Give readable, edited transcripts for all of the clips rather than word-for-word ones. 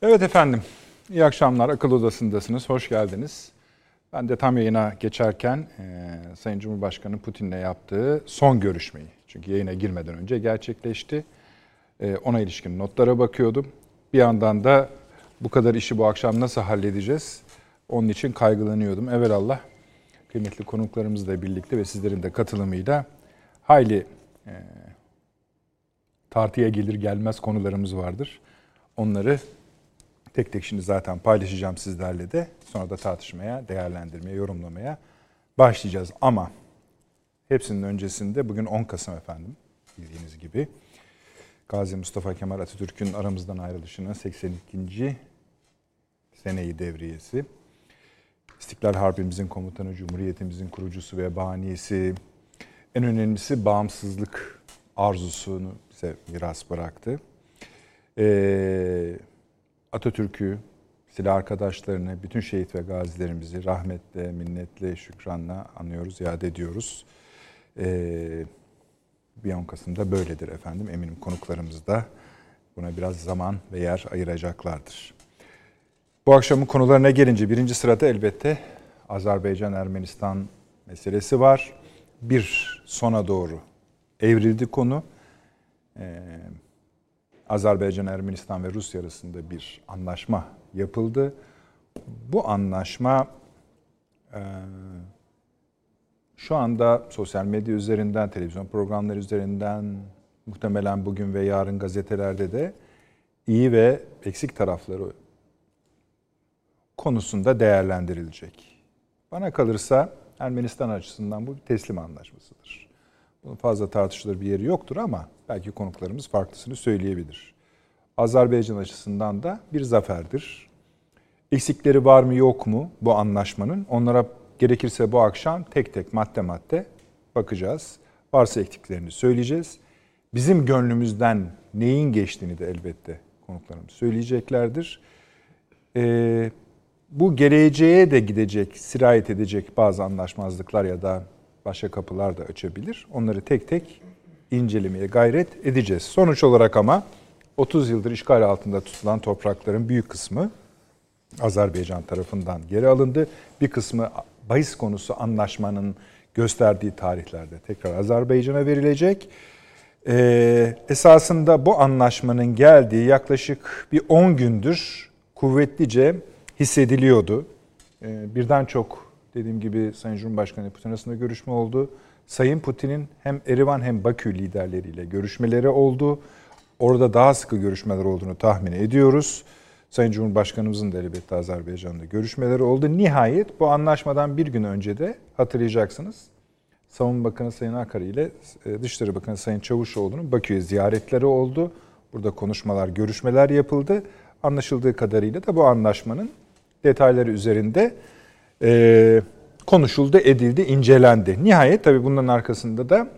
Evet efendim, iyi akşamlar. Akıl Odası'ndasınız, hoş geldiniz. Ben de tam yayına geçerken Sayın Cumhurbaşkanı Putin'le yaptığı son görüşmeyi, çünkü yayına girmeden önce gerçekleşti. Ona ilişkin notlara bakıyordum. Bir yandan da bu kadar işi bu akşam nasıl halledeceğiz? Onun için kaygılanıyordum. Evelallah kıymetli konuklarımızla birlikte ve sizlerin de katılımıyla hayli tartıya gelir gelmez konularımız vardır. Onları tek tek şimdi zaten paylaşacağım sizlerle de. Sonra da tartışmaya, değerlendirmeye, yorumlamaya başlayacağız. Ama hepsinin öncesinde bugün 10 Kasım efendim, bildiğiniz gibi. Gazi Mustafa Kemal Atatürk'ün aramızdan ayrılışının 82. seneyi devriyesi. İstiklal Harbimizin komutanı, Cumhuriyetimizin kurucusu ve banisi. En önemlisi bağımsızlık arzusunu bize miras bıraktı. Atatürk'ü, silah arkadaşlarını, bütün şehit ve gazilerimizi rahmetle, minnetle, şükranla anıyoruz, yad ediyoruz. 10 Kasım'da böyledir efendim. Eminim konuklarımız da buna biraz zaman ve yer ayıracaklardır. Bu akşamın konularına gelince birinci sırada elbette Azerbaycan-Ermenistan meselesi var. Bir sona doğru evrildi konu. Azerbaycan, Ermenistan ve Rusya arasında bir anlaşma yapıldı. Bu anlaşma şu anda sosyal medya üzerinden, televizyon programları üzerinden, muhtemelen bugün ve yarın gazetelerde de iyi ve eksik tarafları konusunda değerlendirilecek. Bana kalırsa Ermenistan açısından bu bir teslim anlaşmasıdır. Bunun fazla tartışılır bir yeri yoktur ama belki konuklarımız farklısını söyleyebilir. Azerbaycan açısından da bir zaferdir. Eksikleri var mı yok mu bu anlaşmanın? Onlara gerekirse bu akşam tek tek madde madde bakacağız. Varsa eksiklerini söyleyeceğiz. Bizim gönlümüzden neyin geçtiğini de elbette konuklarımız söyleyeceklerdir. Bu geleceğe de gidecek, sirayet edecek bazı anlaşmazlıklar ya da başka kapılar da açabilir. Onları tek tek incelemeye gayret edeceğiz. Sonuç olarak ama 30 yıldır işgal altında tutulan toprakların büyük kısmı Azerbaycan tarafından geri alındı. Bir kısmı bahis konusu anlaşmanın gösterdiği tarihlerde tekrar Azerbaycan'a verilecek. Esasında bu anlaşmanın geldiği yaklaşık bir 10 gündür kuvvetlice hissediliyordu. Birden çok dediğim gibi Sayın Cumhurbaşkanı Putin arasında görüşme oldu. Sayın Putin'in hem Erivan hem Bakü liderleriyle görüşmeleri oldu. Orada daha sıkı görüşmeler olduğunu tahmin ediyoruz. Sayın Cumhurbaşkanımızın da elbette Azerbaycan'da görüşmeleri oldu. Nihayet bu anlaşmadan bir gün önce de hatırlayacaksınız. Savunma Bakanı Sayın Akar ile Dışişleri Bakanı Sayın Çavuşoğlu'nun Bakü'ye ziyaretleri oldu. Burada konuşmalar, görüşmeler yapıldı. Anlaşıldığı kadarıyla da bu anlaşmanın detayları üzerinde konuşuldu, edildi, incelendi. Nihayet tabii bunların arkasında da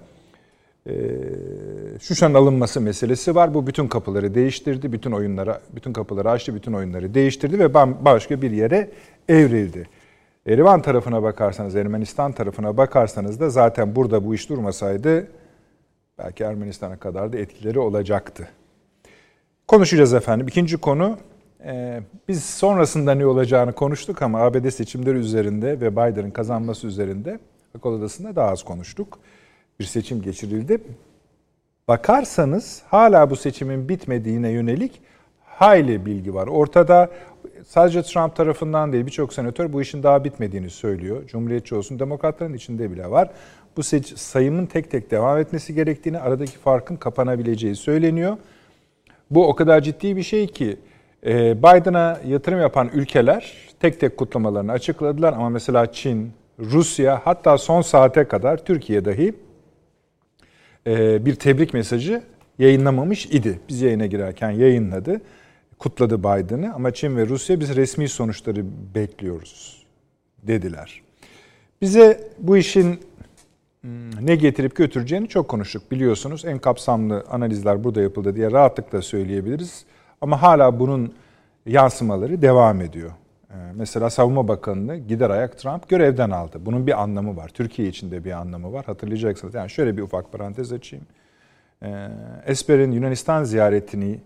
Şuşa'nın alınması meselesi var. Bu bütün kapıları değiştirdi, bütün kapıları açtı, bütün oyunları değiştirdi ve başka bir yere evrildi. Erivan tarafına bakarsanız, Ermenistan tarafına bakarsanız da zaten burada bu iş durmasaydı belki Ermenistan'a kadar da etkileri olacaktı. Konuşacağız efendim. İkinci konu, biz sonrasında ne olacağını konuştuk ama ABD seçimleri üzerinde ve Biden'ın kazanması üzerinde Akıl Odası'nda daha az konuştuk. Bir seçim geçirildi. Bakarsanız hala bu seçimin bitmediğine yönelik hayli bilgi var. Ortada sadece Trump tarafından değil birçok senatör bu işin daha bitmediğini söylüyor. Cumhuriyetçi olsun, demokratların içinde bile var. Bu sayımın tek tek devam etmesi gerektiğini, aradaki farkın kapanabileceği söyleniyor. Bu o kadar ciddi bir şey ki Biden'a yatırım yapan ülkeler tek tek kutlamalarını açıkladılar. Ama mesela Çin, Rusya, hatta son saate kadar Türkiye dahi bir tebrik mesajı yayınlamamış idi. Biz yayına girerken yayınladı, kutladı Biden'ı ama Çin ve Rusya biz resmi sonuçları bekliyoruz dediler. Bize bu işin ne getirip götüreceğini çok konuştuk biliyorsunuz. En kapsamlı analizler burada yapıldı diye rahatlıkla söyleyebiliriz. Ama hala bunun yansımaları devam ediyor. Mesela Savunma Bakanı'nı gider ayak Trump görevden aldı. Bunun bir anlamı var. Türkiye için de bir anlamı var. Hatırlayacaksınız. Yani şöyle bir ufak parantez açayım. Esper'in Yunanistan ziyaretini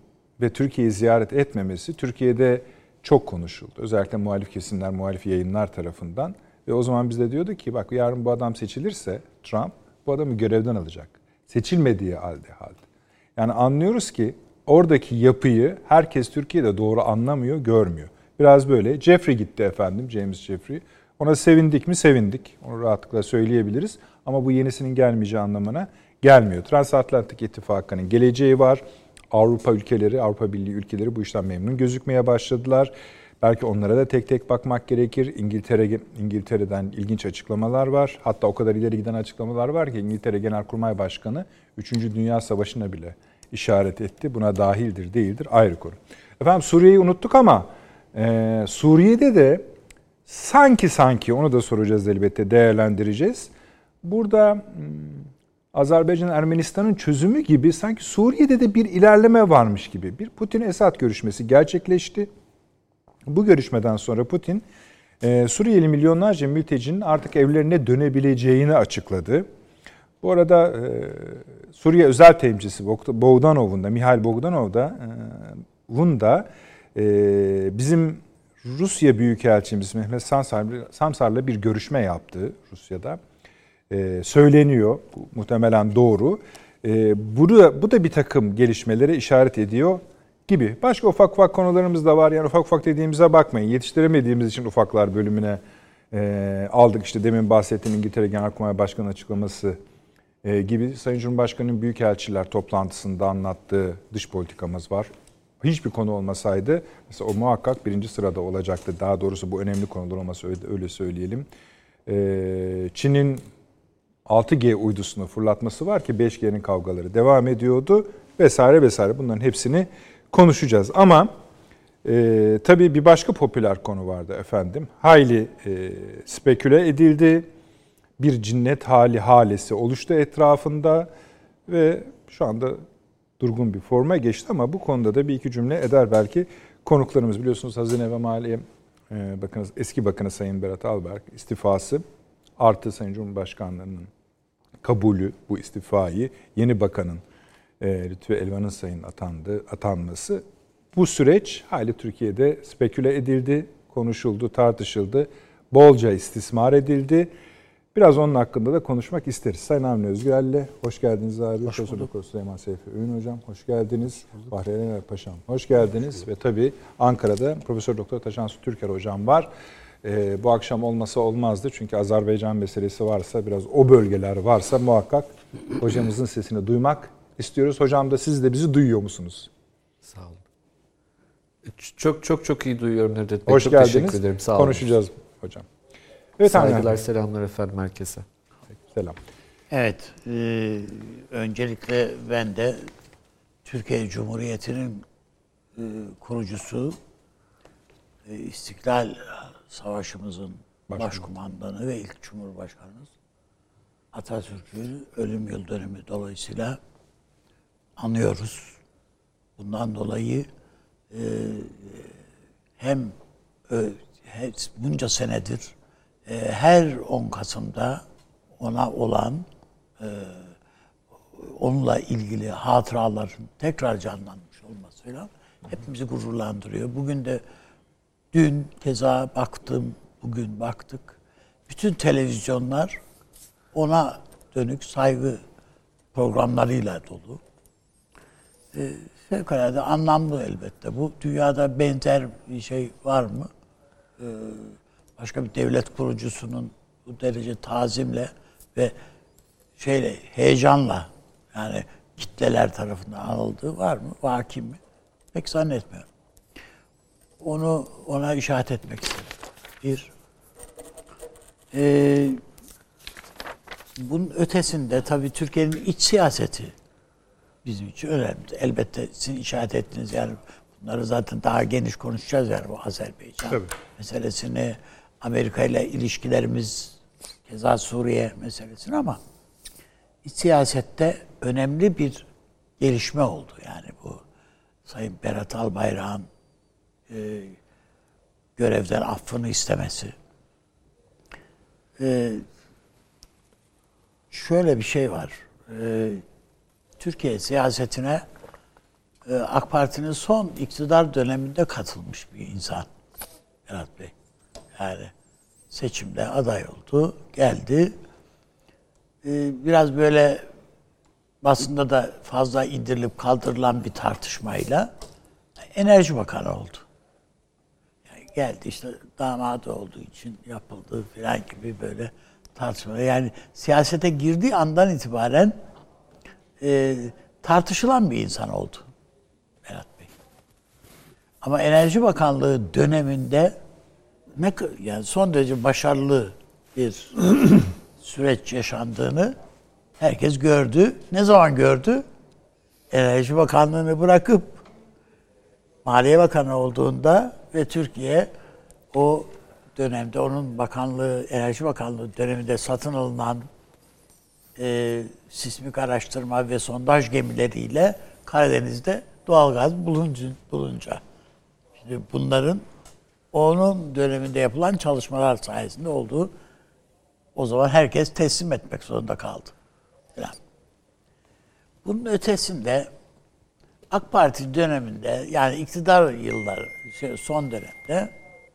ve Türkiye'yi ziyaret etmemesi Türkiye'de çok konuşuldu. Özellikle muhalif kesimler, muhalif yayınlar tarafından. Ve o zaman biz de diyorduk ki bak yarın bu adam seçilirse Trump bu adamı görevden alacak. Seçilmediği halde. Yani anlıyoruz ki oradaki yapıyı herkes Türkiye'de doğru anlamıyor, görmüyor. Biraz böyle. Jeffrey gitti efendim, James Jeffrey. Ona sevindik mi? Sevindik. Onu rahatlıkla söyleyebiliriz. Ama bu yenisinin gelmeyeceği anlamına gelmiyor. Transatlantik İttifakı'nın geleceği var. Avrupa ülkeleri, Avrupa Birliği ülkeleri bu işten memnun gözükmeye başladılar. Belki onlara da tek tek bakmak gerekir. İngiltere'den ilginç açıklamalar var. Hatta o kadar ileri giden açıklamalar var ki İngiltere Genelkurmay Başkanı 3. Dünya Savaşı'na bile işaret etti. Buna dahildir, değildir ayrı konu. Efendim Suriye'yi unuttuk ama Suriye'de de sanki onu da soracağız elbette, değerlendireceğiz. Burada Azerbaycan Ermenistan'ın çözümü gibi sanki Suriye'de de bir ilerleme varmış gibi. Bir Putin-Esad görüşmesi gerçekleşti. Bu görüşmeden sonra Putin Suriyeli milyonlarca mültecinin artık evlerine dönebileceğini açıkladı. Bu arada Suriye özel temsilcisi Bogdanov'un da, Mihail Bogdanov'un da bizim Rusya Büyükelçimiz Mehmet Samsar'la bir görüşme yaptı Rusya'da. Söyleniyor, muhtemelen doğru. Bu da bir takım gelişmelere işaret ediyor gibi. Başka ufak konularımız da var. Yani ufak dediğimize bakmayın. Yetiştiremediğimiz için ufaklar bölümüne aldık. İşte demin bahsettiğim İngiltere Genelkurmay Başkanı açıklaması gibi. Sayın Cumhurbaşkanı'nın büyükelçiler toplantısında anlattığı dış politikamız var. Hiçbir konu olmasaydı mesela o muhakkak birinci sırada olacaktı. Daha doğrusu bu önemli konular olmasa öyle söyleyelim. Çin'in 6G uydusunu fırlatması var ki 5G'nin kavgaları devam ediyordu vesaire. Bunların hepsini konuşacağız. Ama tabii bir başka popüler konu vardı efendim. Hayli speküle edildi. Bir cinnet halesi oluştu etrafında ve şu anda durgun bir forma geçti ama bu konuda da bir iki cümle eder belki konuklarımız. Biliyorsunuz Hazine ve Maliye Bakanı, eski Bakanı Sayın Berat Albayrak istifası artı Sayın Cumhurbaşkanlığının kabulü bu istifayı, yeni bakanın Lütfü Elvan'ın atanması. Bu süreç hali Türkiye'de speküle edildi, konuşuldu, tartışıldı, bolca istismar edildi. Biraz onun hakkında da konuşmak isteriz. Sayın Avni Özgürel'le hoş geldiniz abi. Profesör Doktor Süleyman Seyfi Öğün Hocam hoş geldiniz. Bahri Erener Paşam hoş geldiniz. Ve tabii Ankara'da Profesör Doktor Taşansu Türker Hocam var. Bu akşam olmasa olmazdı. Çünkü Azerbaycan meselesi varsa, biraz o bölgeler varsa muhakkak hocamızın sesini duymak istiyoruz. Hocam da siz de bizi duyuyor musunuz? Sağ olun. Çok iyi duyuyorum Nedret Bey. Hoş çok geldiniz. Teşekkür ederim. Sağ olun. Konuşacağız hocam. Evet, saygılar, selamlar efendim herkese. Selam. Evet, öncelikle ben de Türkiye Cumhuriyeti'nin kurucusu, İstiklal Savaşımızın başkumandanı ve ilk Cumhurbaşkanımız Atatürk'ün ölüm yıl dönümü dolayısıyla anıyoruz. Bundan dolayı hem bunca senedir her 10 Kasım'da ona olan onunla ilgili hatıraların tekrar canlanmış olmasıyla hepimizi gururlandırıyor. Bugün de dün keza baktım, bugün baktık. Bütün televizyonlar ona dönük saygı programlarıyla dolu. Fevkalade anlamlı elbette. Bu dünyada benzer bir şey var mı? Başka bir devlet kurucusunun bu derece tazimle ve heyecanla, yani kitleler tarafından anıldığı var mı? Vaki mi? Pek zannetmiyorum. Ona işaret etmek istedim. Bunun ötesinde tabii Türkiye'nin iç siyaseti bizim için önemli. Elbette sizin işaret ettiğiniz, yani bunları zaten daha geniş konuşacağız, yani bu Azerbaycan meselesini, Amerika ile ilişkilerimiz, keza Suriye meselesini, ama iç siyasette önemli bir gelişme oldu. Yani bu Sayın Berat Albayrak'ın görevden affını istemesi. Şöyle bir şey var. Türkiye siyasetine AK Parti'nin son iktidar döneminde katılmış bir insan Berat Bey. Yani seçimde aday oldu, geldi. Biraz böyle basında da fazla indirilip kaldırılan bir tartışmayla Enerji Bakanı oldu. Yani geldi işte damadı olduğu için yapıldı falan gibi böyle tartışmalar. Yani siyasete girdiği andan itibaren tartışılan bir insan oldu Berat Bey. Ama Enerji Bakanlığı döneminde yani son derece başarılı bir süreç yaşandığını herkes gördü. Ne zaman gördü? Enerji Bakanlığı'nı bırakıp Maliye Bakanı olduğunda ve Türkiye o dönemde onun bakanlığı, Enerji Bakanlığı döneminde satın alınan sismik araştırma ve sondaj gemileriyle Karadeniz'de doğalgaz bulunca. Şimdi bunların onun döneminde yapılan çalışmalar sayesinde olduğu, o zaman herkes teslim etmek zorunda kaldı. Falan. Bunun ötesinde AK Parti döneminde, yani iktidar yılları, son dönemde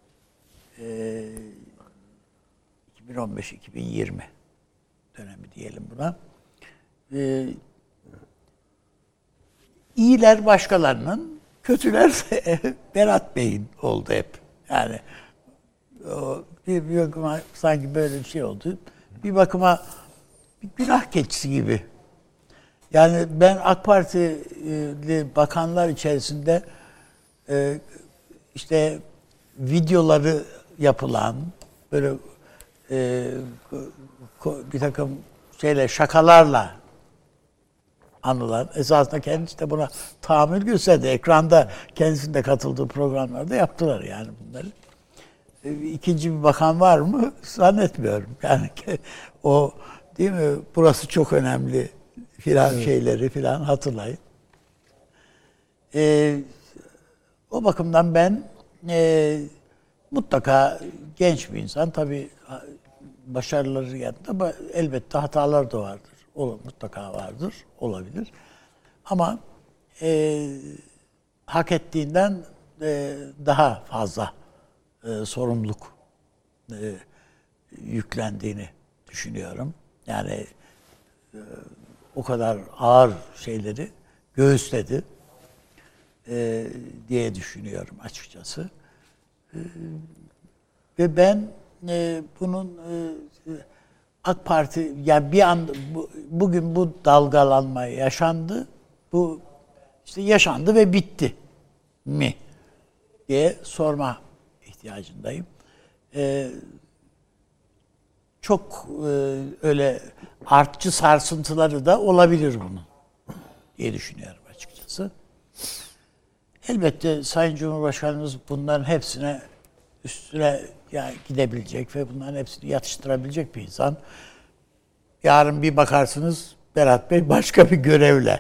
2015-2020 dönemi diyelim buna. İyiler başkalarının, kötüler Berat Bey'in oldu hep. Yani bir bakıma sanki böyle bir şey oldu. Bir bakıma bir günah keçisi gibi. Yani ben AK Partili bakanlar içerisinde işte videoları yapılan böyle bir takım şakalarla anılan, esasında kendisi de buna tahammül gösterdi. Ekranda kendisinin de katıldığı programlarda yaptılar yani bunları. İkinci bir bakan var mı? Zannetmiyorum. Yani o değil mi? Burası çok önemli filan şeyleri filan hatırlayın. O bakımdan ben mutlaka genç bir insan, tabii başarıları yanında elbette hatalar da vardır. Mutlaka vardır, olabilir. Ama hak ettiğinden daha fazla sorumluluk yüklendiğini düşünüyorum. Yani o kadar ağır şeyleri göğüsledi diye düşünüyorum açıkçası. Ve ben bunun AK Parti, yani bir an bugün bu dalgalanma yaşandı. Bu işte yaşandı ve bitti mi diye sorma ihtiyacındayım. Çok öyle artçı sarsıntıları da olabilir bunun diye düşünüyorum açıkçası. Elbette Sayın Cumhurbaşkanımız bunların hepsine üstüne yani gidebilecek ve bunların hepsini yatıştırabilecek bir insan. Yarın bir bakarsınız Berat Bey başka bir görevle,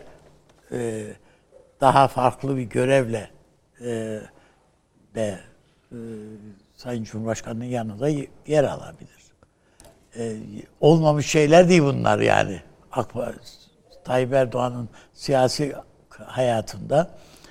daha farklı bir görevle de Sayın Cumhurbaşkanı'nın yanında yer alabilir. Olmamış şeyler değil bunlar yani. Tayyip Erdoğan'ın siyasi hayatında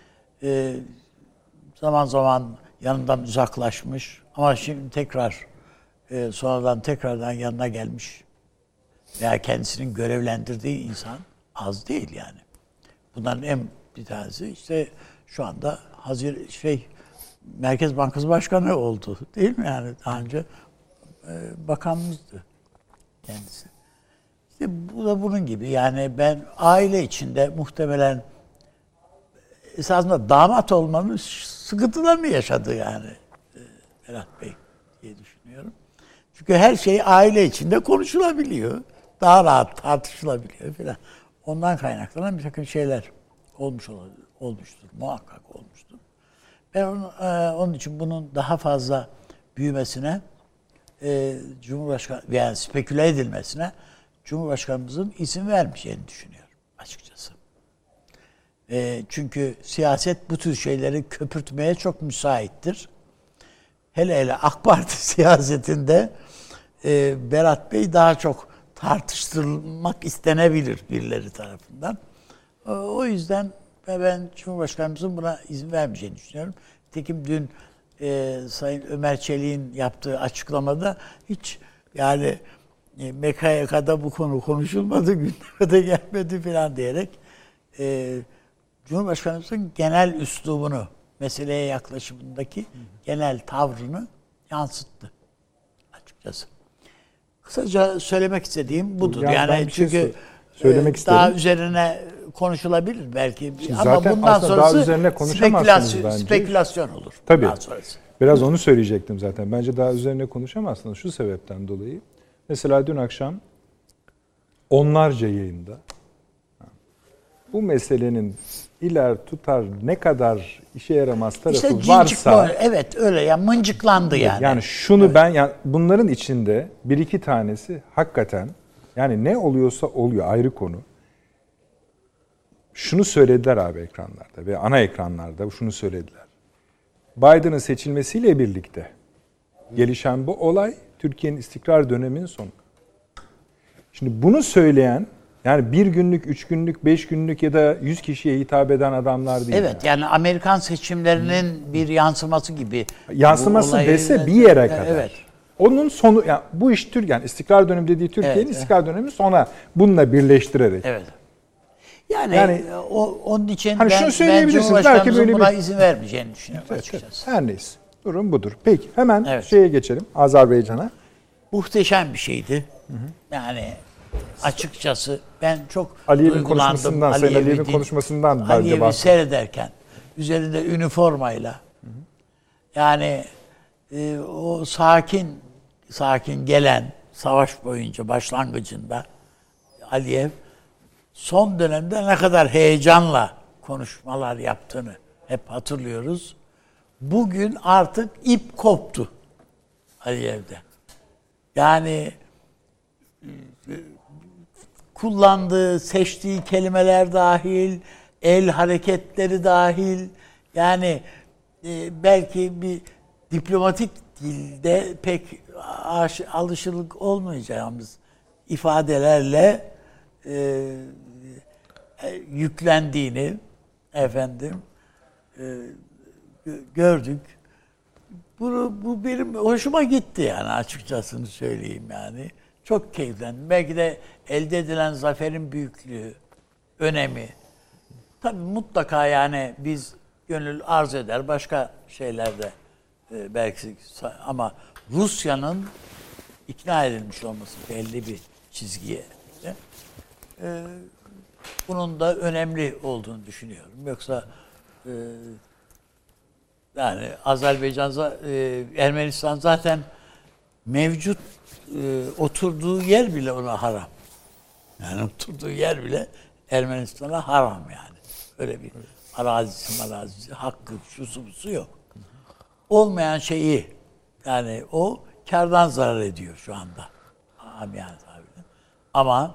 zaman zaman yanından uzaklaşmış ama şimdi tekrar sonradan tekrardan yanına gelmiş veya kendisinin görevlendirdiği insan az değil yani. Bunların en bir tanesi işte şu anda Merkez Bankası Başkanı oldu değil mi yani, daha önce bakanımızdı kendisi. İşte bu da bunun gibi yani. Ben aile içinde muhtemelen esasında damat olmanın sıkıntılarını yaşadı yani Berat Bey diye düşünüyorum. Çünkü her şey aile içinde konuşulabiliyor. Daha rahat tartışılabiliyor falan. Ondan kaynaklanan bir takım şeyler olmuştur. Muhakkak olmuştur. Ben onun için bunun daha fazla büyümesine, Cumhurbaşkanı yani speküle edilmesine Cumhurbaşkanımızın izin vermeyeceğini düşünüyorum açıkçası. Çünkü siyaset bu tür şeyleri köpürtmeye çok müsaittir. Hele AK Parti siyasetinde Berat Bey daha çok tartıştırılmak istenebilir birileri tarafından. O yüzden ve ben Cumhurbaşkanımızın buna izin vermeyeceğini düşünüyorum. Nitekim dün Sayın Ömer Çelik'in yaptığı açıklamada hiç yani MKYK'da bu konu konuşulmadı, gündeme de gelmedi falan diyerek Cumhurbaşkanımızın genel üslubunu, meseleye yaklaşımındaki genel tavrını yansıttı açıkçası. Kısaca söylemek istediğim budur. Yani ben yani bir şey çünkü söylemek isterim. daha üzerine konuşulabilir belki. Ama Zaten bundan aslında daha sonrası üzerine konuşamazsınız spekülasyon olur. Tabii. Daha sonrası. Biraz onu söyleyecektim zaten. Bence daha üzerine konuşamazsınız şu sebepten dolayı. Mesela dün akşam onlarca yayında bu meselenin iler tutar ne kadar işe yaramaz tarafı İşte varsa evet öyle ya mıncıklandı yani. Yani şunu ben yani bunların içinde bir iki tanesi hakikaten yani ne oluyorsa oluyor ayrı konu. Şunu söylediler abi ekranlarda ve ana ekranlarda şunu söylediler. Biden'ın seçilmesiyle birlikte gelişen bu olay Türkiye'nin istikrar döneminin sonu. Şimdi bunu söyleyen yani bir günlük, 3 günlük, 5 günlük ya da 100 kişiye hitap eden adamlar değil. Evet yani Amerikan seçimlerinin bir yansıması gibi. Yansıması dese bir yere kadar. Evet. Onun sonu yani bu iş yani istikrar dönemi dediği Türkiye'nin istikrar dönemi sona bununla birleştirerek. Evet. Yani onun için hani şunu ben söyleyebilirsiniz belki böyle buna izin vermeyeceğini düşünüyorum açıkçası. Her neyse. Durum budur. Peki hemen Evet. şeye geçelim. Azerbaycan'a. Muhteşem bir şeydi. Yani açıkçası ben çok Aliyev'in duygulandım. konuşmasından, Sayın Aliyev'in konuşmasından bence Aliyev'i bahsedeyim. seyrederken üzerinde üniformayla yani o sakin gelen savaş boyunca başlangıcında Aliyev son dönemde ne kadar heyecanla konuşmalar yaptığını hep hatırlıyoruz. Bugün artık ip koptu Aliyev'de. Yani kullandığı, seçtiği kelimeler dahil, el hareketleri dahil, yani belki bir diplomatik dilde pek alışılık olmayacağımız ifadelerle yüklendiğini gördük. Bu benim hoşuma gitti yani açıkçasını söyleyeyim yani. Çok keyiflendim. Belki de elde edilen zaferin büyüklüğü, önemi. Tabii mutlaka yani biz gönül arz eder başka şeylerde belki ama Rusya'nın ikna edilmiş olması belli bir çizgiye. Bunun da önemli olduğunu düşünüyorum. Yoksa yani Azerbaycan, Ermenistan zaten mevcut oturduğu yer bile ona haram. Yani oturduğu yer bile Ermenistan'a haram yani. Öyle bir arazisi, hakkı, şusu yok. Olmayan şeyi yani o kârdan zarar ediyor şu anda. Amiyane tabirle. Ama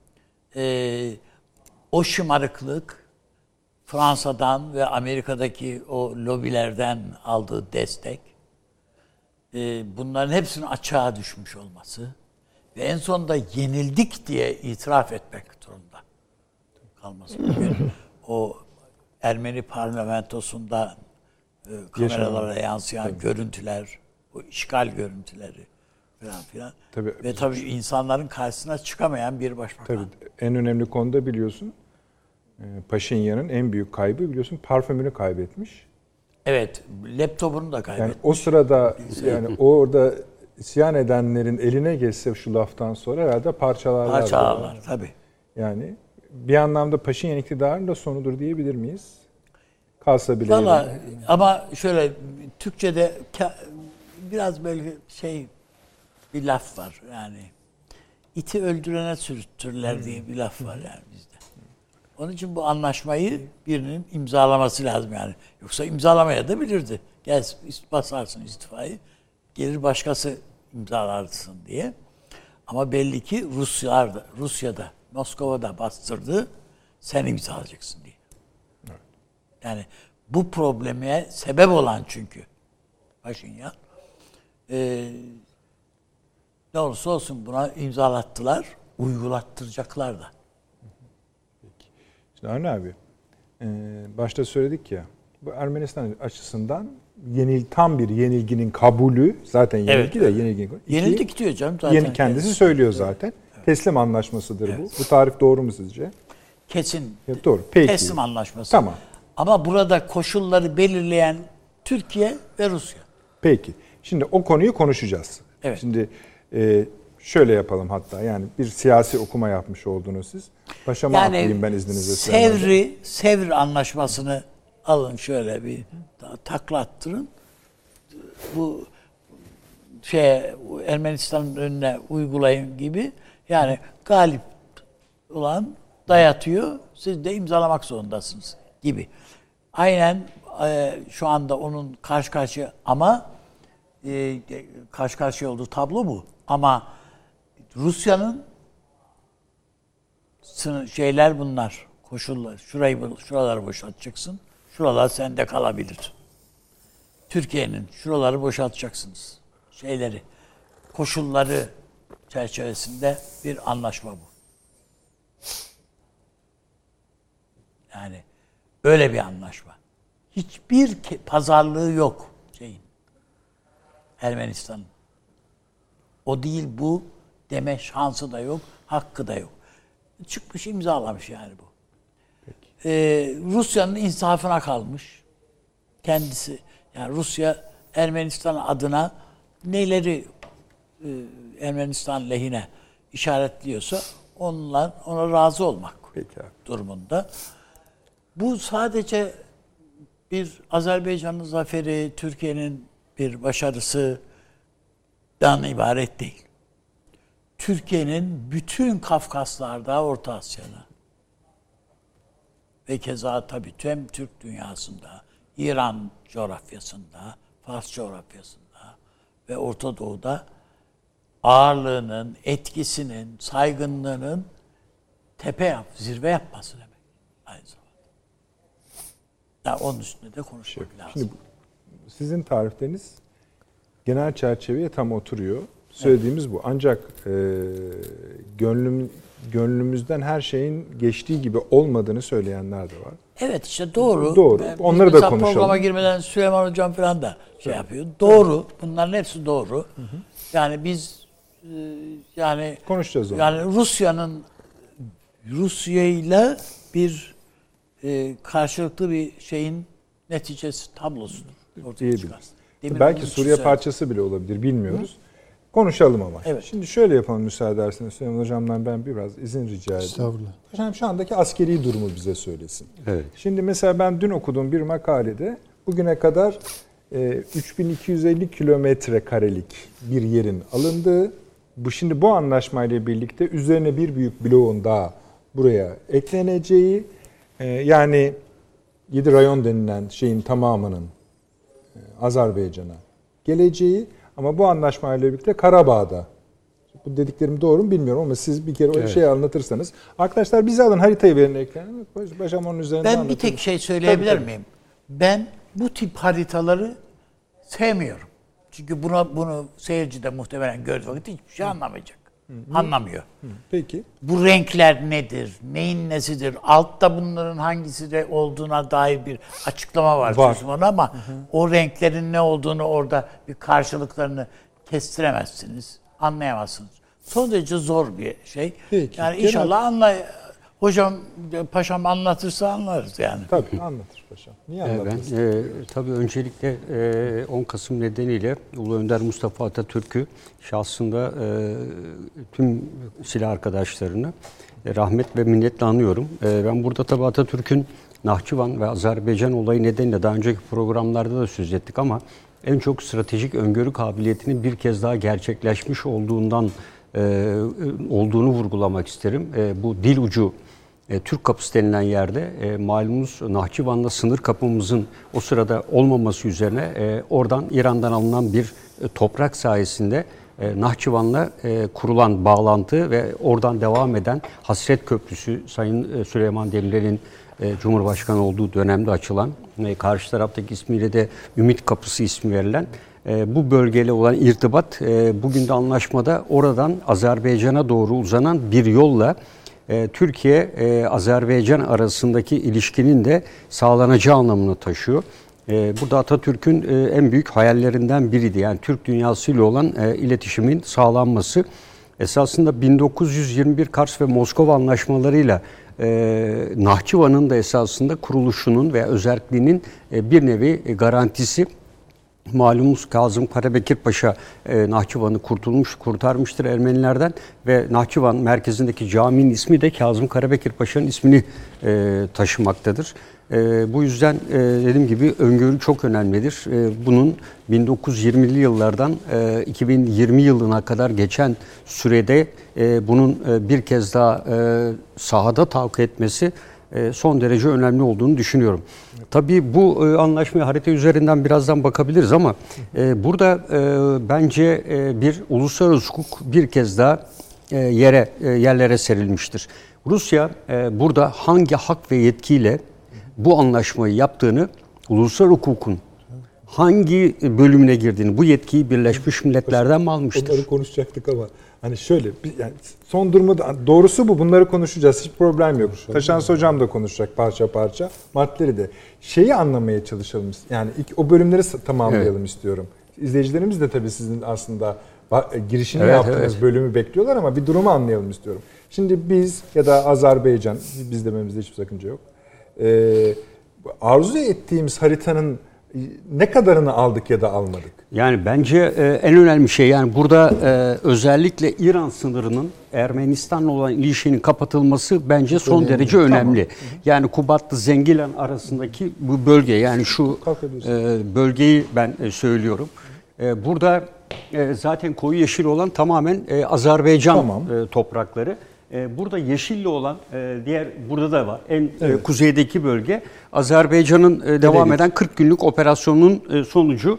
o şımarıklık Fransa'dan ve Amerika'daki o lobilerden aldığı destek, bunların hepsinin açığa düşmüş olması ve en sonunda yenildik diye itiraf etmek durumunda kalması. Bugün o Ermeni parlamentosunda kameralara yansıyan görüntüler, o işgal görüntüleri falan filan. Ve tabii insanların karşısına çıkamayan bir başbakan. Tabii en önemli konuda biliyorsun Paşinyan'ın en büyük kaybı biliyorsun parfümünü kaybetmiş. Evet, laptopunu da kaybetmiş. Yani o sırada yani orada isyan edenlerin eline geçse şu laftan sonra herhalde parçalarlar tabii. Yani bir anlamda Paşinyan iktidarının da sonudur diyebilir miyiz? Kalsa bile. Valla ama şöyle Türkçe'de biraz böyle bir laf var yani. İti öldürene sürüttürürler diye bir laf var yani bizde. Onun için bu anlaşmayı birinin imzalaması lazım yani. Yoksa imzalamaya da bilirdi. Gel basarsın istifayı, gelir başkası imzalarsın diye. Ama belli ki Rusya'da, Moskova'da bastırdı, sen imzalayacaksın diye. Evet. Yani bu probleme sebep olan çünkü Paşinyan. Ne olursa olsun buna imzalattılar, uygulattıracaklar da. Şimdi Avni abi, başta söyledik ya, bu Ermenistan açısından tam bir yenilginin kabulü, zaten yenilgi de yenilginin. Yenildik diyor canım zaten. Kendisi söylüyor zaten. Evet. Teslim anlaşmasıdır bu. Bu tarif doğru mu sizce? Kesin. Evet, doğru. Peki. Teslim anlaşması. Tamam. Ama burada koşulları belirleyen Türkiye ve Rusya. Peki. Şimdi o konuyu konuşacağız. Evet. Şimdi şöyle yapalım hatta. Yani bir siyasi okuma yapmış oldunuz siz. Başıma atlayayım ben izninizle. Sevr anlaşmasını alın şöyle bir taklattırın. Bu Ermenistan'ın önüne uygulayın gibi. Yani galip olan dayatıyor. Siz de imzalamak zorundasınız gibi. Aynen şu anda onun karşı karşıya ama karşı karşıya olduğu tablo bu. Ama Rusya'nın şeyler bunlar. Koşullar. Şuraları boşaltacaksın. Şuralar sende kalabilir. Türkiye'nin şuraları boşaltacaksınız. Koşulları çerçevesinde bir anlaşma bu. Yani öyle bir anlaşma. Hiçbir pazarlığı yok Ermenistan'ın. O değil bu deme şansı da yok, hakkı da yok. Çıkmış imzalamış yani bu. Rusya'nın insafına kalmış. Kendisi yani Rusya Ermenistan adına neleri Ermenistan lehine işaretliyorsa ona razı olmak durumunda. Bu sadece bir Azerbaycan'ın zaferi, Türkiye'nin bir başarısından ibaret değil. Türkiye'nin bütün Kafkaslar'da, Orta Asya'da ve keza tabii tüm Türk dünyasında, İran coğrafyasında, Fars coğrafyasında ve Orta Doğu'da ağırlığının, etkisinin, saygınlığının zirve yapması demek. Aynı zamanda. Yani onun üstünde de konuşmak lazım. Şimdi sizin tarifleriniz genel çerçeveye tam oturuyor. Söylediğimiz bu. Ancak gönlümüzden her şeyin geçtiği gibi olmadığını söyleyenler de var. Evet işte doğru. Doğru. Onları da konuşalım. Programa girmeden Süleyman Hocam falan da yapıyor. Doğru. Bunların hepsi doğru. Hı hı. Yani biz yani konuşacağız onu. Yani Rusya'yla bir karşılıklı bir şeyin neticesi tablosudur. Diyebiliriz. Belki Suriye parçası bile olabilir. Bilmiyoruz. Hı? Konuşalım ama. Evet. Şimdi şöyle yapalım müsaade ederseniz. Süleyman Hocam'dan ben biraz izin rica edeyim. Estağfurullah. Hocam şu andaki askeri durumu bize söylesin. Evet. Şimdi mesela ben dün okuduğum bir makalede bugüne kadar 3250 kilometre karelik bir yerin alındığı, şimdi bu anlaşmayla birlikte üzerine bir büyük bloğun daha buraya ekleneceği, yani 7 rayon denilen şeyin tamamının Azerbaycan'a geleceği, ama bu anlaşmayla birlikte Karabağ'da, bu dediklerim doğru mu bilmiyorum ama siz bir kere o şeyi anlatırsanız. Arkadaşlar bize alın, haritayı verin ekranı. Paşam onun üzerinde ben bir tek şey söyleyebilir miyim? Ben bu tip haritaları sevmiyorum. Çünkü bunu seyirci de muhtemelen gördüğü vakit hiçbir şey anlamayacak. Hı-hı. Anlamıyor. Hı-hı. Peki. Bu renkler nedir? Neyin nesidir? Altta bunların hangisi de olduğuna dair bir açıklama var. Ama o renklerin ne olduğunu orada bir karşılıklarını kestiremezsiniz. Anlayamazsınız. Son derece zor bir şey. Peki. Yani inşallah hocam, paşam anlatırsa anlarız yani. Tabii anlatır paşam. Niye anlatırsın? Tabii öncelikle 10 Kasım nedeniyle Ulu Önder Mustafa Atatürk'ü şahsında tüm silah arkadaşlarını rahmet ve minnetle anıyorum. Ben burada tabii Atatürk'ün Nahçıvan ve Azerbaycan olayı nedeniyle daha önceki programlarda da söz ettik ama en çok stratejik öngörü kabiliyetinin bir kez daha gerçekleşmiş olduğunu vurgulamak isterim. Bu dil ucu Türk Kapısı denilen yerde malumunuz Nahçıvan'la sınır kapımızın o sırada olmaması üzerine oradan İran'dan alınan bir toprak sayesinde Nahçıvan'la kurulan bağlantı ve oradan devam eden Hasret Köprüsü, Sayın Süleyman Demirel'in Cumhurbaşkanı olduğu dönemde açılan, karşı taraftaki ismiyle de Ümit Kapısı ismi verilen bu bölgeyle olan irtibat bugün de anlaşmada oradan Azerbaycan'a doğru uzanan bir yolla Türkiye-Azerbaycan arasındaki ilişkinin de sağlanacağı anlamını taşıyor. Burada Atatürk'ün en büyük hayallerinden biriydi. Yani Türk dünyasıyla olan iletişimin sağlanması. Esasında 1921 Kars ve Moskova anlaşmalarıyla Nahçıvan'ın da esasında kuruluşunun ve özerkliğinin bir nevi garantisi. Malumuz Kazım Karabekir Paşa Nahçıvan'ı kurtarmıştır Ermenilerden ve Nahçıvan merkezindeki caminin ismi de Kazım Karabekir Paşa'nın ismini taşımaktadır. Bu yüzden dediğim gibi öngörü çok önemlidir. Bunun 1920'li yıllardan 2020 yılına kadar geçen sürede bunun bir kez daha sahada tahakkuk etmesi son derece önemli olduğunu düşünüyorum. Tabii bu anlaşmaya harita üzerinden birazdan bakabiliriz ama burada bence bir uluslararası hukuk bir kez daha yerlere serilmiştir. Rusya burada hangi hak ve yetkiyle bu anlaşmayı yaptığını, uluslararası hukukun hangi bölümüne girdiğini, bu yetkiyi Birleşmiş Milletler'den mi almıştır? Onları konuşacaktık ama hani şöyle, yani son durumda doğrusu bu. Bunları konuşacağız. Hiç problem yok. Taşans Hocam da konuşacak parça parça. Maddeleri de. Şeyi anlamaya çalışalım. Yani o bölümleri tamamlayalım istiyorum. İzleyicilerimiz de tabii sizin aslında girişini yaptığınız bölümü bekliyorlar ama bir durumu anlayalım istiyorum. Şimdi biz ya da Azerbaycan, biz dememizde hiçbir sakınca yok. Arzu ettiğimiz haritanın ne kadarını aldık ya da almadık? Yani bence en önemli şey, yani burada özellikle İran sınırının Ermenistan'la olan ilişkinin kapatılması bence son derece önemli. Tamam. Yani Kubatlı Zengilan arasındaki bu bölge, yani şu bölgeyi ben söylüyorum. Burada zaten koyu yeşil olan tamamen Azerbaycan toprakları. Burada yeşilli olan diğer, burada da var. En kuzeydeki bölge Azerbaycan'ın devam eden 40 günlük operasyonun sonucu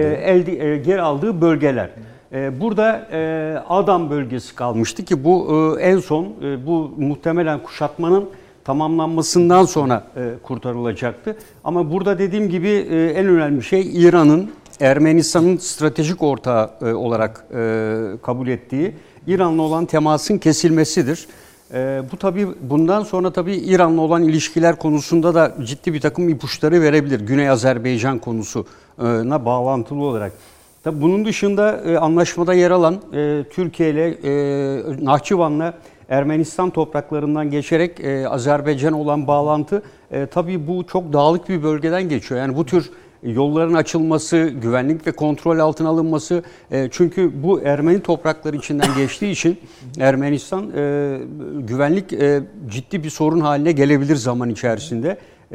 geri aldığı bölgeler. Burada Adam bölgesi kalmıştı ki bu en son bu muhtemelen kuşatmanın tamamlanmasından sonra kurtarılacaktı. Ama burada dediğim gibi en önemli şey İran'ın Ermenistan'ın stratejik ortağı olarak kabul ettiği İran'la olan temasın kesilmesidir. Bu tabii bundan sonra tabii İran'la olan ilişkiler konusunda da ciddi bir takım ipuçları verebilir. Güney Azerbaycan konusuna bağlantılı olarak. Tabii bunun dışında anlaşmada yer alan Türkiye ile Nahçıvan'la Ermenistan topraklarından geçerek Azerbaycan olan bağlantı tabii bu çok dağlık bir bölgeden geçiyor. Yani bu tür yolların açılması, güvenlik ve kontrol altına alınması, çünkü bu Ermeni toprakları içinden geçtiği için Ermenistan güvenlik ciddi bir sorun haline gelebilir zaman içerisinde.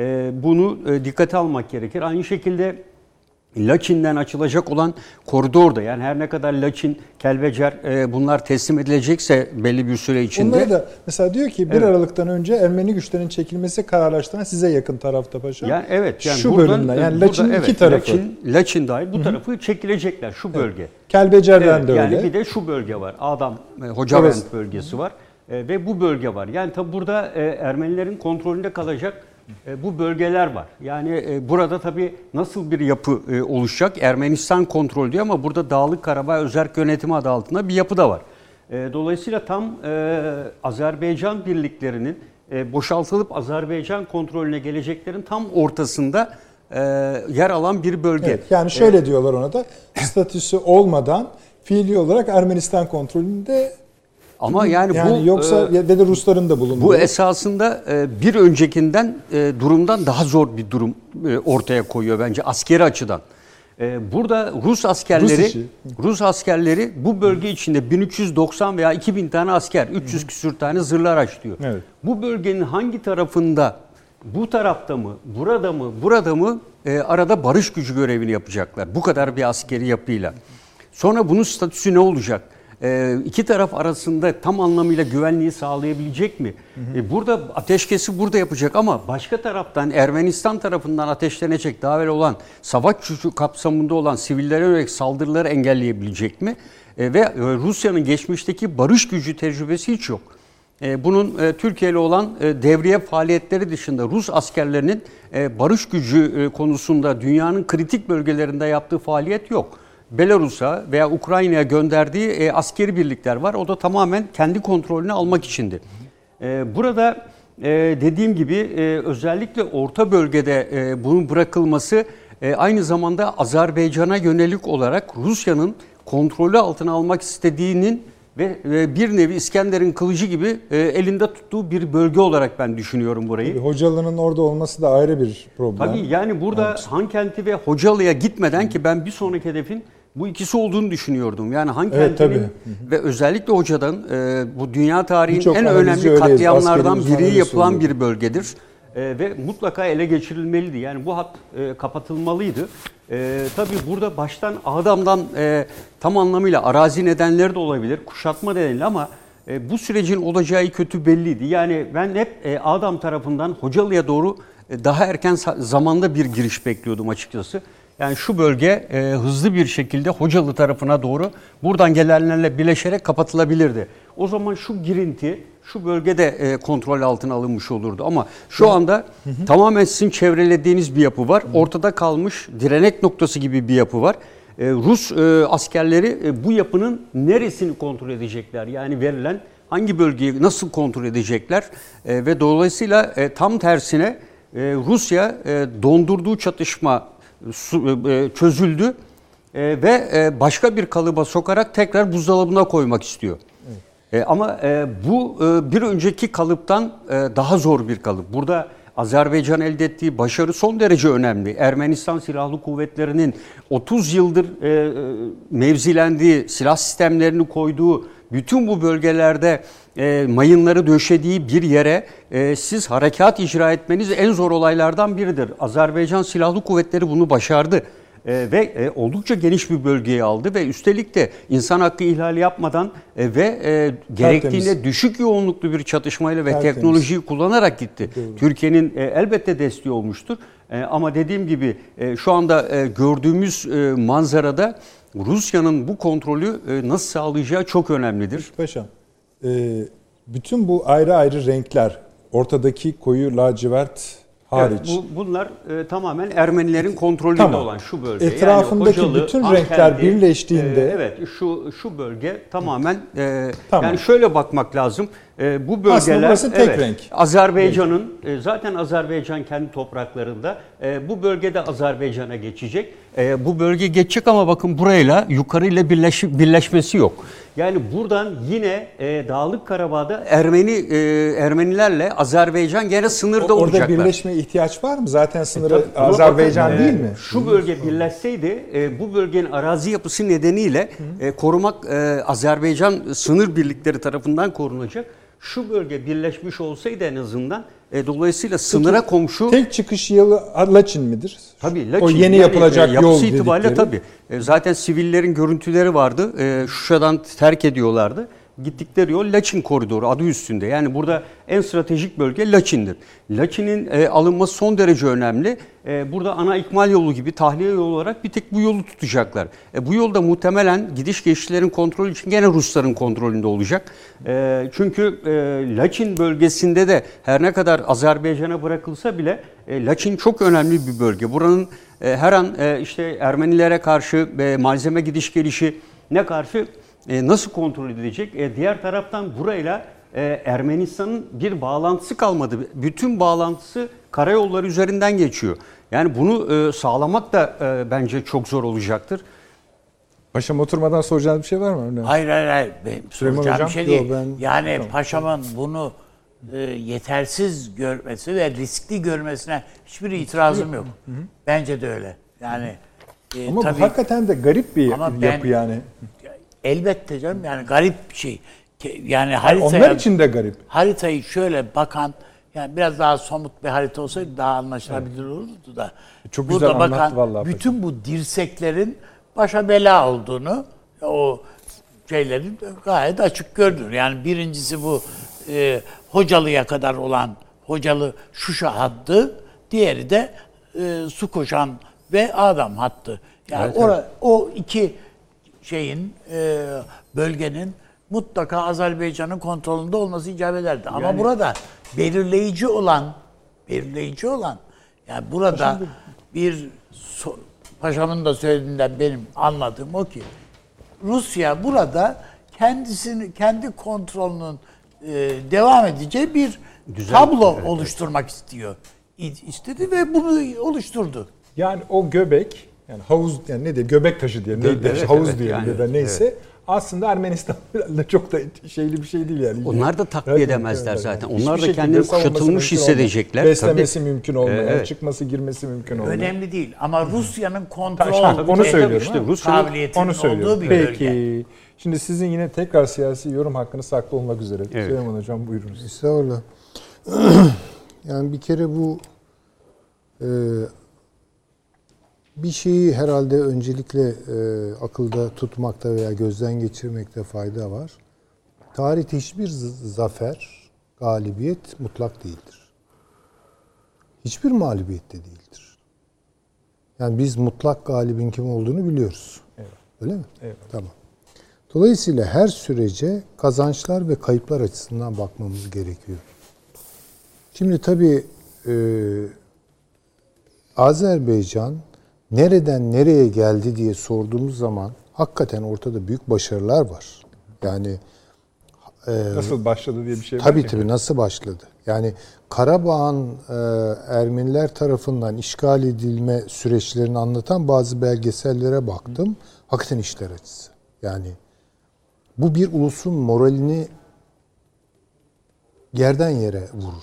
Bunu dikkate almak gerekir. Aynı şekilde Laçin'den açılacak olan koridorda, yani her ne kadar Laçin, Kelbecer bunlar teslim edilecekse belli bir süre içinde. Bunları da mesela diyor ki 1 Aralık'tan önce Ermeni güçlerin çekilmesi kararlaştıran size yakın tarafta paşa. Yani evet, yani şu bölümden, yani Laçin'in iki tarafı. Laçin dahil bu tarafı çekilecekler, şu bölge. Kelbecer'den de öyle. Yani bir de şu bölge var. Adam Hocavent bölgesi var. Ve bu bölge var. Yani tabi burada Ermenilerin kontrolünde kalacak bu bölgeler var. Yani burada tabii nasıl bir yapı oluşacak? Ermenistan kontrol diyor ama burada Dağlık Karabağ Özerk Yönetimi adı altında bir yapı da var. Dolayısıyla tam Azerbaycan birliklerinin boşaltılıp Azerbaycan kontrolüne geleceklerin tam ortasında yer alan bir bölge. Evet, yani şöyle diyorlar ona da, statüsü olmadan fiili olarak Ermenistan kontrolünde. Ama yani bu yoksa ve de Rusların da bulunduğu. Bu esasında bir öncekinden durumdan daha zor bir durum ortaya koyuyor bence askeri açıdan. Burada Rus askerleri bu bölge içinde 1390 veya 2000 tane asker, 300 küsür tane zırhlı araç diyor. Evet. Bu bölgenin hangi tarafında, bu tarafta mı, burada mı arada barış gücü görevini yapacaklar. Bu kadar bir askeri yapıyla. Sonra bunun statüsü ne olacak? İki taraf arasında tam anlamıyla güvenliği sağlayabilecek mi? Burada ateşkesi burada yapacak ama başka taraftan Ermenistan tarafından ateşlenecek daha evvel olan savaş gücü kapsamında olan sivillere yönelik saldırıları engelleyebilecek mi? Ve Rusya'nın geçmişteki barış gücü tecrübesi hiç yok. Bunun Türkiye ile olan devriye faaliyetleri dışında Rus askerlerinin barış gücü konusunda dünyanın kritik bölgelerinde yaptığı faaliyet yok. Belarus'a veya Ukrayna'ya gönderdiği askeri birlikler var. O da tamamen kendi kontrolünü almak içindi. Burada dediğim gibi özellikle orta bölgede bunun bırakılması aynı zamanda Azerbaycan'a yönelik olarak Rusya'nın kontrolü altına almak istediğinin ve bir nevi İskender'in kılıcı gibi elinde tuttuğu bir bölge olarak ben düşünüyorum burayı. Tabii Hocalı'nın orada olması da ayrı bir problem. Tabii yani burada Hankenti ve Hocalı'ya gitmeden ki ben bir sonraki hedefin bu ikisi olduğunu düşünüyordum. Yani Hankenti'nin ve özellikle Hoca'dan bu dünya tarihinin en önemli katliamlardan biri yapılan bir bölgedir. Ve mutlaka ele geçirilmeliydi. Yani bu hat kapatılmalıydı. Tabii burada baştan Ağdam'dan tam anlamıyla arazi nedenleri de olabilir, kuşatma nedeniyle ama bu sürecin olacağı kötü belliydi. Yani ben hep Ağdam tarafından Hocalı'ya doğru daha erken zamanda bir giriş bekliyordum açıkçası. Yani şu bölge hızlı bir şekilde Hocalı tarafına doğru buradan gelenlerle birleşerek kapatılabilirdi. O zaman şu girinti şu bölgede kontrol altına alınmış olurdu. Ama şu anda tamamen sizin çevrelediğiniz bir yapı var. Ortada kalmış direnek noktası gibi bir yapı var. Rus askerleri bu yapının neresini kontrol edecekler? Yani verilen hangi bölgeyi nasıl kontrol edecekler? Ve dolayısıyla tam tersine Rusya dondurduğu çatışma çözüldü ve başka bir kalıba sokarak tekrar buzdolabına koymak istiyor. Ama bu bir önceki kalıptan daha zor bir kalıp. Burada Azerbaycan elde ettiği başarı son derece önemli. Ermenistan Silahlı Kuvvetleri'nin 30 yıldır mevzilendiği, silah sistemlerini koyduğu, bütün bu bölgelerde mayınları döşediği bir yere siz harekat icra etmeniz en zor olaylardan biridir. Azerbaycan Silahlı Kuvvetleri bunu başardı. Ve oldukça geniş bir bölgeyi aldı ve üstelik de insan hakkı ihlali yapmadan ve gerektiğinde düşük yoğunluklu bir çatışmayla ve teknolojiyi kullanarak gitti. Türkiye'nin elbette desteği olmuştur. Ama dediğim gibi şu anda gördüğümüz manzarada Rusya'nın bu kontrolü nasıl sağlayacağı çok önemlidir. Paşam, bütün bu ayrı ayrı renkler, ortadaki koyu lacivert hariç. Evet, bunlar tamamen Ermenilerin kontrolünde olan şu bölge. Etrafındaki yani Hocalı, bütün renkler birleştiğinde evet şu bölge tamamen yani şöyle bakmak lazım. Bu bölgeler aslında burası tek renk. Azerbaycan'ın zaten Azerbaycan kendi topraklarında bu bölgede Azerbaycan'a geçecek. Bu bölge geçecek ama bakın burayla yukarıyla birleşmesi yok. Yani buradan yine Dağlık Karabağ'da Ermenilerle Azerbaycan gene sınırda olacaklar. Orada birleşme ihtiyaç var mı? Zaten sınırı Azerbaycan değil mi? Şu bölge birleşseydi bu bölgenin arazi yapısı nedeniyle korumak Azerbaycan sınır birlikleri tarafından korunacak. Şu bölge birleşmiş olsaydı en azından dolayısıyla sınıra komşu... Tek çıkış yolu Laçin midir? Tabii Laçin. O yeni yapılacak yol yapısı dedikleri. itibariyle tabii. Zaten sivillerin görüntüleri vardı. Şuşa'dan terk ediyorlardı. Gittikleri yol Laçin koridoru adı üstünde. Yani burada en stratejik bölge Laçin'dir. Laçin'in alınması son derece önemli. Burada ana ikmal yolu gibi tahliye yolu olarak bir tek bu yolu tutacaklar. Bu yolda muhtemelen gidiş geçişlerin kontrolü için gene Rusların kontrolünde olacak. Çünkü Laçin bölgesinde de her ne kadar Azerbaycan'a bırakılsa bile Laçin çok önemli bir bölge. Buranın her an işte Ermenilere karşı malzeme gidiş gelişi ne karşı nasıl kontrol edilecek? Diğer taraftan burayla Ermenistan'ın bir bağlantısı kalmadı. Bütün bağlantısı karayolları üzerinden geçiyor. Yani bunu sağlamak da bence çok zor olacaktır. Paşam oturmadan soracağınız bir şey var mı? Hayır. Benim soracağım bir şey değil. Yani tamam. paşamın bunu yetersiz görmesi ve riskli görmesine hiçbir itirazım yok. Bence de öyle. Yani ama tabii, bu hakikaten de garip bir yapı yani. Elbette canım, yani garip bir şey. Yani onlar için de garip. Haritayı şöyle bakan, yani biraz daha somut bir harita olsaydı daha anlaşılabilir olurdu da. Çok güzel anlattı vallahi. Bütün bu dirseklerin başa bela olduğunu, o şeylerin gayet açık görünür. Yani birincisi bu Hocalı'ya kadar olan Hocalı Şuşa hattı, diğeri de Sukoşan ve Ağdam hattı. Yani evet. O iki şeyin bölgenin mutlaka Azerbaycan'ın kontrolünde olması icap ederdi. Ama yani, burada belirleyici olan yani burada paşamın da söylediğinden benim anladığım o ki Rusya burada kendi kontrolünün devam edeceği bir Güzel, tablo evet, oluşturmak istedi ve bunu oluşturdu. Yani o göbek, yani havuz, yani ne diye göbek taşı diye, havuz diye yani, ya da neyse, aslında Ermenistan'da çok da şeyli bir şey değil yani. Onlar da takviye edemezler zaten. Hiçbir Onlar da şekilde kendilerini savunması kuşatılmış mümkün hissedecekler. olmayan, beslemesi Tabii. mümkün olmayan, Evet. çıkması girmesi mümkün olmayan. Önemli değil ama Rusya'nın Ha, kontrol onu söylüyorum. işte ha. Rusya'nın kabiliyetinin Onu söylüyorum. olduğu bir Peki. bölge. Şimdi sizin yine tekrar siyasi yorum hakkınız saklı olmak üzere. Evet. Süleyman Hocam buyurunuz. Estağfurullah. Yani bir kere bu bir şeyi herhalde öncelikle akılda tutmakta veya gözden geçirmekte fayda var. Tarihte hiçbir zafer, galibiyet mutlak değildir. Hiçbir mağlubiyet de değildir. Yani biz mutlak galibin kim olduğunu biliyoruz. Evet. Öyle mi? Evet. Tamam. Dolayısıyla her sürece kazançlar ve kayıplar açısından bakmamız gerekiyor. Şimdi tabii Azerbaycan nereden nereye geldi diye sorduğumuz zaman hakikaten ortada büyük başarılar var. Yani Nasıl başladı diye bir şey var tabii ki. tabii nasıl başladı? Yani Karabağ'ın Ermeniler tarafından işgal edilme süreçlerini anlatan bazı belgesellere baktım. Hakikaten işler acısı. Yani bu bir ulusun moralini yerden yere vurur.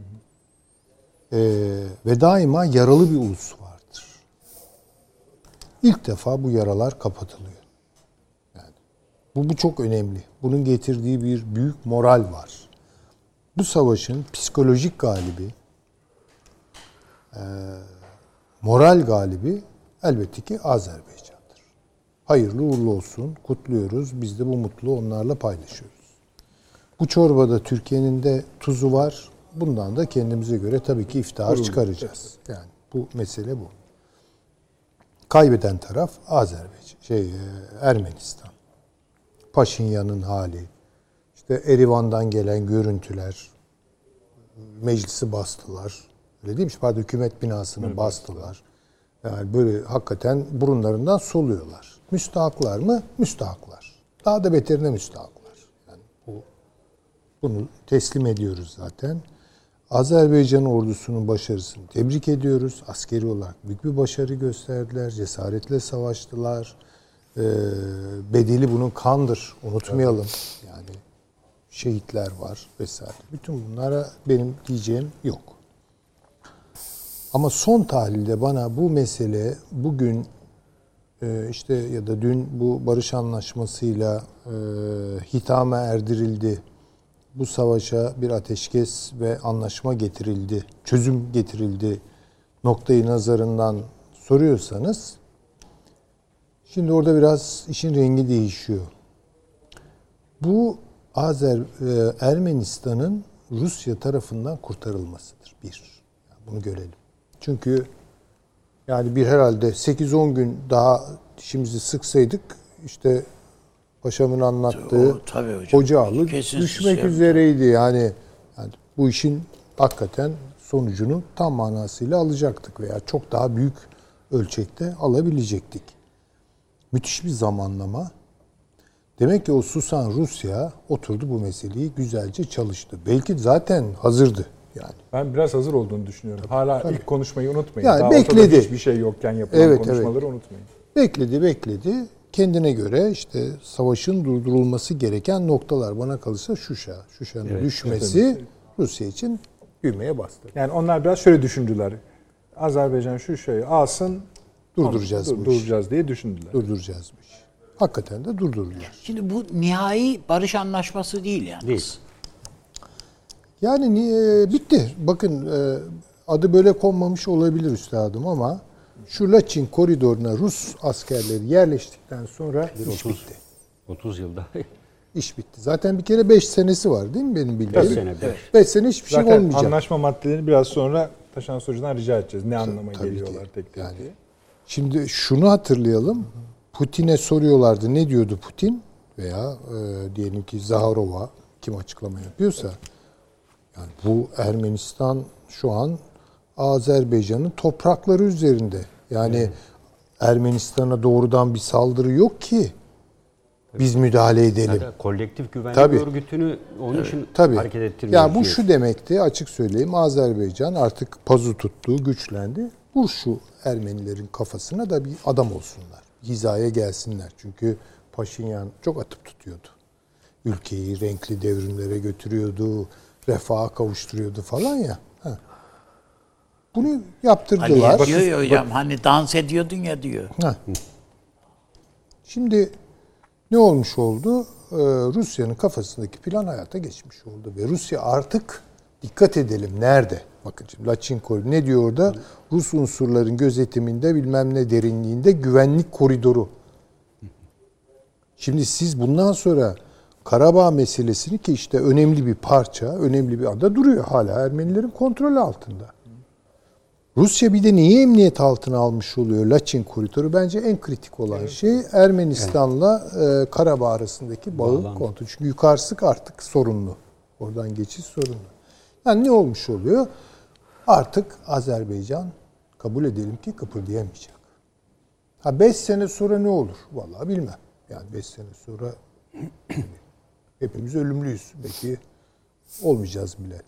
Ve daima yaralı bir ulus vardır. İlk defa bu yaralar kapatılıyor. Yani bu çok önemli. Bunun getirdiği bir büyük moral var. Bu savaşın psikolojik galibi, moral galibi elbette ki Azerbaycan'dır. Hayırlı uğurlu olsun, kutluyoruz. Biz de bu mutluluğu onlarla paylaşıyoruz. Bu çorbada Türkiye'nin de tuzu var. Bundan da kendimize göre tabii ki iftihar çıkaracağız. Yani bu mesele bu. Kaybeden taraf Ermenistan. Paşinyan'ın hali, işte Erivan'dan gelen görüntüler, meclisi bastılar. Öyle değil mi? Pardon, hükümet binasını bastılar. Yani böyle hakikaten burunlarından soluyorlar. Müstahaklar mı? Müstahaklar. Daha da beterine müstahaklar. Yani bunu teslim ediyoruz zaten. Azerbaycan ordusunun başarısını tebrik ediyoruz. Askeri olarak büyük bir başarı gösterdiler. Cesaretle savaştılar. Bedeli bunun kandır. Unutmayalım. Yani şehitler var vesaire. Bütün bunlara benim diyeceğim yok. Ama son tahlilde bana bu mesele bugün işte ya da dün bu barış anlaşmasıyla hitama erdirildi. Bu savaşa bir ateşkes ve anlaşma getirildi, çözüm getirildi noktayı nazarından soruyorsanız, şimdi orada biraz işin rengi değişiyor. Bu Ermenistan'ın Rusya tarafından kurtarılmasıdır. Yani bunu görelim. Çünkü yani bir herhalde 8-10 gün daha dişimizi sıksaydık işte Paşam'ın anlattığı Hocalı düşmek üzereydi. Yani bu işin hakikaten sonucunu tam manasıyla alacaktık veya çok daha büyük ölçekte alabilecektik. Müthiş bir zamanlama. Demek ki o susan Rusya oturdu bu meseleyi güzelce çalıştı. Belki zaten hazırdı yani. Ben biraz hazır olduğunu düşünüyorum. Hala ilk konuşmayı unutmayın. Yani daha bekledi. Hiçbir şey yokken yapılan konuşmaları unutmayın. Bekledi. Kendine göre işte savaşın durdurulması gereken noktalar bana kalırsa Şuşa'nın düşmesi Rusya için düğmeye bastı. Yani onlar biraz şöyle düşündüler. Azerbaycan Şuşa'yı alsın, durduracağız diye düşündüler. Durduracağız bu işi. Hakikaten de durdurdular. Şimdi bu nihai barış anlaşması değil yani. Değil. Yani bitti. Bakın adı böyle konmamış olabilir üstadım ama şu Laçin koridoruna Rus askerleri yerleştikten sonra iş bitti. 30 yılda. İş bitti. Zaten bir kere 5 senesi var değil mi benim bildiğim? 5 sene. 5 sene hiçbir şey Zaten olmayacak. anlaşma maddelerini biraz sonra Taşan Soylu'dan rica edeceğiz. Ne anlama geliyorlar tek yani, diye. Şimdi şunu hatırlayalım. Putin'e soruyorlardı. Ne diyordu Putin? Veya diyelim ki Zaharova kim açıklama yapıyorsa. Yani bu Ermenistan şu an Azerbaycan'ın toprakları üzerinde. Yani Ermenistan'a doğrudan bir saldırı yok ki. Biz müdahale edelim. Zaten kolektif güvenlik Tabii. örgütünü onun için Tabii. hareket ettirmiyor. Ya bu şu demekti, açık söyleyeyim, Azerbaycan artık pazı tuttu, güçlendi. Vur şu Ermenilerin kafasına da bir adam olsunlar. Hizaya gelsinler. Çünkü Paşinyan çok atıp tutuyordu. Ülkeyi renkli devrimlere götürüyordu, refaha kavuşturuyordu falan ya. Ha. Bunu yaptırdılar. Ali diyor ya hocam, hani dans ediyordun ya diyor. Ha. Şimdi ne olmuş oldu? Rusya'nın kafasındaki plan hayata geçmiş oldu. Ve Rusya artık, dikkat edelim, nerede? Bakın şimdi Laçin Koridoru ne diyor orada? Rus unsurların gözetiminde bilmem ne derinliğinde güvenlik koridoru. Şimdi siz bundan sonra Karabağ meselesini, ki işte önemli bir parça, önemli bir anda duruyor hala Ermenilerin kontrolü altında. Rusya bir de neyi emniyet altına almış oluyor? Laçin Koridoru bence en kritik olan şey Ermenistan'la Karabağ arasındaki bağın kontrolü. Çünkü yukarısı artık sorunlu. Oradan geçiş sorunlu. Yani ne olmuş oluyor? Artık Azerbaycan, kabul edelim ki, kıpırdayamayacak. 5 sene sonra ne olur? Vallahi bilmem. Yani 5 sene sonra hepimiz ölümlüyüz. Belki olmayacağız bile.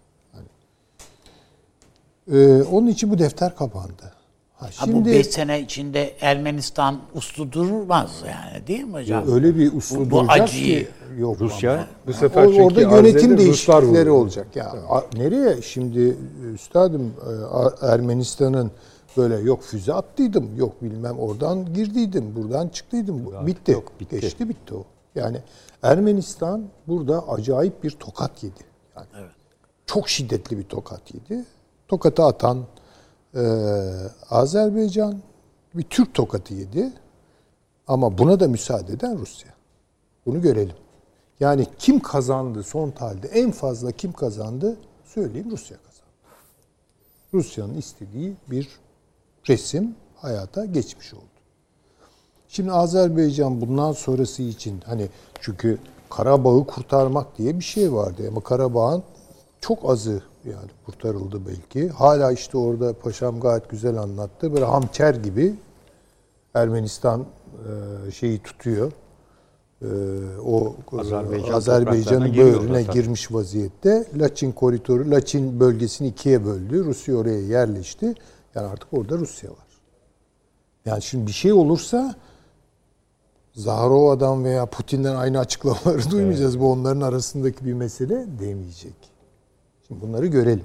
Onun için bu defter kapandı. Şimdi, bu 5 sene içinde Ermenistan uslu durmaz yani, değil mi hocam? Öyle bir uslu duracak ki yok. Rusya bu sefer orada yönetim değişiklikleri vurdu. olacak. Ya nereye şimdi üstadım, Ermenistan'ın böyle yok füze attıydım, yok bilmem oradan girdiydim, buradan çıktıydım. Bitti. Yok, bitti. Geçti, bitti o. Yani Ermenistan burada acayip bir tokat yedi. Yani çok şiddetli bir tokat yedi. Tokatı atan Azerbaycan bir Türk tokatı yedi. Ama buna da müsaade eden Rusya. Bunu görelim. Yani kim kazandı son tahlilde? En fazla kim kazandı? Söyleyeyim, Rusya kazandı. Rusya'nın istediği bir resim hayata geçmiş oldu. Şimdi Azerbaycan bundan sonrası için, hani çünkü Karabağ'ı kurtarmak diye bir şey vardı ama Karabağ'ın çok azı yani kurtarıldı belki. Hala işte orada paşam gayet güzel anlattı. Böyle hançer gibi Ermenistan şeyi tutuyor. O Azerbaycan'ın böğrüne girmiş vaziyette. Laçin koridoru, Laçin bölgesini ikiye böldü. Rusya oraya yerleşti. Yani artık orada Rusya var. Yani şimdi bir şey olursa Zaharova'dan veya Putin'den aynı açıklamaları duymayacağız. Bu onların arasındaki bir mesele demeyecek. Şimdi bunları görelim.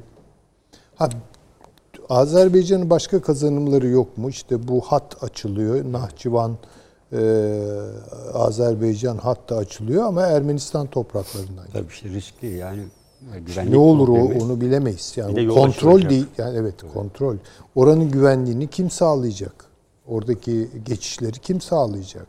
Azerbaycan'ın başka kazanımları yok mu? İşte bu hat açılıyor. Nahçıvan, Azerbaycan hattı açılıyor ama Ermenistan topraklarından. Tabii işte riskli yani. Ne olur onu bilemeyiz. Yani kontrol değil. Yani evet, kontrol. Oranın güvenliğini kim sağlayacak? Oradaki geçişleri kim sağlayacak?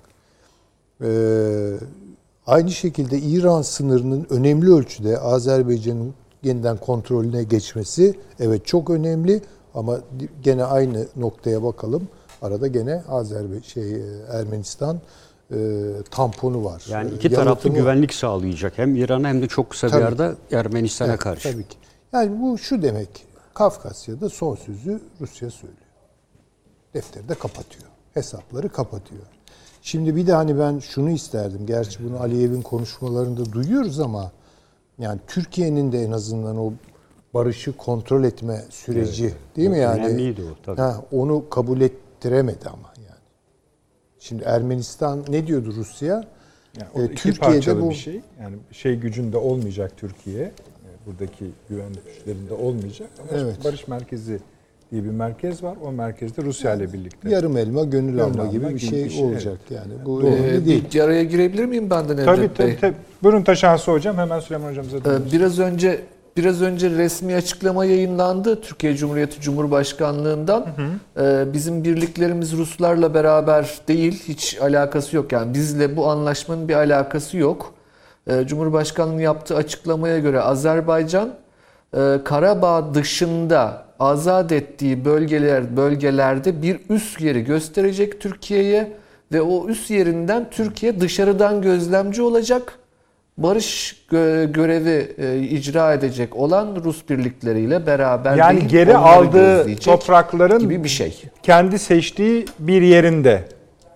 Aynı şekilde İran sınırının önemli ölçüde Azerbaycan'ın yeniden kontrolüne geçmesi evet çok önemli ama gene aynı noktaya bakalım. Arada gene Ermenistan tamponu var. Yani iki taraflı güvenlik sağlayacak. Hem İran'a hem de çok kısa bir yerde Ermenistan'a karşı. Tabii ki. Yani bu şu demek. Kafkasya'da son sözü Rusya söylüyor. Defteri de kapatıyor. Hesapları kapatıyor. Şimdi bir de hani ben şunu isterdim. Gerçi bunu Aliyev'in konuşmalarında duyuyoruz ama yani Türkiye'nin de en azından o barışı kontrol etme süreci değil mi yani? Önemliydi o tabii. Onu kabul ettiremedi ama yani. Şimdi Ermenistan ne diyordu Rusya? Yani Türkiye'de bu bir şey. Yani gücünde olmayacak Türkiye. Buradaki güvenlik güçlerinde olmayacak. Ama barış merkezi diye bir merkez var. O merkezde Rusya ile birlikte. Yarım elma gönül alma gibi bir şey olacak yani. Bu önemli değil. Bir araya girebilir miyim ben de Nedret Bey? Tabii. Buyurun Taşansı Hocam. Hemen Süleyman Hocamıza dönüyoruz. Biraz önce resmi açıklama yayınlandı Türkiye Cumhuriyeti Cumhurbaşkanlığından. Bizim birliklerimiz Ruslarla beraber değil, hiç alakası yok. Yani bizle bu anlaşmanın bir alakası yok. Cumhurbaşkanlığı yaptığı açıklamaya göre Azerbaycan Karabağ dışında azat ettiği bölgelerde bir üs yeri gösterecek Türkiye'ye ve o üs yerinden Türkiye dışarıdan gözlemci olacak. Barış görevi icra edecek olan Rus birlikleriyle beraber yani değil, geri aldığı toprakların gibi bir şey. Kendi seçtiği bir yerinde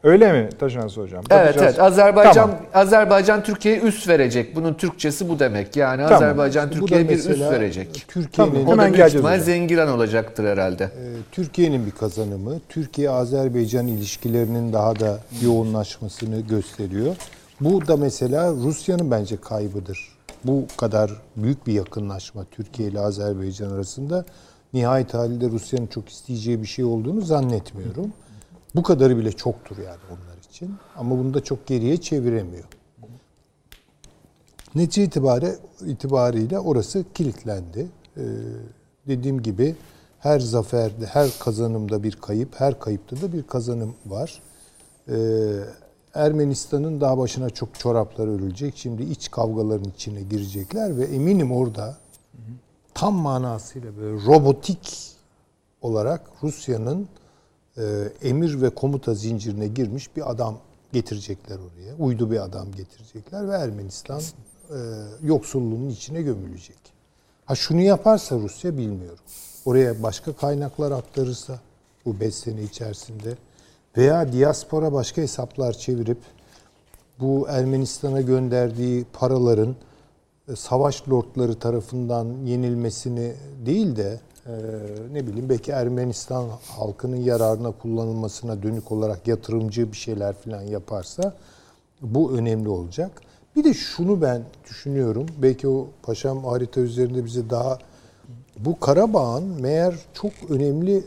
Öyle mi Taşansı Hocam? Evet, Bakacağız. evet. Tamam. Azerbaycan Türkiye'ye üst verecek. Bunun Türkçesi bu demek. Yani Tamam. Azerbaycan Bu da Türkiye'ye bir üst mesela verecek. Türkiye'nin Tamam, O da hemen büyük geleceğiz ihtimal hocam. Zengiran olacaktır herhalde. Türkiye'nin bir kazanımı, Türkiye-Azerbaycan ilişkilerinin daha da yoğunlaşmasını gösteriyor. Bu da mesela Rusya'nın bence kaybıdır. Bu kadar büyük bir yakınlaşma Türkiye ile Azerbaycan arasında nihayet halinde Rusya'nın çok isteyeceği bir şey olduğunu zannetmiyorum. Bu kadarı bile çoktur yani onlar için. Ama bunu da çok geriye çeviremiyor. Netice itibariyle orası kilitlendi. Dediğim gibi her zaferde, her kazanımda bir kayıp, her kayıpta da bir kazanım var. Ermenistan'ın daha başına çok çoraplar örülecek. Şimdi iç kavgaların içine girecekler ve eminim orada tam manasıyla böyle robotik olarak Rusya'nın emir ve komuta zincirine girmiş bir adam getirecekler oraya. Uydu bir adam getirecekler ve Ermenistan yoksulluğun içine gömülecek. Ha şunu yaparsa Rusya bilmiyorum. Oraya başka kaynaklar aktarırsa bu 5 sene içerisinde veya diaspora başka hesaplar çevirip bu Ermenistan'a gönderdiği paraların savaş lordları tarafından yenilmesini değil de ne bileyim belki Ermenistan halkının yararına kullanılmasına dönük olarak yatırımcı bir şeyler falan yaparsa bu önemli olacak. Bir de şunu ben düşünüyorum. Belki o paşam harita üzerinde bize daha bu Karabağ'ın meğer çok önemli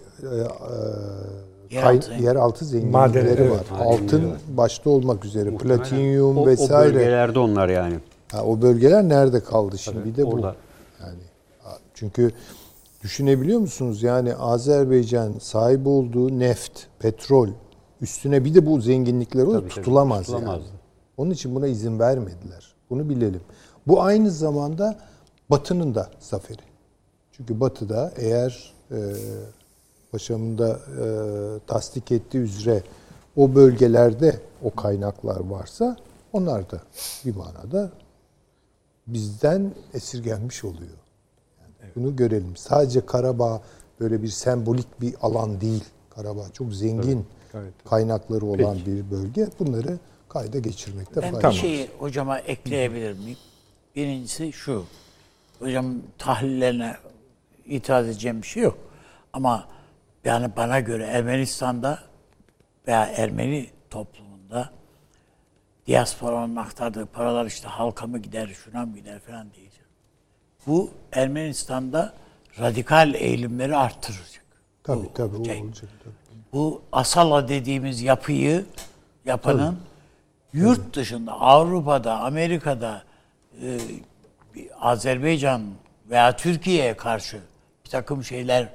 yeraltı zenginlikleri Madenleri, var. evet. Altın başta olmak üzere, Muhtemelen platinyum o vesaire. bölgelerde onlar yani. O bölgeler nerede kaldı şimdi? Tabii, bir de orada. bu. Yani çünkü düşünebiliyor musunuz? Yani Azerbaycan sahip olduğu neft, petrol üstüne bir de bu zenginlikler olur, tutulamaz yani. Onun için buna izin vermediler. Bunu bilelim. Bu aynı zamanda Batı'nın da zaferi. Çünkü Batı'da eğer paşamın da tasdik ettiği üzere o bölgelerde o kaynaklar varsa onlar da bir manada bizden esirgenmiş oluyor. Yani bunu görelim. Sadece Karabağ böyle bir sembolik bir alan değil. Karabağ çok zengin kaynakları olan bir bölge. Bunları kayda geçirmekte Ben fayda bir var. şeyi hocama ekleyebilir miyim? Birincisi şu. Hocam tahlillerine itiraz edeceğim bir şey yok. Ama yani bana göre Ermenistan'da veya Ermeni toplumunda diasporanın aktardığı paralar işte halka mı gider, şuna mı gider falan değil. Bu Ermenistan'da radikal eğilimleri arttıracak. Tabii o şey. olacak. Tabii. Bu Asala dediğimiz yapının yurt dışında, Avrupa'da, Amerika'da Azerbaycan veya Türkiye'ye karşı bir takım şeyler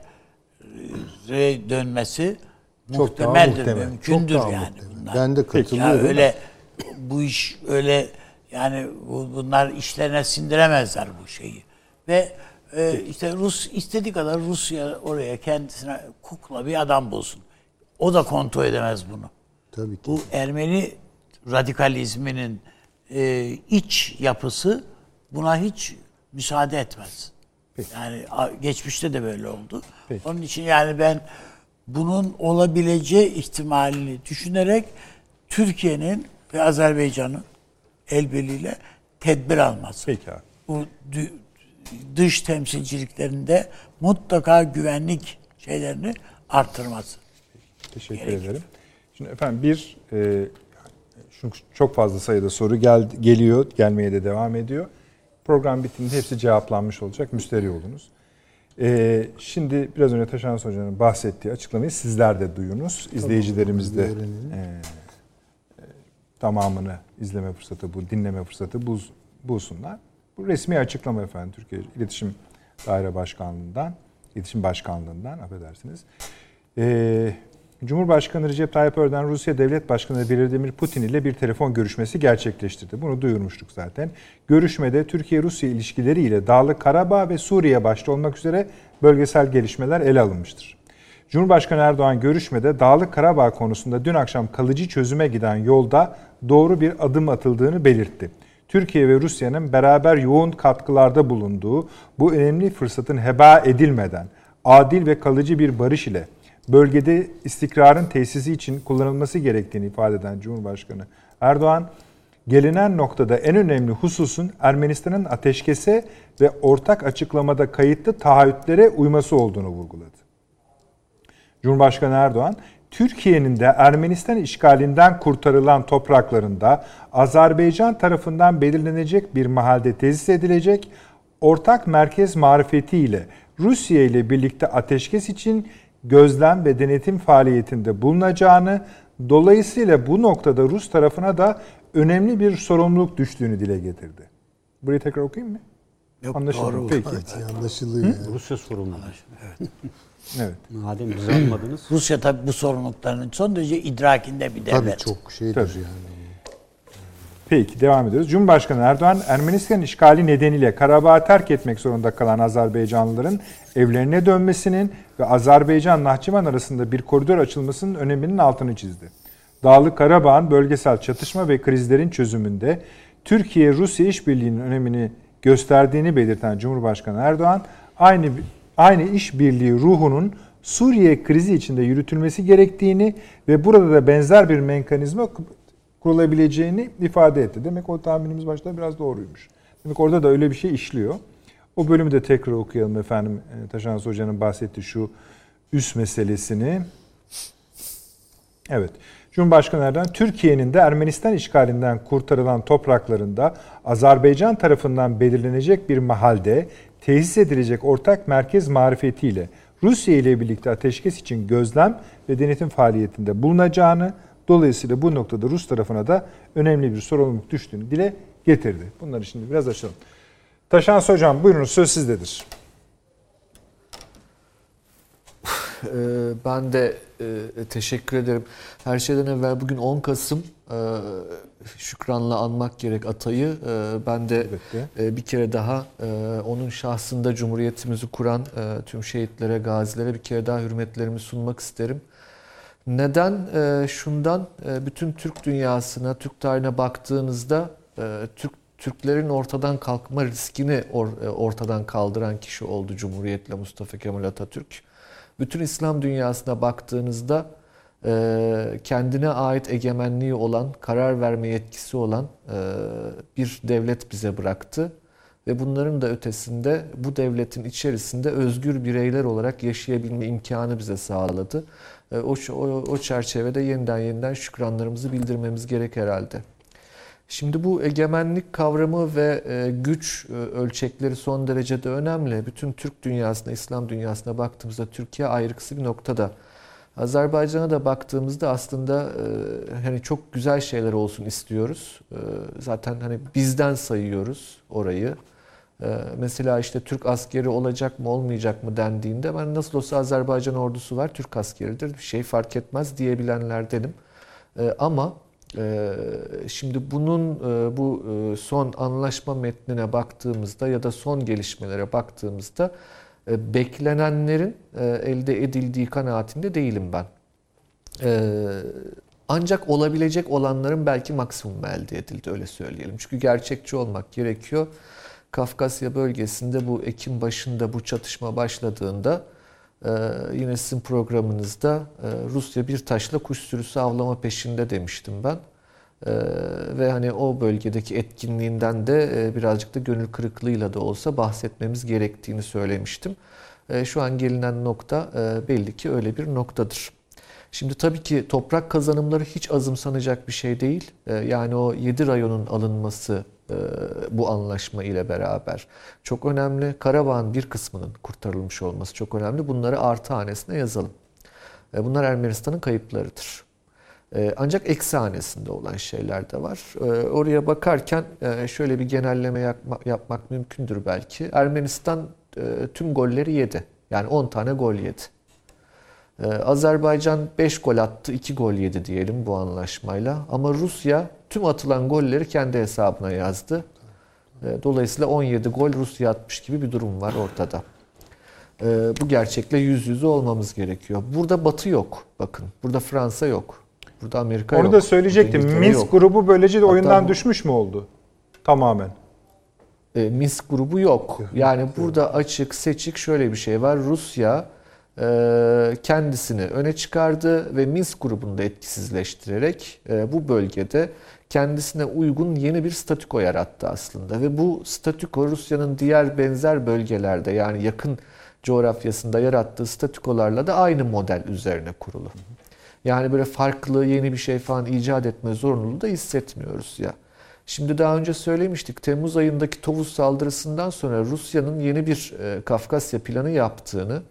dönmesi Çok daha muhtemeldir, muhtemel. mümkündür Çok daha yani muhtemel. bunlar. Ben de katılıyorum. Ya öyle bu iş öyle yani bunlar işlerine sindiremezler bu şeyi. Ve işte Rus istediği kadar Rusya oraya kendisine kukla bir adam bulsun. O da kontrol edemez bunu. Tabii ki. Bu Ermeni radikalizminin iç yapısı buna hiç müsaade etmez. Yani geçmişte de böyle oldu. Onun için yani ben bunun olabileceği ihtimalini düşünerek Türkiye'nin ve Azerbaycan'ın el birliğiyle tedbir alması. Peki abi. Bu dış temsilciliklerinde mutlaka güvenlik şeylerini arttırması. Teşekkür ederim. Şimdi efendim çok fazla sayıda soru geliyor, gelmeye de devam ediyor. Program bittiğinde hepsi cevaplanmış olacak. Müsterih olunuz. Şimdi biraz önce Taşansı Hoca'nın bahsettiği açıklamayı sizler de duyunuz. İzleyicilerimiz de tamamını izleme fırsatı, dinleme fırsatı bulsunlar. Bu resmi açıklama efendim Türkiye İletişim Daire Başkanlığı'ndan, İletişim Başkanlığı'ndan affedersiniz. Cumhurbaşkanı Recep Tayyip Erdoğan Rusya Devlet Başkanı Vladimir Putin ile bir telefon görüşmesi gerçekleştirdi. Bunu duyurmuştuk zaten. Görüşmede Türkiye-Rusya ilişkileri ile Dağlık Karabağ ve Suriye başta olmak üzere bölgesel gelişmeler ele alınmıştır. Cumhurbaşkanı Erdoğan görüşmede Dağlık Karabağ konusunda dün akşam kalıcı çözüme giden yolda doğru bir adım atıldığını belirtti. Türkiye ve Rusya'nın beraber yoğun katkılarda bulunduğu bu önemli fırsatın heba edilmeden adil ve kalıcı bir barış ile bölgede istikrarın tesisi için kullanılması gerektiğini ifade eden Cumhurbaşkanı Erdoğan, gelinen noktada en önemli hususun Ermenistan'ın ateşkese ve ortak açıklamada kayıtlı taahhütlere uyması olduğunu vurguladı. Cumhurbaşkanı Erdoğan, Türkiye'nin de Ermenistan işgalinden kurtarılan topraklarında Azerbaycan tarafından belirlenecek bir mahalde tesis edilecek ortak merkez marifetiyle Rusya ile birlikte ateşkes için gözlem ve denetim faaliyetinde bulunacağını, dolayısıyla bu noktada Rus tarafına da önemli bir sorumluluk düştüğünü dile getirdi. Burayı tekrar okuyayım mı? Yok, anlaşıldı. doğru. Peki. Evet, anlaşılıyor. Yani. Rusya sorumlu. Evet. Evet. Madem bizi almadınız. Rusya tabii bu sorumlulukların son derece idrakinde bir devlet. Tabii çok şeydir Tabii. yani. Peki devam ediyoruz. Cumhurbaşkanı Erdoğan, Ermenistan işgali nedeniyle Karabağ'ı terk etmek zorunda kalan Azerbaycanlıların evlerine dönmesinin ve Azerbaycan-Nahçıvan arasında bir koridor açılmasının öneminin altını çizdi. Dağlık Karabağ'ın bölgesel çatışma ve krizlerin çözümünde Türkiye-Rusya işbirliğinin önemini gösterdiğini belirten Cumhurbaşkanı Erdoğan, aynı işbirliği ruhunun Suriye krizi içinde yürütülmesi gerektiğini ve burada da benzer bir mekanizma kurulabileceğini ifade etti. Demek o tahminimiz başta biraz doğruymuş. Demek orada da öyle bir şey işliyor. O bölümü de tekrar okuyalım efendim. Taşans Hoca'nın bahsettiği şu üs meselesini. Evet. Cumhurbaşkanı Erdoğan, Türkiye'nin de Ermenistan işgalinden kurtarılan topraklarında Azerbaycan tarafından belirlenecek bir mahalde tesis edilecek ortak merkez marifetiyle Rusya ile birlikte ateşkes için gözlem ve denetim faaliyetinde bulunacağını, dolayısıyla bu noktada Rus tarafına da önemli bir sorumluluk düştüğünü dile getirdi. Bunları şimdi biraz açalım. Taşans Hocam buyurunuz, söz sizdedir. Ben de teşekkür ederim. Her şeyden evvel bugün 10 Kasım şükranla anmak gerek Atay'ı. Ben de bir kere daha onun şahsında Cumhuriyetimizi kuran tüm şehitlere, gazilere bir kere daha hürmetlerimi sunmak isterim. Neden? Şundan, bütün Türk dünyasına, Türk tarihine baktığınızda Türklerin ortadan kalkma riskini ortadan kaldıran kişi oldu Cumhuriyet'le Mustafa Kemal Atatürk. Bütün İslam dünyasına baktığınızda kendine ait egemenliği olan, karar verme yetkisi olan bir devlet bize bıraktı. Ve bunların da ötesinde bu devletin içerisinde özgür bireyler olarak yaşayabilme imkanı bize sağladı. O çerçevede yeniden şükranlarımızı bildirmemiz gerek herhalde. Şimdi bu egemenlik kavramı ve güç ölçekleri son derece de önemli. Bütün Türk dünyasına, İslam dünyasına baktığımızda Türkiye ayrıksı bir noktada. Azerbaycan'a da baktığımızda aslında hani çok güzel şeyler olsun istiyoruz. Zaten hani bizden sayıyoruz orayı. Mesela işte Türk askeri olacak mı olmayacak mı dendiğinde ben nasıl olsa Azerbaycan ordusu var, Türk askeridir, bir şey fark etmez diyebilenlerdenim. Ama şimdi bunun bu son anlaşma metnine baktığımızda ya da son gelişmelere baktığımızda beklenenlerin elde edildiği kanaatinde değilim ben. Ancak olabilecek olanların belki maksimum elde edildi, öyle söyleyelim. Çünkü gerçekçi olmak gerekiyor. Kafkasya bölgesinde bu Ekim başında bu çatışma başladığında yine sizin programınızda Rusya bir taşla kuş sürüsü avlama peşinde demiştim ben. Ve hani o bölgedeki etkinliğinden de birazcık da gönül kırıklığıyla da olsa bahsetmemiz gerektiğini söylemiştim. Şu an gelinen nokta belli ki öyle bir noktadır. Şimdi tabii ki toprak kazanımları hiç azımsanacak bir şey değil. Yani o 7 rayonun alınması bu anlaşma ile beraber çok önemli. Karabağ'ın bir kısmının kurtarılmış olması çok önemli. Bunları artı hanesine yazalım. Bunlar Ermenistan'ın kayıplarıdır. Ancak eksi hanesinde olan şeyler de var. Oraya bakarken şöyle bir genelleme yapmak mümkündür belki. Ermenistan tüm golleri yedi. Yani 10 tane gol yedi. Azerbaycan 5 gol attı, 2 gol yedi diyelim bu anlaşmayla. Ama Rusya tüm atılan golleri kendi hesabına yazdı. Dolayısıyla 17 gol Rusya atmış gibi bir durum var ortada. Bu gerçekle yüz yüze olmamız gerekiyor. Burada Batı yok. Bakın. Burada Fransa yok. Burada Amerika yok. Onu da söyleyecektim. Minsk grubu böylece de oyundan düşmüş mü oldu? Tamamen. Minsk grubu yok. Yani burada açık seçik şöyle bir şey var. Rusya kendisini öne çıkardı ve Minsk grubunu da etkisizleştirerek bu bölgede kendisine uygun yeni bir statüko yarattı aslında. Ve bu statüko Rusya'nın diğer benzer bölgelerde, yani yakın coğrafyasında yarattığı statükolarla da aynı model üzerine kurulu. Yani böyle farklı yeni bir şey falan icat etme zorunluluğu da hissetmiyoruz ya. Şimdi daha önce söylemiştik, Temmuz ayındaki Tovuz saldırısından sonra Rusya'nın yeni bir Kafkasya planı yaptığını,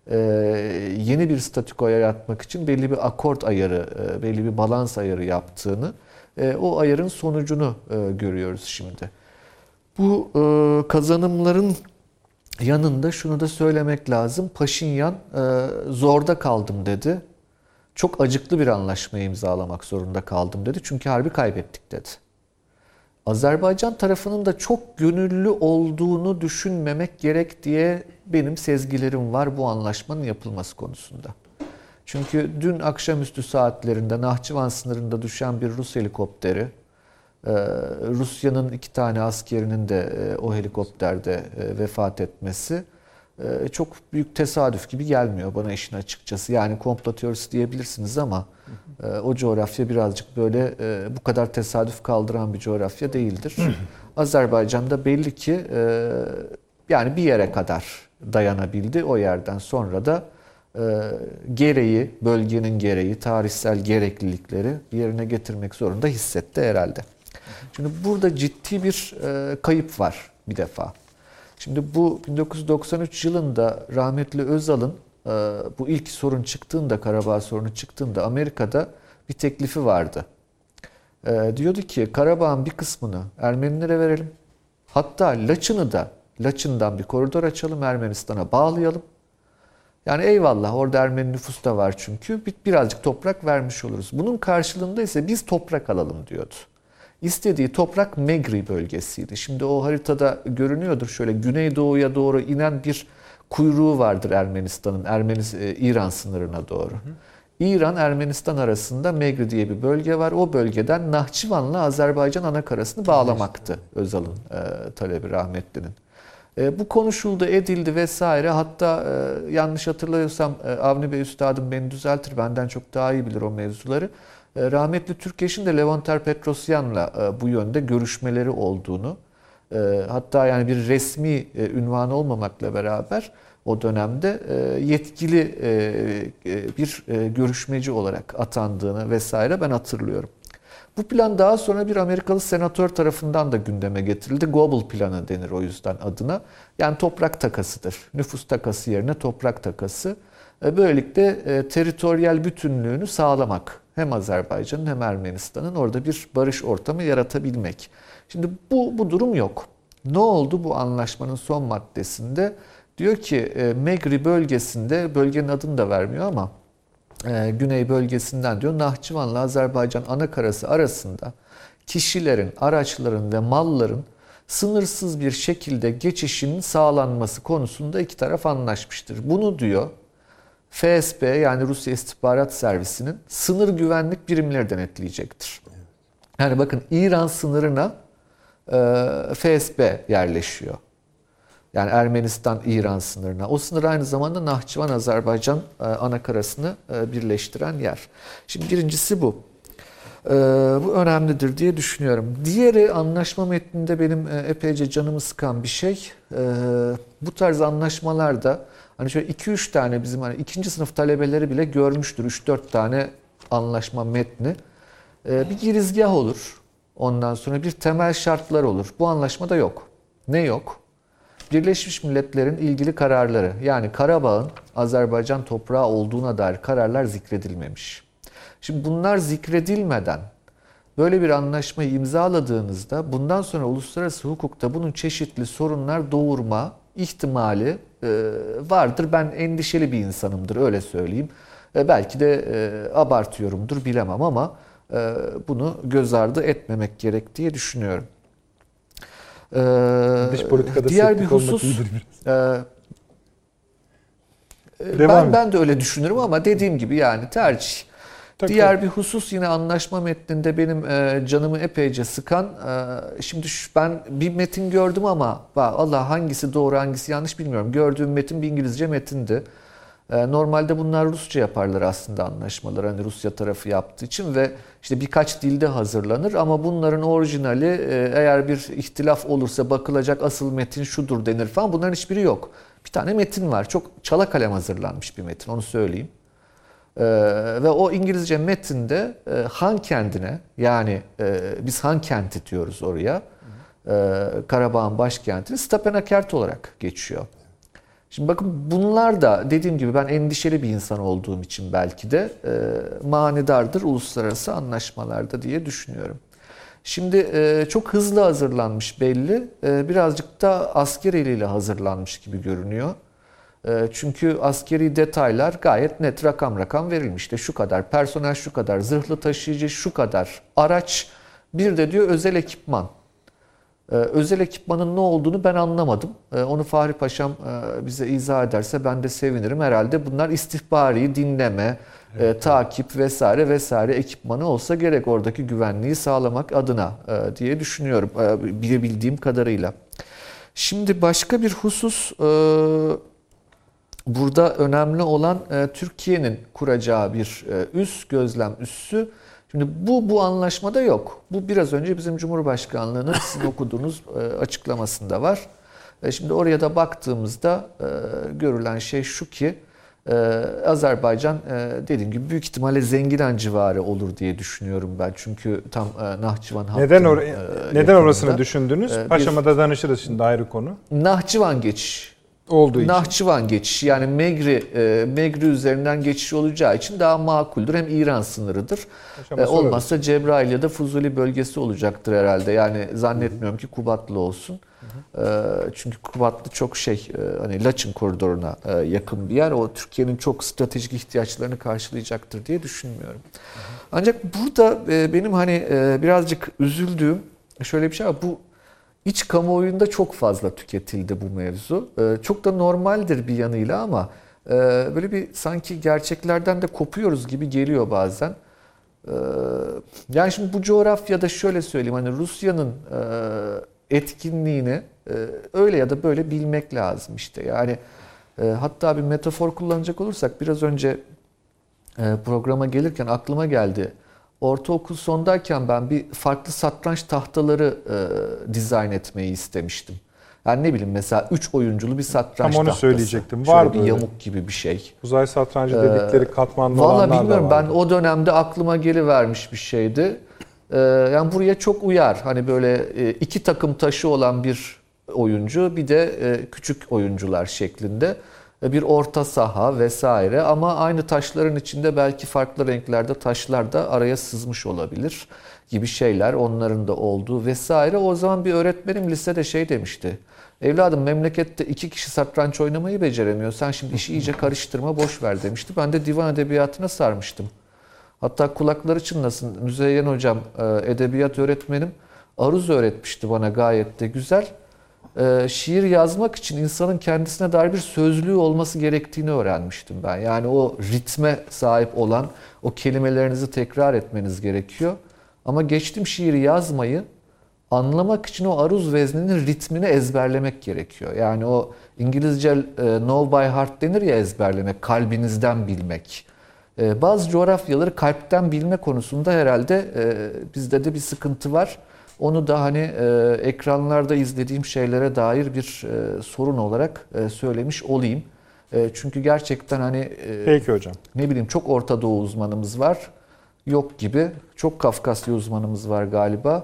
yeni bir statüko yaratmak için belli bir akort ayarı, belli bir balans ayarı yaptığını, o ayarın sonucunu görüyoruz şimdi. Bu kazanımların yanında şunu da söylemek lazım. Paşinyan zorda kaldım dedi. Çok acıklı bir anlaşmayı imzalamak zorunda kaldım dedi. Çünkü harbi kaybettik dedi. Azerbaycan tarafının da çok gönüllü olduğunu düşünmemek gerek diye benim sezgilerim var bu anlaşmanın yapılması konusunda. Çünkü dün akşamüstü saatlerinde Nahçıvan sınırında düşen bir Rus helikopteri, Rusya'nın 2 tane askerinin de o helikopterde vefat etmesi çok büyük tesadüf gibi gelmiyor bana işin açıkçası. Yani komplo teorisi diyebilirsiniz ama o coğrafya birazcık böyle bu kadar tesadüf kaldıran bir coğrafya değildir. Azerbaycan'da belli ki yani bir yere kadar dayanabildi. O yerden sonra da gereği, bölgenin gereği, tarihsel gereklilikleri yerine getirmek zorunda hissetti herhalde. Şimdi burada ciddi bir kayıp var bir defa. Şimdi bu 1993 yılında rahmetli Özal'ın bu ilk sorun çıktığında, Karabağ sorunu çıktığında Amerika'da bir teklifi vardı. Diyordu ki Karabağ'ın bir kısmını Ermenilere verelim. Hatta Laçın'dan bir koridor açalım, Ermenistan'a bağlayalım. Yani eyvallah, orada Ermeni nüfus da var çünkü. Birazcık toprak vermiş oluruz. Bunun karşılığında ise biz toprak alalım diyordu. İstediği toprak Megri bölgesiydi. Şimdi o haritada görünüyordur, şöyle güneydoğuya doğru inen bir kuyruğu vardır Ermenistan'ın, İran sınırına doğru. İran-Ermenistan arasında Megri diye bir bölge var. O bölgeden Nahçıvan'la Azerbaycan anakarasını bağlamaktı Özal'ın talebi, rahmetlinin. Bu konuşuldu, edildi vesaire. Hatta yanlış hatırlıyorsam Avni Bey Üstadım beni düzeltir, benden çok daha iyi bilir o mevzuları. Rahmetli Türkeş'in de Levonter Petrosyan'la bu yönde görüşmeleri olduğunu, hatta yani bir resmi ünvanı olmamakla beraber o dönemde yetkili bir görüşmeci olarak atandığını vesaire ben hatırlıyorum. Bu plan daha sonra bir Amerikalı senatör tarafından da gündeme getirildi. Global planı denir o yüzden adına. Yani toprak takasıdır. Nüfus takası yerine toprak takası. Böylelikle teritoryal bütünlüğünü sağlamak. Hem Azerbaycan'ın hem Ermenistan'ın orada bir barış ortamı yaratabilmek. Şimdi bu durum yok. Ne oldu bu anlaşmanın son maddesinde? Diyor ki Megri bölgesinde, bölgenin adını da vermiyor ama güney bölgesinden diyor Nahçıvan'la Azerbaycan anakarası arasında kişilerin, araçların ve malların sınırsız bir şekilde geçişinin sağlanması konusunda iki taraf anlaşmıştır. Bunu diyor FSB, yani Rusya İstihbarat Servisi'nin sınır güvenlik birimleri denetleyecektir. Yani bakın, İran sınırına FSB yerleşiyor. Yani Ermenistan-İran sınırına. O sınır aynı zamanda Nahçıvan-Azerbaycan anakarasını birleştiren yer. Şimdi birincisi bu. Bu önemlidir diye düşünüyorum. Diğeri, anlaşma metninde benim epeyce canımı sıkan bir şey. Bu tarz anlaşmalarda hani şöyle 2-3 tane bizim hani ikinci sınıf talebeleri bile görmüştür. 3-4 tane anlaşma metni. Bir girizgah olur. Ondan sonra bir temel şartlar olur. Bu anlaşmada yok. Ne yok? Birleşmiş Milletler'in ilgili kararları, yani Karabağ'ın Azerbaycan toprağı olduğuna dair kararlar zikredilmemiş. Şimdi bunlar zikredilmeden böyle bir anlaşmayı imzaladığınızda bundan sonra uluslararası hukukta bunun çeşitli sorunlar doğurma ihtimali vardır. Ben endişeli bir insanımdır, öyle söyleyeyim. Belki de abartıyorumdur, bilemem ama bunu göz ardı etmemek gerek diye düşünüyorum. Dış politikada diğer bir husus, ben de öyle düşünürüm ama dediğim gibi yani tercih. Diğer bir husus yine anlaşma metninde benim canımı epeyce sıkan, şimdi ben bir metin gördüm ama Allah, hangisi doğru hangisi yanlış bilmiyorum. Gördüğüm metin bir İngilizce metindi. Normalde bunlar Rusça yaparlar aslında anlaşmaları, hani Rusya tarafı yaptığı için ve işte birkaç dilde hazırlanır ama bunların orijinali eğer bir ihtilaf olursa bakılacak asıl metin şudur denir falan, bunların hiçbiri yok. Bir tane metin var, çok çala kalem hazırlanmış bir metin, onu söyleyeyim. Ve o İngilizce metinde Han kendine, yani biz Han kenti diyoruz oraya, Karabağ'ın başkentini Stepanakert olarak geçiyor. Şimdi bakın bunlar da dediğim gibi ben endişeli bir insan olduğum için belki de manidardır uluslararası anlaşmalarda diye düşünüyorum. Şimdi çok hızlı hazırlanmış belli, birazcık da asker eliyle hazırlanmış gibi görünüyor. Çünkü askeri detaylar gayet net rakam verilmiş. İşte şu kadar personel, şu kadar zırhlı taşıyıcı, şu kadar araç, bir de diyor özel ekipman. Özel ekipmanın ne olduğunu ben anlamadım. Onu Fahri Paşam bize izah ederse ben de sevinirim. Herhalde bunlar istihbari, dinleme, takip vesaire vesaire ekipmanı olsa gerek oradaki güvenliği sağlamak adına diye düşünüyorum bilebildiğim kadarıyla. Şimdi başka bir husus, burada önemli olan Türkiye'nin kuracağı bir üs, gözlem üssü. Şimdi bu anlaşmada yok. Bu biraz önce bizim Cumhurbaşkanlığı'nın sizin okuduğunuz açıklamasında var. Şimdi oraya da baktığımızda görülen şey şu ki Azerbaycan dediğim gibi büyük ihtimalle Zengilan civarı olur diye düşünüyorum ben. Çünkü tam Nahçıvan hattının neden orasını düşündünüz? Paşam'a da danışırız şimdi, ayrı konu. Nahçıvan geçiş olduğu için. Nahçıvan geçişi, yani Megri üzerinden geçiş olacağı için daha makuldür. Hem İran sınırıdır. Olmazsa Cebrail ya da Fuzuli bölgesi olacaktır herhalde. Yani zannetmiyorum ki Kubatlı olsun. Çünkü Kubatlı çok hani Laçin koridoruna yakın bir yer. O Türkiye'nin çok stratejik ihtiyaçlarını karşılayacaktır diye düşünmüyorum. Ancak burada benim hani birazcık üzüldüğüm şöyle bir şey var. Bu İç kamuoyunda çok fazla tüketildi bu mevzu. Çok da normaldir bir yanıyla ama böyle bir sanki gerçeklerden de kopuyoruz gibi geliyor bazen. Yani şimdi bu coğrafyada şöyle söyleyeyim, hani Rusya'nın etkinliğini öyle ya da böyle bilmek lazım işte. Yani hatta bir metafor kullanacak olursak biraz önce programa gelirken aklıma geldi. Ortaokul sondayken ben bir farklı satranç tahtaları dizayn etmeyi istemiştim. Yani ne bileyim mesela 3 oyunculu bir satranç tahtası. Tam onu söyleyecektim. Şöyle Var bir böyle yamuk gibi bir şey. Uzay satrancı dedikleri katmanlı olanlar da var. Valla bilmiyorum, ben o dönemde aklıma gelivermiş bir şeydi. Yani buraya çok uyar. Hani böyle 2 takım taşı olan bir oyuncu, bir de küçük oyuncular şeklinde. Bir orta saha vesaire, ama aynı taşların içinde belki farklı renklerde taşlar da araya sızmış olabilir gibi şeyler, onların da olduğu vesaire. O zaman bir öğretmenim lisede demişti. Evladım, memlekette 2 kişi satranç oynamayı beceremiyor. Sen şimdi işi iyice karıştırma, boş ver demişti. Ben de divan edebiyatına sarmıştım. Hatta kulakları çınlasın, Müzeyyen hocam, edebiyat öğretmenim, aruz öğretmişti bana gayet de güzel. Şiir yazmak için insanın kendisine dair bir sözlüğü olması gerektiğini öğrenmiştim ben. Yani o ritme sahip olan, o kelimelerinizi tekrar etmeniz gerekiyor. Ama geçtim şiiri yazmayı, anlamak için o aruz vezninin ritmini ezberlemek gerekiyor. Yani o İngilizce know by heart denir ya, ezberlemek, kalbinizden bilmek. Bazı coğrafyaları kalpten bilme konusunda herhalde bizde de bir sıkıntı var. Onu da hani ekranlarda izlediğim şeylere dair bir sorun olarak söylemiş olayım. Çünkü gerçekten hani Peki hocam. Ne bileyim, çok Orta Doğu uzmanımız var. Yok gibi. Çok Kafkasya uzmanımız var galiba.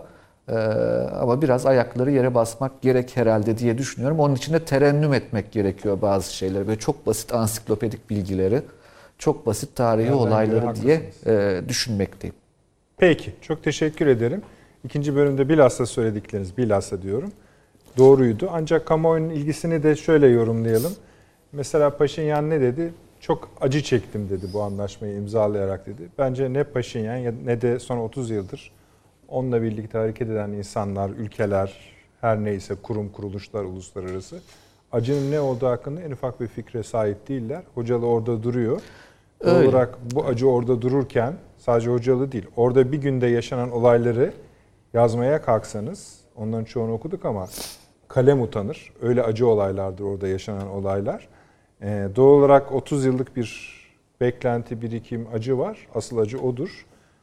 Ama biraz ayakları yere basmak gerek herhalde diye düşünüyorum. Onun için de terennüm etmek gerekiyor bazı şeyleri. Böyle çok basit ansiklopedik bilgileri, çok basit tarihi olayları diye düşünmekteyim. Peki. Çok teşekkür ederim. İkinci bölümde bilhassa söyledikleriniz, bilhassa diyorum, doğruydu. Ancak kamuoyunun ilgisini de şöyle yorumlayalım. Mesela Paşinyan ne dedi? Çok acı çektim dedi bu anlaşmayı imzalayarak dedi. Bence ne Paşinyan ne de son 30 yıldır onunla birlikte hareket eden insanlar, ülkeler, her neyse kurum, kuruluşlar, uluslararası acının ne olduğu hakkında en ufak bir fikre sahip değiller. Hocalı orada duruyor. Doğal olarak bu acı orada dururken sadece Hocalı değil, orada bir günde yaşanan olayları yazmaya kalksanız, onların çoğunu okuduk ama kalem utanır. Öyle acı olaylardır orada yaşanan olaylar. Doğal olarak 30 yıllık bir beklenti, birikim, acı var. Asıl acı odur.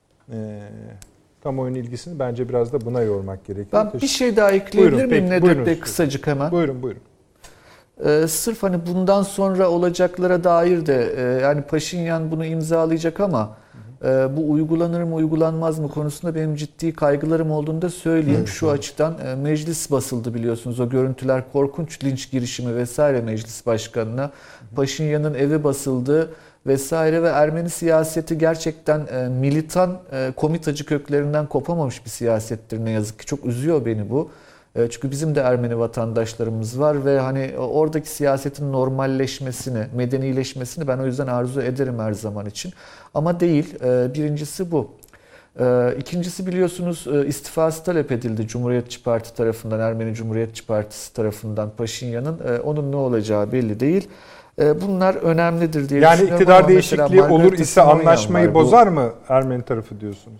Kamuoyunun ilgisini bence biraz da buna yormak gerekiyor. Ben bir şey daha ekleyebilir miyim Nedret Bey buyurun. kısacık hemen? Buyurun. Sırf hani bundan sonra olacaklara dair de yani Paşinyan bunu imzalayacak ama bu uygulanır mı uygulanmaz mı konusunda benim ciddi kaygılarım olduğunu da söyleyeyim. Şu açıdan meclis basıldı biliyorsunuz, o görüntüler korkunç, linç girişimi vesaire meclis başkanına. Paşinyan'ın evi basıldı vesaire ve Ermeni siyaseti gerçekten militan, komitacı köklerinden kopamamış bir siyasettir ne yazık ki. Çok üzüyor beni bu. Çünkü bizim de Ermeni vatandaşlarımız var ve hani oradaki siyasetin normalleşmesini, medenileşmesini ben o yüzden arzu ederim her zaman için. Ama değil. Birincisi bu. İkincisi biliyorsunuz istifası talep edildi Cumhuriyetçi Parti tarafından, Ermeni Cumhuriyetçi Partisi tarafından Paşinyan'ın. Onun ne olacağı belli değil. Bunlar önemlidir diye yani düşünüyorum. iktidar değişikliği olur ise anlaşmayı bozar mı Ermeni tarafı diyorsunuz?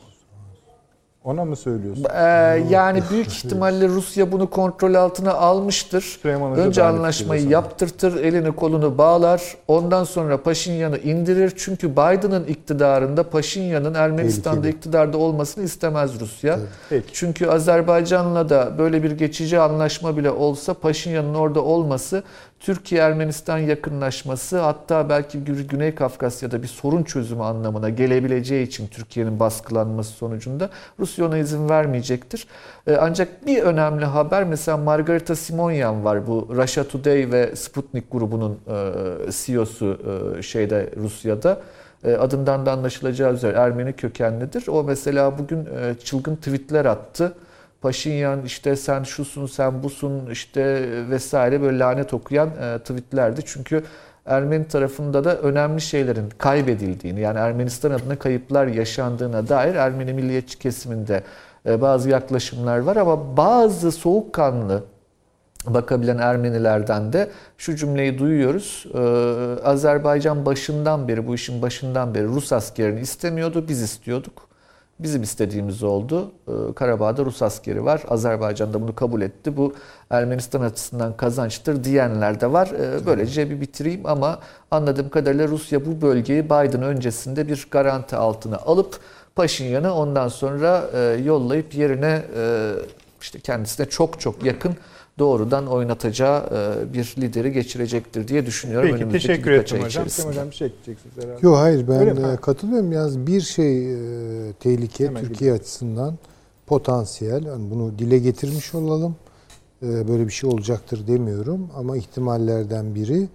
Ona mı söylüyorsun? Yani büyük ihtimalle Rusya bunu kontrol altına almıştır. Önce anlaşmayı yaptırtır, elini kolunu bağlar. Ondan sonra Paşinyan'ı indirir. Çünkü Biden'ın iktidarında Paşinyan'ın Ermenistan'da iktidarda olmasını istemez Rusya. Peki. Çünkü Azerbaycan'la da böyle bir geçici anlaşma bile olsa Paşinyan'ın orada olması, Türkiye-Ermenistan yakınlaşması, hatta belki Güney Kafkasya'da bir sorun çözümü anlamına gelebileceği için Türkiye'nin baskılanması sonucunda Rusya ona izin vermeyecektir. Ancak bir önemli haber, mesela Margarita Simonyan var, bu Russia Today ve Sputnik grubunun CEO'su Rusya'da. Adından da anlaşılacağı üzere Ermeni kökenlidir. O mesela bugün çılgın tweetler attı. Paşinyan işte sen şusun, sen busun işte vesaire, böyle lanet okuyan tweetlerdi. Çünkü Ermeni tarafında da önemli şeylerin kaybedildiğini, yani Ermenistan adına kayıplar yaşandığına dair Ermeni milliyetçi kesiminde bazı yaklaşımlar var. Ama bazı soğukkanlı bakabilen Ermenilerden de şu cümleyi duyuyoruz. Azerbaycan başından beri, bu işin başından beri Rus askerini istemiyordu, biz istiyorduk. Bizim istediğimiz oldu. Karabağ'da Rus askeri var. Azerbaycan da bunu kabul etti. Bu Ermenistan açısından kazançtır diyenler de var. Böylece bir bitireyim ama anladığım kadarıyla Rusya bu bölgeyi Biden öncesinde bir garanti altına alıp Paşinyan'ı ondan sonra yollayıp yerine işte kendisine çok çok yakın doğrudan oynatacağı bir lideri geçirecektir diye düşünüyorum. Peki, teşekkür ederim hocam. Hocam bir şey ekleyeceksiniz herhalde. Yok hayır, ben katılıyorum. Yalnız bir şey tehlike hemen Türkiye açısından potansiyel. Yani bunu dile getirmiş olalım. Böyle bir şey olacaktır demiyorum ama ihtimallerden biri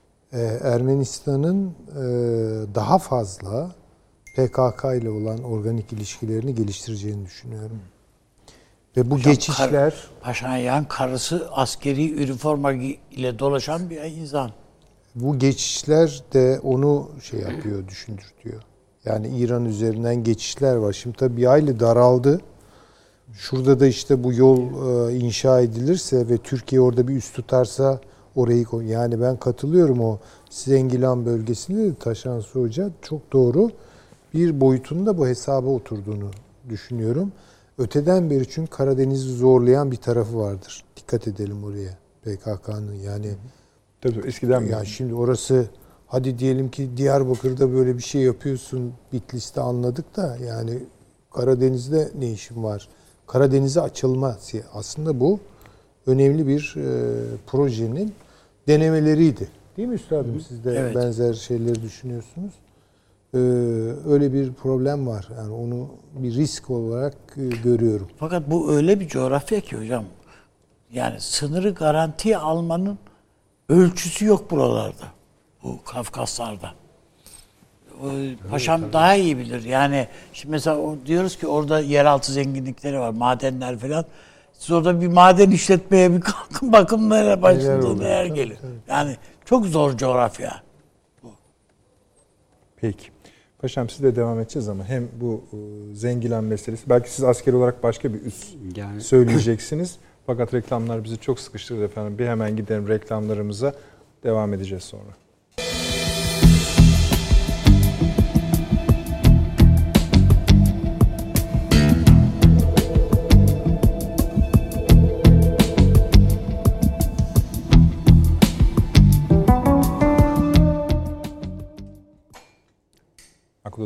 Ermenistan'ın daha fazla PKK ile olan organik ilişkilerini geliştireceğini düşünüyorum. Ve bu hocam, geçişler... Paşinyan karısı askeri üniforma ile dolaşan bir insan. Bu geçişler de onu yapıyor, düşündürtüyor. Yani İran üzerinden geçişler var. Şimdi tabii bir hayli daraldı. Şurada da işte bu yol inşa edilirse ve Türkiye orada bir üst tutarsa orayı... Yani ben katılıyorum, o Zengilan bölgesinde de Taşansı Hoca çok doğru bir boyutunda bu hesaba oturduğunu düşünüyorum. Öteden beri çünkü Karadeniz'i zorlayan bir tarafı vardır. Dikkat edelim oraya, PKK'nın yani. Tabii eskiden yani şimdi orası, hadi diyelim ki Diyarbakır'da böyle bir şey yapıyorsun, Bitlis'te anladık da yani Karadeniz'de ne işin var? Karadeniz'e açılma, aslında bu önemli bir projenin denemeleriydi. Değil mi üstadım? Siz de evet, benzer şeyleri düşünüyorsunuz. Öyle bir problem var. Yani onu bir risk olarak görüyorum. Fakat bu öyle bir coğrafya ki hocam. Yani sınırı garantiye almanın ölçüsü yok buralarda. Bu Kafkaslar'da. Paşam evet, daha iyi bilir. Yani şimdi mesela diyoruz ki orada yeraltı zenginlikleri var, madenler falan. Siz orada bir maden işletmeye bir kalkın, bakın nereye başladığını neler gelir. Yani çok zor coğrafya. Peki. Paşam siz de devam edeceğiz ama hem bu Zengilan meselesi, belki siz askeri olarak başka bir üs söyleyeceksiniz. Fakat reklamlar bizi çok sıkıştırdı efendim. Bir hemen gidelim reklamlarımıza, devam edeceğiz sonra.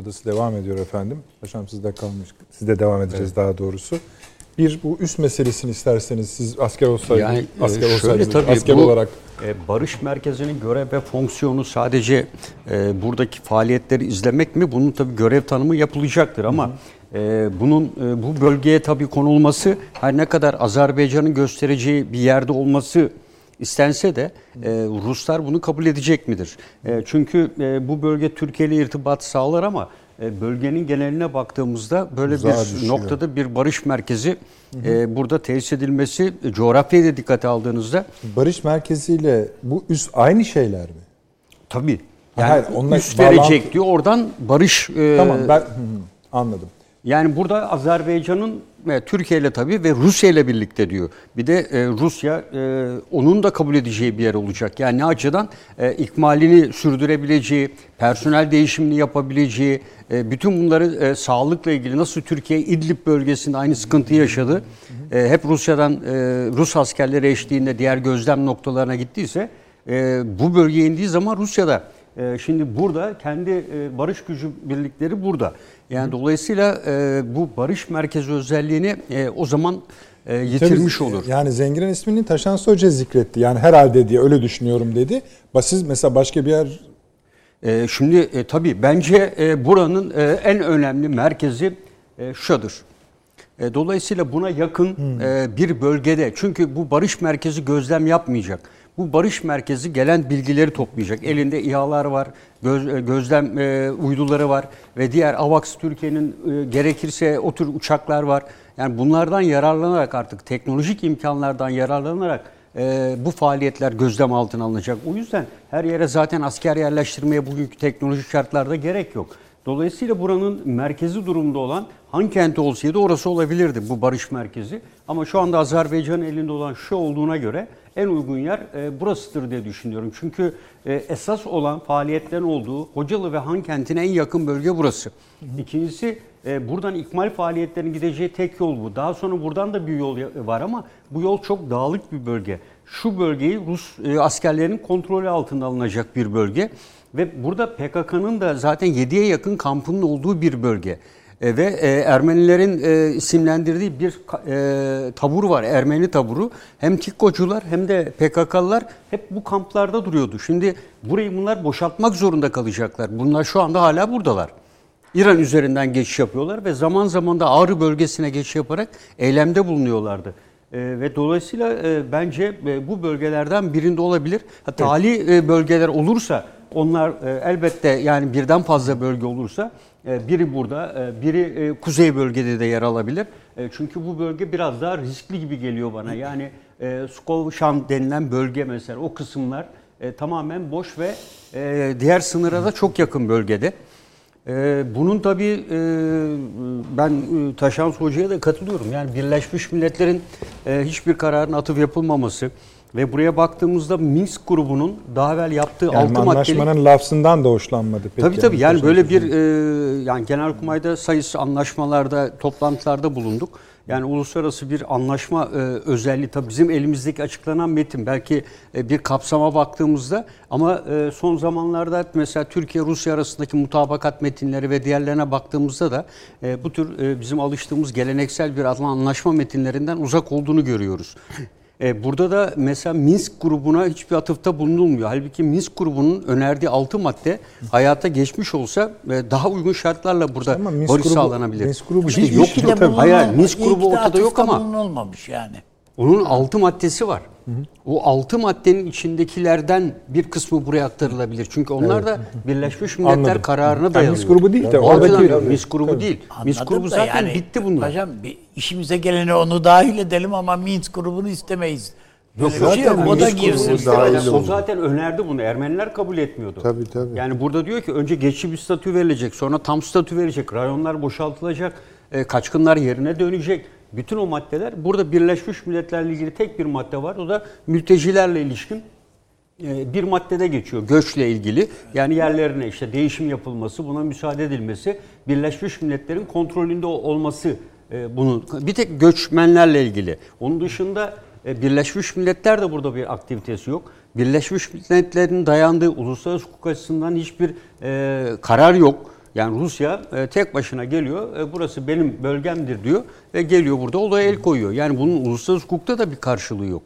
Odası devam ediyor efendim. Paşam sizde kalmış. Sizde devam edeceğiz daha doğrusu. Bir bu üst meselesini isterseniz siz asker olsaydınız, asker olarak. Barış Merkezi'nin görev ve fonksiyonu sadece buradaki faaliyetleri izlemek mi? Bunun tabii görev tanımı yapılacaktır ama bunun bu bölgeye tabii konulması, her ne kadar Azerbaycan'ın göstereceği bir yerde olması istense de Ruslar bunu kabul edecek midir? Çünkü bu bölge Türkiye ile irtibat sağlar ama bölgenin geneline baktığımızda böyle bir noktada bir barış merkezi burada tesis edilmesi, coğrafyayı da dikkate aldığınızda. Barış merkeziyle bu üs aynı şeyler mi? Tabii. Yani hayır, üst verecek diyor, oradan barış. Tamam, ben anladım. Yani burada Azerbaycan'ın Türkiye ile tabii ve Rusya ile birlikte diyor. Bir de Rusya onun da kabul edeceği bir yer olacak. Yani ne açıdan ikmalini sürdürebileceği, personel değişimini yapabileceği, bütün bunları sağlıkla ilgili nasıl Türkiye İdlib bölgesinde aynı sıkıntıyı yaşadı. Hep Rusya'dan Rus askerleri eşliğinde diğer gözlem noktalarına gittiyse bu bölgeye indiği zaman Rusya'da şimdi burada kendi barış gücü birlikleri burada. Yani dolayısıyla bu barış merkezi özelliğini o zaman yitirmiş olur. Yani Zengiren ismini Taşansı Hoca zikretti. Yani herhalde diye öyle düşünüyorum dedi. Siz mesela başka bir yer... Şimdi tabii bence buranın en önemli merkezi şudur. Dolayısıyla buna yakın bir bölgede, çünkü bu barış merkezi gözlem yapmayacak. Bu barış merkezi gelen bilgileri toplayacak. Elinde İHA'lar var, gözlem uyduları var ve diğer AVAX Türkiye'nin gerekirse o tür uçaklar var. Yani bunlardan yararlanarak, artık teknolojik imkanlardan yararlanarak bu faaliyetler gözlem altına alınacak. O yüzden her yere zaten asker yerleştirmeye bugünkü teknolojik şartlarda gerek yok. Dolayısıyla buranın merkezi durumda olan hangi kenti olsaydı orası olabilirdi bu barış merkezi. Ama şu anda Azerbaycan'ın elinde olan şu olduğuna göre en uygun yer burasıdır diye düşünüyorum. Çünkü esas olan faaliyetlerin olduğu Hocalı ve Han kentine en yakın bölge burası. İkincisi buradan ikmal faaliyetlerinin gideceği tek yol bu. Daha sonra buradan da bir yol var ama bu yol çok dağlık bir bölge. Şu bölgeyi Rus askerlerinin kontrolü altında alınacak bir bölge. Ve burada PKK'nın da zaten 7'ye yakın kampının olduğu bir bölge. Ve Ermenilerin isimlendirdiği bir tabur var, Ermeni taburu. Hem TİKKO'cular hem de PKK'lılar hep bu kamplarda duruyordu. Şimdi burayı bunlar boşaltmak zorunda kalacaklar. Bunlar şu anda hala buradalar. İran üzerinden geçiş yapıyorlar ve zaman zaman da Ağrı bölgesine geçiş yaparak eylemde bulunuyorlardı. Ve dolayısıyla bence bu bölgelerden birinde olabilir. Tali bölgeler olursa, onlar elbette, yani birden fazla bölge olursa biri burada, biri kuzey bölgede de yer alabilir. Çünkü bu bölge biraz daha riskli gibi geliyor bana. Yani Skovşan denilen bölge mesela, o kısımlar tamamen boş ve diğer sınıra da çok yakın bölgede. Bunun tabii ben Taşansı Hoca'ya da katılıyorum. Yani Birleşmiş Milletler'in hiçbir kararın atıf yapılmaması ve buraya baktığımızda Minsk grubunun daha evvel yaptığı yani 6 maddelik... Anlaşmanın lafzından da hoşlanmadı. Peki Tabii yani böyle bir yani Genelkurmay'da sayısı anlaşmalarda, toplantılarda bulunduk. Yani uluslararası bir anlaşma özelliği, tabii bizim elimizdeki açıklanan metin belki bir kapsama baktığımızda, ama son zamanlarda mesela Türkiye-Rusya arasındaki mutabakat metinleri ve diğerlerine baktığımızda da bu tür bizim alıştığımız geleneksel bir anlaşma metinlerinden uzak olduğunu görüyoruz. Burada da mesela Minsk grubuna hiçbir atıfta bulunulmuyor. Halbuki Minsk grubunun önerdiği 6 madde hayata geçmiş olsa daha uygun şartlarla burada barış sağlanabilir. Minsk grubu işte yok ki. Hayır, Minsk grubu ortada yok ama bulunulmamış yani. Onun 6 maddesi var. O 6 maddenin içindekilerden bir kısmı buraya aktarılabilir. Çünkü onlar da Birleşmiş Milletler kararına dayanıyor. Minsk grubu değil de oradaki Minsk grubu değil. Minsk Anladım grubu da zaten yani, bitti bunlar. Hocam işimize geleni onu dahil edelim ama Minsk grubunu istemeyiz. Yok, O da girsin. O zaten önerdi bunu. Ermeniler kabul etmiyordu. Tabii. Yani burada diyor ki önce geçici bir statü verilecek, sonra tam statü verecek, rayonlar boşaltılacak, kaçkınlar yerine dönecek. Bütün o maddeler, burada Birleşmiş Milletler'le ilgili tek bir madde var. O da mültecilerle ilişkin bir maddede geçiyor. Göçle ilgili, yani yerlerine işte değişim yapılması, buna müsaade edilmesi, Birleşmiş Milletler'in kontrolünde olması, bunun bir tek göçmenlerle ilgili. Onun dışında Birleşmiş Milletler de burada bir aktivitesi yok. Birleşmiş Milletler'in dayandığı uluslararası hukuk açısından hiçbir karar yok. Yani Rusya tek başına geliyor, burası benim bölgemdir diyor ve geliyor burada olaya el koyuyor. Yani bunun uluslararası hukukta da bir karşılığı yok.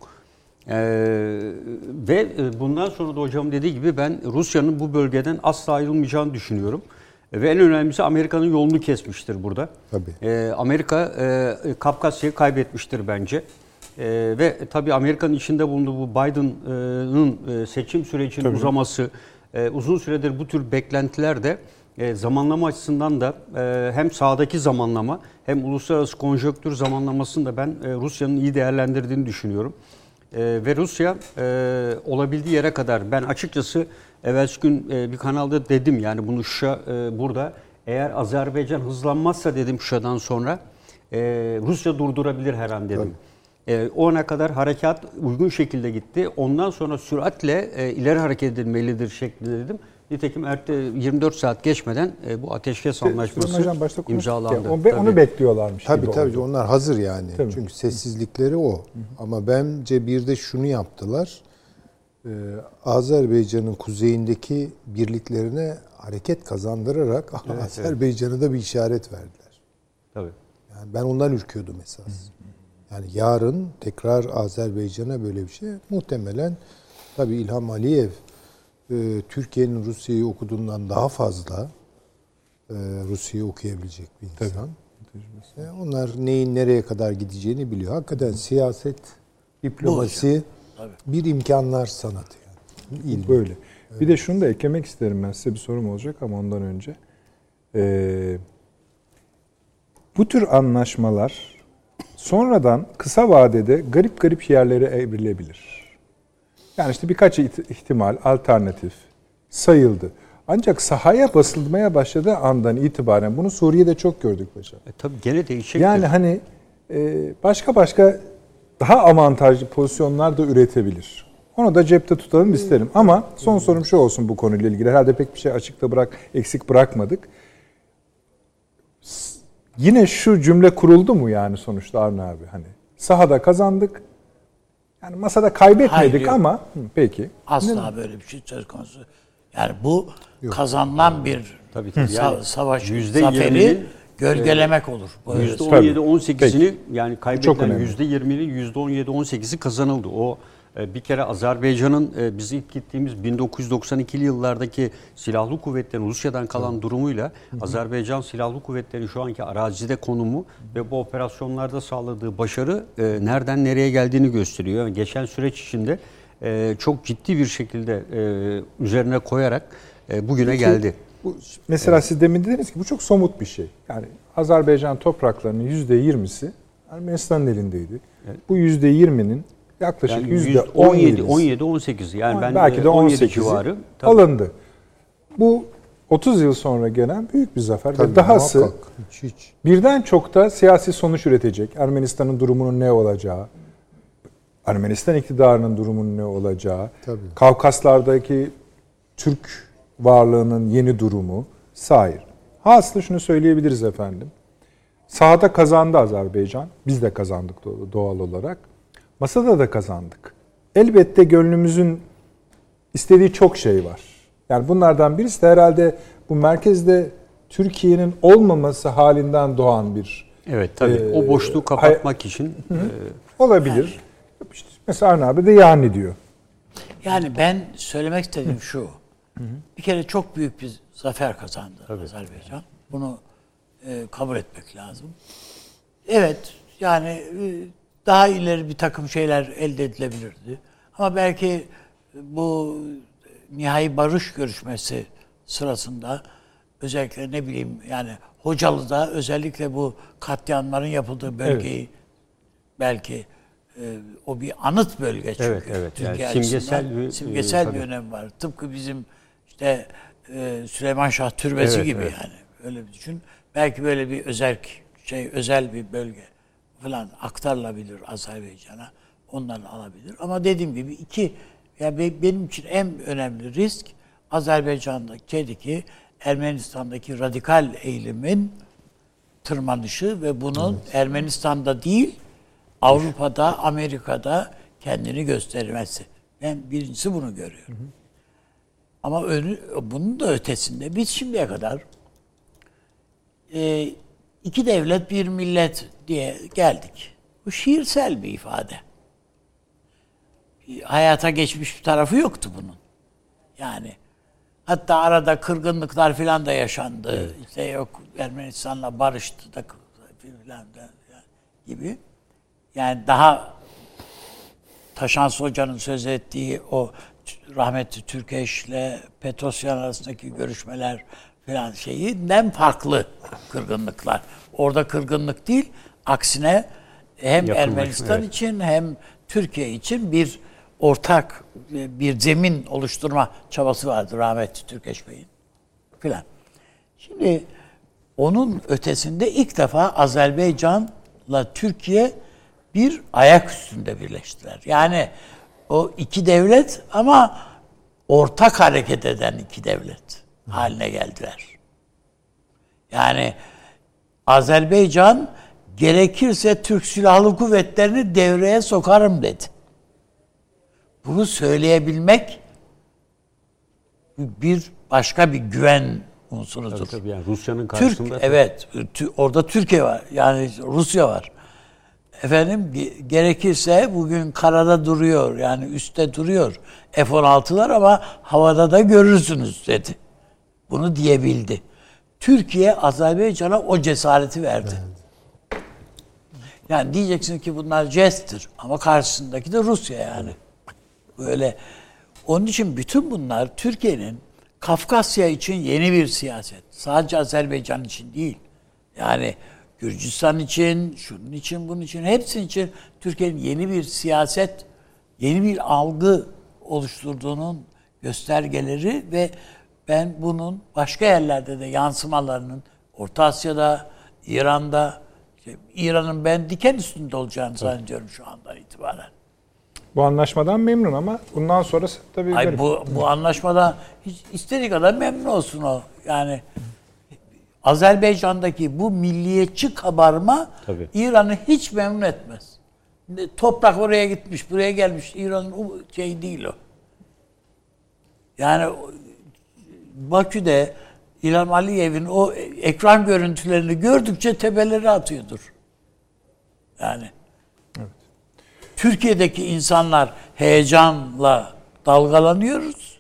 Ve bundan sonra da hocam dediği gibi ben Rusya'nın bu bölgeden asla ayrılmayacağını düşünüyorum. Ve en önemlisi Amerika'nın yolunu kesmiştir burada. Tabii. Amerika Kafkasya'yı kaybetmiştir bence. Ve tabii Amerika'nın içinde bulunduğu bu Biden'ın seçim sürecinin uzaması, uzun süredir bu tür beklentiler de zamanlama açısından da hem sahadaki zamanlama hem uluslararası konjonktür zamanlamasını da ben Rusya'nın iyi değerlendirdiğini düşünüyorum. Ve Rusya olabildiği yere kadar, ben açıkçası evvelsi gün bir kanalda dedim, yani bunu Şuşa burada, eğer Azerbaycan hızlanmazsa dedim Şuşa'dan sonra Rusya durdurabilir her an dedim. O ana kadar harekat uygun şekilde gitti. Ondan sonra süratle ileri hareket edilmelidir şeklinde dedim. Nitekim 24 saat geçmeden bu ateşkes anlaşması imzalandı. Onu bekliyorlarmış. Tabii onlar hazır yani. Tabii. Çünkü sessizlikleri o. Ama bence bir de şunu yaptılar. Azerbaycan'ın kuzeyindeki birliklerine hareket kazandırarak Azerbaycan'a da bir işaret verdiler. Tabii. Yani ben ondan ürküyordum esas. Yani yarın tekrar Azerbaycan'a böyle bir şey muhtemelen, tabii İlham Aliyev Türkiye'nin Rusya'yı okuduğundan daha fazla Rusya'yı okuyabilecek bir insan. Onlar neyin nereye kadar gideceğini biliyor. Hakikaten siyaset, diplomasi bir imkanlar sanatı yani. Böyle. Bir de şunu da eklemek isterim ben, size bir sorum olacak ama ondan önce. Bu tür anlaşmalar sonradan kısa vadede garip yerlere evrilebilir. Yani işte birkaç ihtimal, alternatif sayıldı. Ancak sahaya basılmaya başladığı andan itibaren bunu Suriye'de çok gördük paşa. Tabii gene değişecektir. Yani hani başka daha avantajlı pozisyonlar da üretebilir. Onu da cepte tutalım isterim. Ama son sorum şu olsun bu konuyla ilgili. Herhalde pek bir şey eksik bırakmadık. Yine şu cümle kuruldu mu yani sonuçta Avni abi? Hani sahada kazandık. Yani masada kaybetmedik ama peki. Asla böyle bir şey söz konusu. Yani bu kazanılan bir yani savaş zaferi gölgelemek olur. %17-18'ini yani kaybedilen %20'nin %17-18'i kazanıldı. O bir kere Azerbaycan'ın biz ilk gittiğimiz 1992'li yıllardaki silahlı kuvvetlerin Rusya'dan kalan durumuyla Azerbaycan silahlı kuvvetlerinin şu anki arazide konumu ve bu operasyonlarda sağladığı başarı nereden nereye geldiğini gösteriyor. Yani geçen süreç içinde çok ciddi bir şekilde üzerine koyarak bugüne geldi. Mesela siz demin dediniz ki bu çok somut bir şey. Yani Azerbaycan topraklarının %20'si Ermenistan'ın elindeydi. Evet. Bu %20'nin yaklaşık %17-18 yani ben belki de 18 civarı alındı. Bu 30 yıl sonra gelen büyük bir zafer. Tabii, ve dahası muhakkak. Birden çok da siyasi sonuç üretecek. Ermenistan'ın durumunun ne olacağı, Ermenistan iktidarının durumunun ne olacağı, Kafkaslardaki Türk varlığının yeni durumu sair. Hasılı şunu söyleyebiliriz efendim. Sahada kazandı Azerbaycan. Biz de kazandık doğal olarak. Masada da kazandık. Elbette gönlümüzün istediği çok şey var. Yani bunlardan birisi de herhalde bu merkezde Türkiye'nin olmaması halinden doğan bir... Evet tabii o boşluğu kapatmak için... olabilir. İşte mesela Arne abi de yani diyor. Yani ben söylemek istediğim şu. Bir kere çok büyük bir zafer kazandı Azerbaycan. Bunu kabul etmek lazım. Evet yani daha ileri bir takım şeyler elde edilebilirdi. Ama belki bu nihai barış görüşmesi sırasında özellikle ne bileyim yani Hocalı'da özellikle bu katliamların yapıldığı bölgeyi belki o bir anıt bölge çünkü. Evet. Türkiye Yani simgesel bir önem var. Tıpkı bizim işte Süleyman Şah Türbesi gibi yani. Öyle bir düşün. Belki böyle bir özel bir bölge falan aktarılabilir Azerbaycan'a. Ondan alabilir. Ama dediğim gibi benim için en önemli risk Azerbaycan'daki Ermenistan'daki radikal eğilimin tırmanışı ve bunun Ermenistan'da değil Avrupa'da, Amerika'da kendini göstermesi. Ben birincisi bunu görüyorum. Ama bunun da ötesinde biz şimdiye kadar iki devlet bir millet diye geldik. Bu şiirsel bir ifade. Hayata geçmiş bir tarafı yoktu bunun. Yani hatta arada kırgınlıklar filan da yaşandı. Evet. İşte yok Ermenistan'la barıştı da filan da gibi. Yani daha Taşans Hoca'nın söz ettiği o rahmetli Türkeş'le Petrosyan arasındaki görüşmeler filan şeyinden farklı kırgınlıklar. Orada kırgınlık değil, aksine hem yakınlık, Ermenistan için hem Türkiye için bir ortak bir zemin oluşturma çabası vardı rahmetli Türkeş Bey'in filan. Şimdi onun ötesinde ilk defa Azerbaycan'la Türkiye bir ayak üstünde birleştiler. Yani o iki devlet ama ortak hareket eden iki devlet haline geldiler. Yani Azerbaycan gerekirse Türk Silahlı Kuvvetleri'ni devreye sokarım dedi. Bunu söyleyebilmek bir başka bir güven unsurudur. Tabii yani Rusya'nın karşısında. Evet, orada Türkiye var. Yani Rusya var. Efendim gerekirse bugün karada duruyor. Yani üstte duruyor F-16'lar ama havada da görürsünüz dedi. Bunu diyebildi. Türkiye Azerbaycan'a o cesareti verdi. Evet. Yani diyeceksin ki bunlar jesttir ama karşısındaki de Rusya yani. Böyle. Onun için bütün bunlar Türkiye'nin Kafkasya için yeni bir siyaset. Sadece Azerbaycan için değil. Yani Gürcistan için, şunun için, bunun için, hepsinin için Türkiye'nin yeni bir siyaset, yeni bir algı oluşturduğunun göstergeleri ve ben bunun başka yerlerde de yansımalarının Orta Asya'da, İran'da, İran'ın ben diken üstünde olacağını zannediyorum şu andan itibaren. Bu anlaşmadan memnun ama bundan sonrası tabii Ay bu anlaşmadan hiç istediği kadar memnun olsun o. Yani Azerbaycan'daki bu milliyetçi kabarma tabii İran'ı hiç memnun etmez. Toprak oraya gitmiş, buraya gelmiş. İran'ın şey değil o. Yani Bakü'de İlham Aliyev'in o ekran görüntülerini gördükçe tepeleri atıyordur. Yani evet. Türkiye'deki insanlar heyecanla dalgalanıyoruz.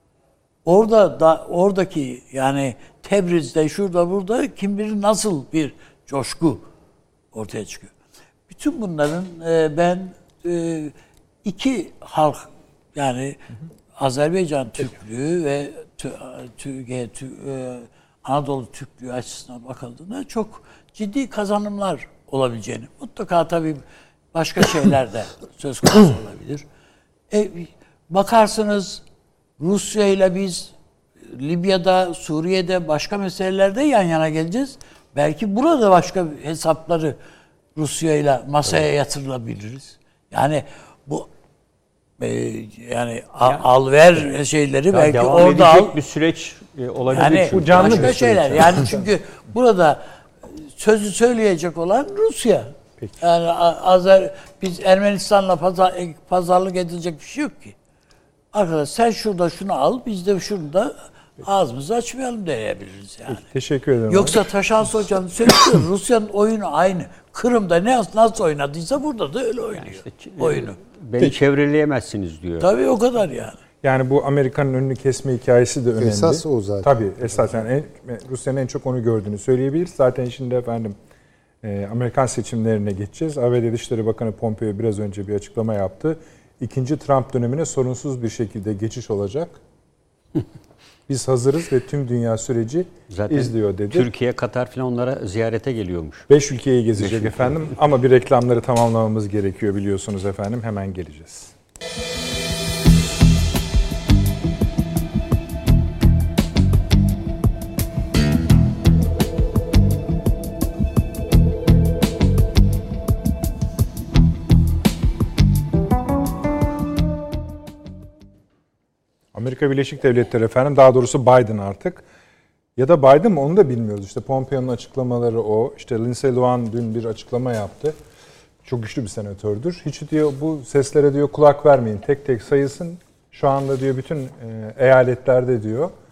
Oradaki yani Tebriz'de şurada burada kim bilir nasıl bir coşku ortaya çıkıyor. Bütün bunların ben iki halk yani Azerbaycan Türklüğü ve Türkiye Anadolu Türklüğü açısından bakıldığında çok ciddi kazanımlar olabileceğini. Mutlaka tabii başka şeyler de söz konusu olabilir. Bakarsınız Rusya ile biz Libya'da, Suriye'de başka meselelerde yan yana geleceğiz. Belki burada başka hesapları Rusya ile masaya yatırılabiliriz. Yani bu al-ver şeyleri belki orada bir süreç olabilir. Yani bu canlı başka şeyler. Yani çünkü burada sözü söyleyecek olan Rusya. Peki. Yani biz Ermenistan'la pazarlık edilecek bir şey yok ki. Arkadaş sen şurada şunu al, biz de şurada ağzımızı açmayalım diyebiliriz yani. Peki, teşekkür ederim. Yoksa Taşans Hoca'nın söylediği Rusya'nın oyunu aynı. Kırım'da nasıl oynadıysa burada da öyle oynuyor oyunu. Beni çevreleyemezsiniz diyor. Tabii o kadar yani. Yani bu Amerika'nın önünü kesme hikayesi de önemli. Esas o zaten. Tabii esas yani Rusya'nın en çok onu gördüğünü söyleyebiliriz. Zaten şimdi efendim Amerikan seçimlerine geçeceğiz. ABD Dışişleri Bakanı Pompeo biraz önce bir açıklama yaptı. İkinci Trump dönemine sorunsuz bir şekilde geçiş olacak. Biz hazırız ve tüm dünya süreci zaten izliyor dedi. Türkiye, Katar falan onlara ziyarete geliyormuş. 5 ülkeyi gezecek efendim ama bir reklamları tamamlamamız gerekiyor biliyorsunuz efendim. Hemen geleceğiz. Amerika Birleşik Devletleri efendim, daha doğrusu Biden artık. Ya da Biden mı onu da bilmiyoruz. İşte Pompeo'nun açıklamaları o. İşte Lindsey Lohan dün bir açıklama yaptı. Çok güçlü bir senatördür. Hiç diyor bu seslere diyor kulak vermeyin. Tek tek sayılsın. Şu anda diyor bütün eyaletlerde diyor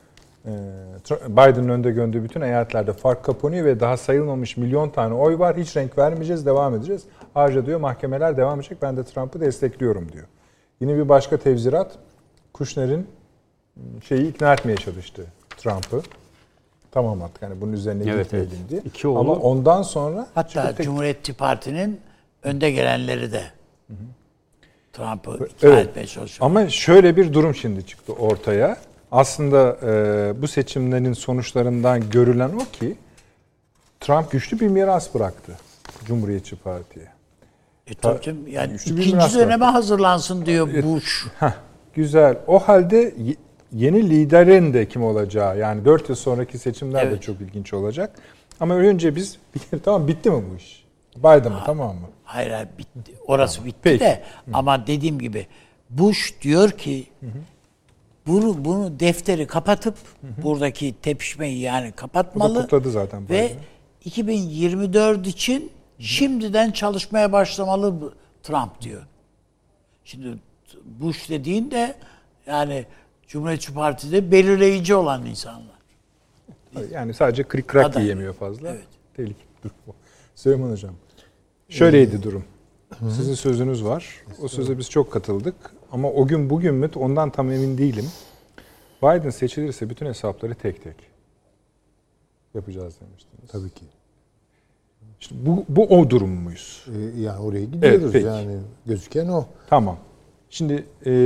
Biden'ın önde gördüğü bütün eyaletlerde fark kapanıyor ve daha sayılmamış milyon tane oy var. Hiç renk vermeyeceğiz, devam edeceğiz. Ayrıca diyor mahkemeler devam edecek. Ben de Trump'ı destekliyorum diyor. Yine bir başka tevzirat. Kushner'in ikna etmeye çalıştı Trump'ı. Tamam artık hani bunun üzerine gitmeyelim diye. Ama ondan sonra hatta Cumhuriyetçi Parti'nin önde gelenleri de Trump'ı ikna etmeye çalışıyor. Ama şöyle bir durum şimdi çıktı ortaya. Aslında bu seçimlerin sonuçlarından görülen o ki Trump güçlü bir miras bıraktı Cumhuriyetçi Parti'ye. Tabii yani ikinci döneme hazırlansın diyor Bush. Güzel. O halde yeni liderin de kim olacağı, yani 4 yıl sonraki seçimler de çok ilginç olacak. Ama önce biz tamam, bitti mi bu iş? Biden mı, tamam mı? Hayır, bitti. Orası bitti de ama dediğim gibi Bush diyor ki bunu defteri kapatıp buradaki tepişmeyi yani kapatmalı. Kutladı zaten Biden. Ve 2024 için şimdiden çalışmaya başlamalı Trump diyor. Şimdi Bush dediğinde yani Cumhuriyetçi Parti'de belirleyici olan insanlar. Yani sadece krik krak yiyemiyor fazla. Evet. Tehlikeli durum bu. Süleyman Hocam. Şöyleydi durum. Sizin sözünüz var. O söze biz çok katıldık. Ama o gün bugün mü ondan tam emin değilim. Biden seçilirse bütün hesapları tek tek yapacağız demiştiniz. Tabii ki. İşte bu o durum muyuz? Yani oraya gidiyoruz, evet, yani gözüken o. Tamam. Şimdi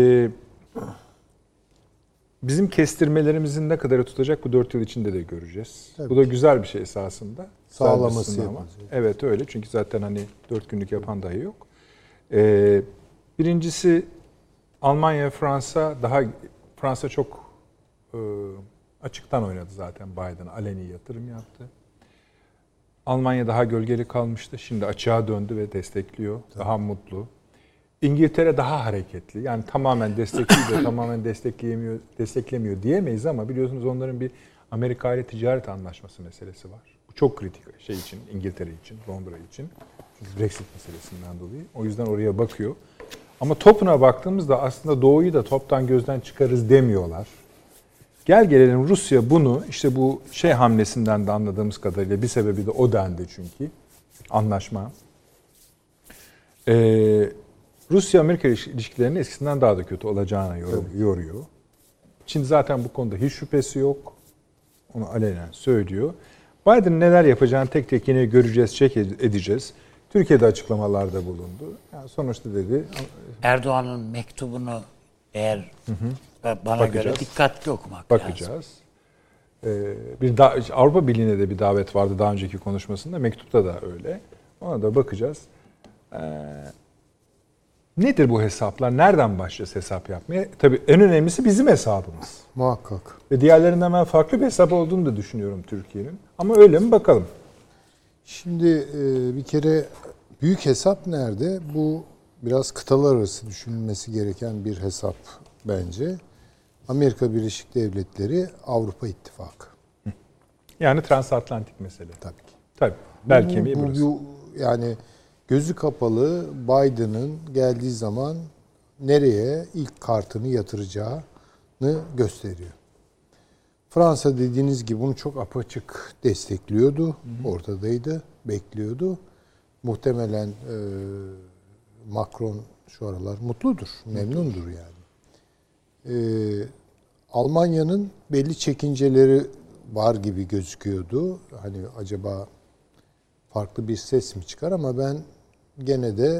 bizim kestirmelerimizin ne kadarı tutacak bu 4 yıl içinde de göreceğiz. Tabii bu da güzel bir şey esasında. Sağlaması ama. Evet öyle, çünkü zaten hani 4 günlük yapan dahi yok. Birincisi Almanya, Fransa çok açıktan oynadı zaten Biden'a, aleni yatırım yaptı. Almanya daha gölgeli kalmıştı. Şimdi açığa döndü ve destekliyor. Tabii. Daha mutlu. İngiltere daha hareketli. Yani tamamen destekliyor da tamamen desteklemiyor diyemeyiz ama biliyorsunuz onların bir Amerika ile ticaret anlaşması meselesi var. Bu çok kritik şey için, İngiltere için, Londra için. Çünkü Brexit meselesinden dolayı. O yüzden oraya bakıyor. Ama topuna baktığımızda aslında Doğu'yu da toptan gözden çıkarız demiyorlar. Gel gelelim Rusya bunu işte bu hamlesinden de anladığımız kadarıyla bir sebebi de o dendi çünkü anlaşma. Rusya-Amerika ilişkilerinin eskisinden daha da kötü olacağını yoruyor. Çin zaten bu konuda hiç şüphesi yok. Onu alenen söylüyor. Biden neler yapacağını tek tek yine göreceğiz, check edeceğiz. Türkiye'de açıklamalarda bulundu. Yani sonuçta dedi... Erdoğan'ın mektubunu eğer bana bakacağız. göre dikkatli okumak bakacağız. Lazım. Avrupa Birliği'ne de bir davet vardı daha önceki konuşmasında. Mektupta da öyle. Ona da bakacağız. Nedir bu hesaplar? Nereden başlayacağız hesap yapmaya? Tabii en önemlisi bizim hesabımız. Muhakkak. Ve diğerlerinden ben farklı bir hesap olduğunu da düşünüyorum Türkiye'nin. Ama öyle mi bakalım. Şimdi bir kere büyük hesap nerede? Bu biraz kıtalar arası düşünülmesi gereken bir hesap bence. Amerika Birleşik Devletleri, Avrupa İttifakı. Yani transatlantik mesele. Tabii ki. Tabii. Bel kemiği burası. Yani gözü kapalı Biden'ın geldiği zaman nereye ilk kartını yatıracağını gösteriyor. Fransa dediğiniz gibi bunu çok apaçık destekliyordu. Ortadaydı, bekliyordu. Muhtemelen Macron şu aralar mutludur, memnundur yani. Almanya'nın belli çekinceleri var gibi gözüküyordu. Hani acaba farklı bir ses mi çıkar, ama ben gene de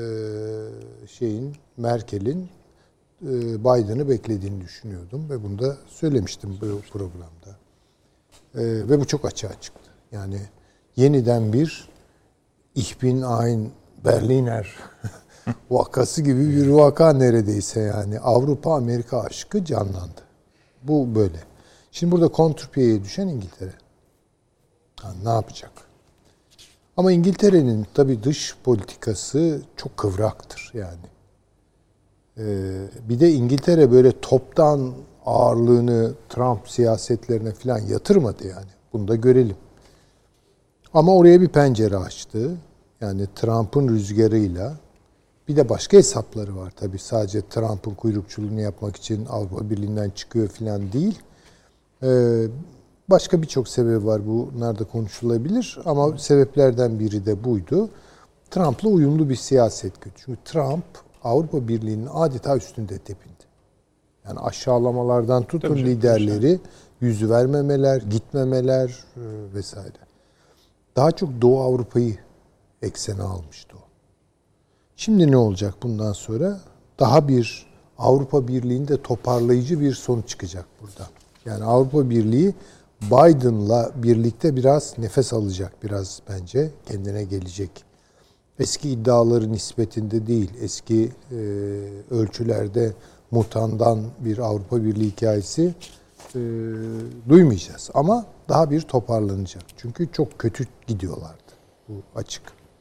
Merkel'in Biden'ı beklediğini düşünüyordum ve bunu da söylemiştim bu programda. Ve bu çok açığa çıktı. Yani yeniden bir Ich bin ein Berliner vakası gibi bir vaka neredeyse yani. Avrupa-Amerika aşkı canlandı. Bu böyle. Şimdi burada kontrpiyeye düşen İngiltere. Ne yapacak? Ama İngiltere'nin tabii dış politikası çok kıvraktır yani. Bir de İngiltere böyle toptan ağırlığını Trump siyasetlerine falan yatırmadı yani. Bunu da görelim. Ama oraya bir pencere açtı. Yani Trump'ın rüzgarıyla. Bir de başka hesapları var tabii. Sadece Trump'ın kuyrukçuluğunu yapmak için Avrupa Birliği'nden çıkıyor falan değil. Başka birçok sebebi var. Bunlar da konuşulabilir. Ama sebeplerden biri de buydu. Trump'la uyumlu bir siyaset güdü. Çünkü Trump Avrupa Birliği'nin adeta üstünde tepindi. Yani aşağılamalardan tutun liderleri, yüzü vermemeler, gitmemeler vesaire. Daha çok Doğu Avrupa'yı eksene almıştı o. Şimdi ne olacak bundan sonra? Daha bir Avrupa Birliği'nde toparlayıcı bir sonuç çıkacak burada. Yani Avrupa Birliği Biden'la birlikte biraz nefes alacak, biraz bence kendine gelecek. Eski iddiaları nispetinde değil, eski ölçülerde mutandan bir Avrupa Birliği hikayesi duymayacağız. Ama daha bir toparlanacak. Çünkü çok kötü gidiyorlardı. Bu açık.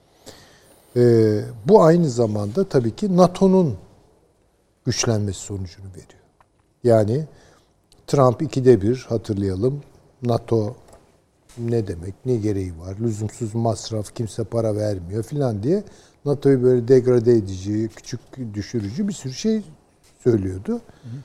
Bu aynı zamanda tabii ki NATO'nun güçlenmesi sonucunu veriyor. Yani Trump 2'de 1 hatırlayalım. NATO ne demek, ne gereği var, lüzumsuz masraf, kimse para vermiyor filan diye NATO'yu böyle degrade edici, küçük düşürücü bir sürü şey söylüyordu.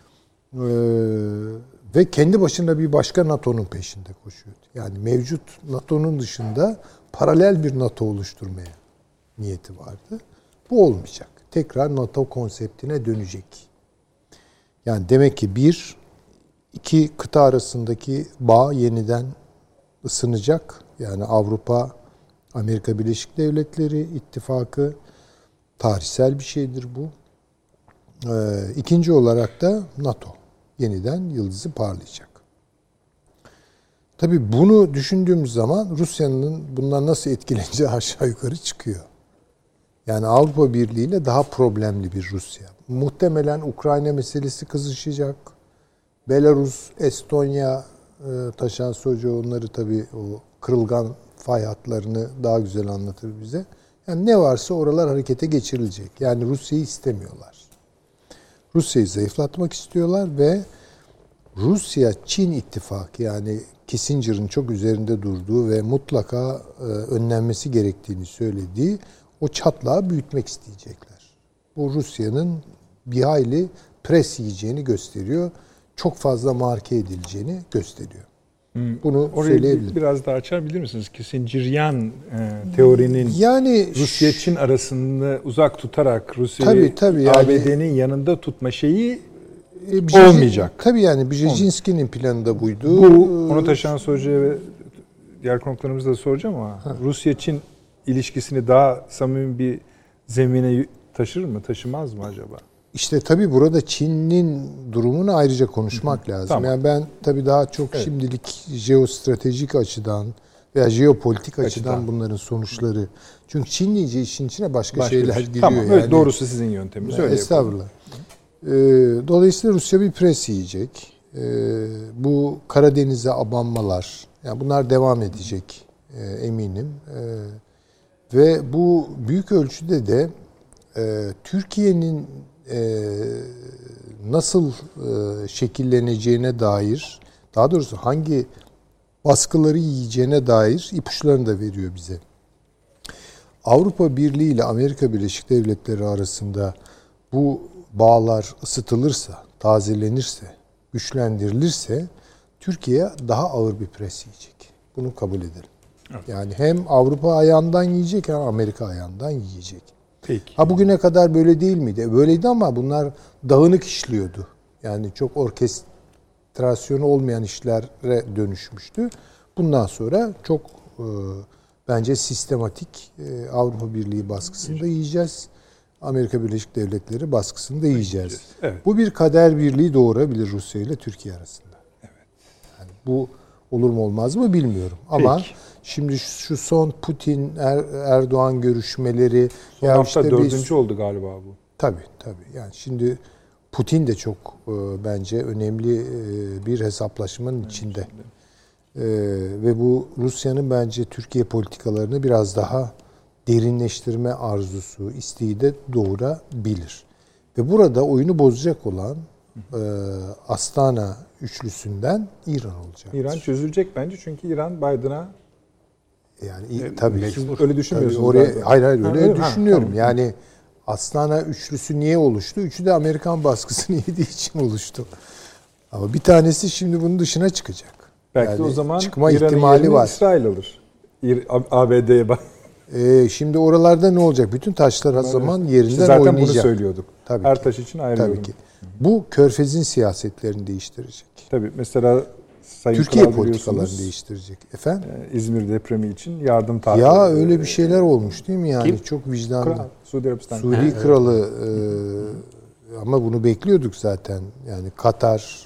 Ve kendi başına bir başka NATO'nun peşinde koşuyordu. Yani mevcut NATO'nun dışında paralel bir NATO oluşturmaya niyeti vardı. Bu olmayacak. Tekrar NATO konseptine dönecek. Yani demek ki iki kıta arasındaki bağ yeniden ısınacak. Yani Avrupa, Amerika Birleşik Devletleri ittifakı tarihsel bir şeydir bu. İkinci olarak da NATO yeniden yıldızı parlayacak. Tabii bunu düşündüğümüz zaman Rusya'nın bundan nasıl etkileneceği aşağı yukarı çıkıyor. Yani Avrupa Birliği ile daha problemli bir Rusya. Muhtemelen Ukrayna meselesi kızışacak. Belarus, Estonya, Taşansı Hoca onları tabii o kırılgan fay hatlarını daha güzel anlatır bize. Yani ne varsa oralar harekete geçirilecek. Yani Rusya'yı istemiyorlar. Rusya'yı zayıflatmak istiyorlar ve Rusya-Çin ittifakı yani Kissinger'ın çok üzerinde durduğu ve mutlaka önlenmesi gerektiğini söylediği o çatlağı büyütmek isteyecekler. Bu Rusya'nın bir hayli pres yiyeceğini gösteriyor. Çok fazla marke edileceğini gösteriyor. Bunu söyleyebilirim. Biraz daha açabilir misiniz? Kissingeryan teorinin yani Rusya-Çin arasını uzak tutarak Rusya'yı yani, ABD'nin yanında tutma şeyi olmayacak. Tabii yani Brzezinski'nin planı da buydu. Onu Taşansı Hoca'ya ve diğer konuklarımıza da soracağım ama Rusya-Çin ilişkisini daha samimi bir zemine taşır mı, taşımaz mı acaba? İşte tabii burada Çin'in durumunu ayrıca konuşmak lazım. Tamam. Yani ben tabii daha çok şimdilik jeostratejik açıdan veya jeopolitik açıdan bunların sonuçları. Çünkü Çin deyince işin içine başka şeyler giriyor. Tamam, yani. Evet, doğrusu sizin yönteminiz. Öyle estağfurullah. Dolayısıyla Rusya bir pres yiyecek. Bu Karadeniz'e abanmalar, yani bunlar devam edecek eminim. Ve bu büyük ölçüde de Türkiye'nin nasıl şekilleneceğine dair, daha doğrusu hangi baskıları yiyeceğine dair ipuçlarını da veriyor bize. Avrupa Birliği ile Amerika Birleşik Devletleri arasında bu bağlar ısıtılırsa, tazelenirse, güçlendirilirse Türkiye daha ağır bir pres yiyecek. Bunu kabul edelim. Evet. Yani hem Avrupa ayağından yiyecek hem Amerika ayağından yiyecek. Peki. Bugüne kadar böyle değil miydi? Böyleydi ama bunlar dağınık işliyordu. Yani çok orkestrasyonu olmayan işlere dönüşmüştü. Bundan sonra çok bence sistematik Avrupa Birliği baskısını da yiyeceğiz. Amerika Birleşik Devletleri baskısını da yiyeceğiz. Evet. Bu bir kader birliği doğurabilir Rusya ile Türkiye arasında. Evet. Yani bu olur mu olmaz mı bilmiyorum. Ama peki, şimdi şu son Putin Erdoğan görüşmeleri son hafta işte 4. oldu galiba bu. Tabii. Yani şimdi Putin de çok bence önemli bir hesaplaşmanın içinde. Ve bu Rusya'nın bence Türkiye politikalarını biraz daha derinleştirme arzusu, isteği de doğurabilir. Ve burada oyunu bozacak olan Astana üçlüsünden İran olacak. İran çözülecek bence çünkü İran Biden'a yani tabii öyle düşünmüyorsunuz. Hayır öyle düşünüyorum. Tamam. Yani Astana üçlüsü niye oluştu? Üçü de Amerikan baskısını yediği için oluştu. Ama bir tanesi şimdi bunun dışına çıkacak. Belki Yani o zaman çıkma İran'ın ihtimali yerini var. İsrail alır. ABD'ye bak. Şimdi oralarda ne olacak? Bütün taşlar o zaman yerinden İşte zaten oynayacak. bunu söylüyorduk. Tabii Her ki. taş için ayrı Tabii yorum. ki. Bu Körfez'in siyasetlerini değiştirecek. Tabii mesela Sayın Türkiye Kral politikalarını biliyorsunuz, değiştirecek. Efendim? İzmir depremi için yardım tarihi. Ya öyle bir şeyler olmuş değil mi yani? Kim? Çok vicdanlı. Kral, Suudi Arabistan. Suudi kralı ama bunu bekliyorduk zaten. Yani Katar,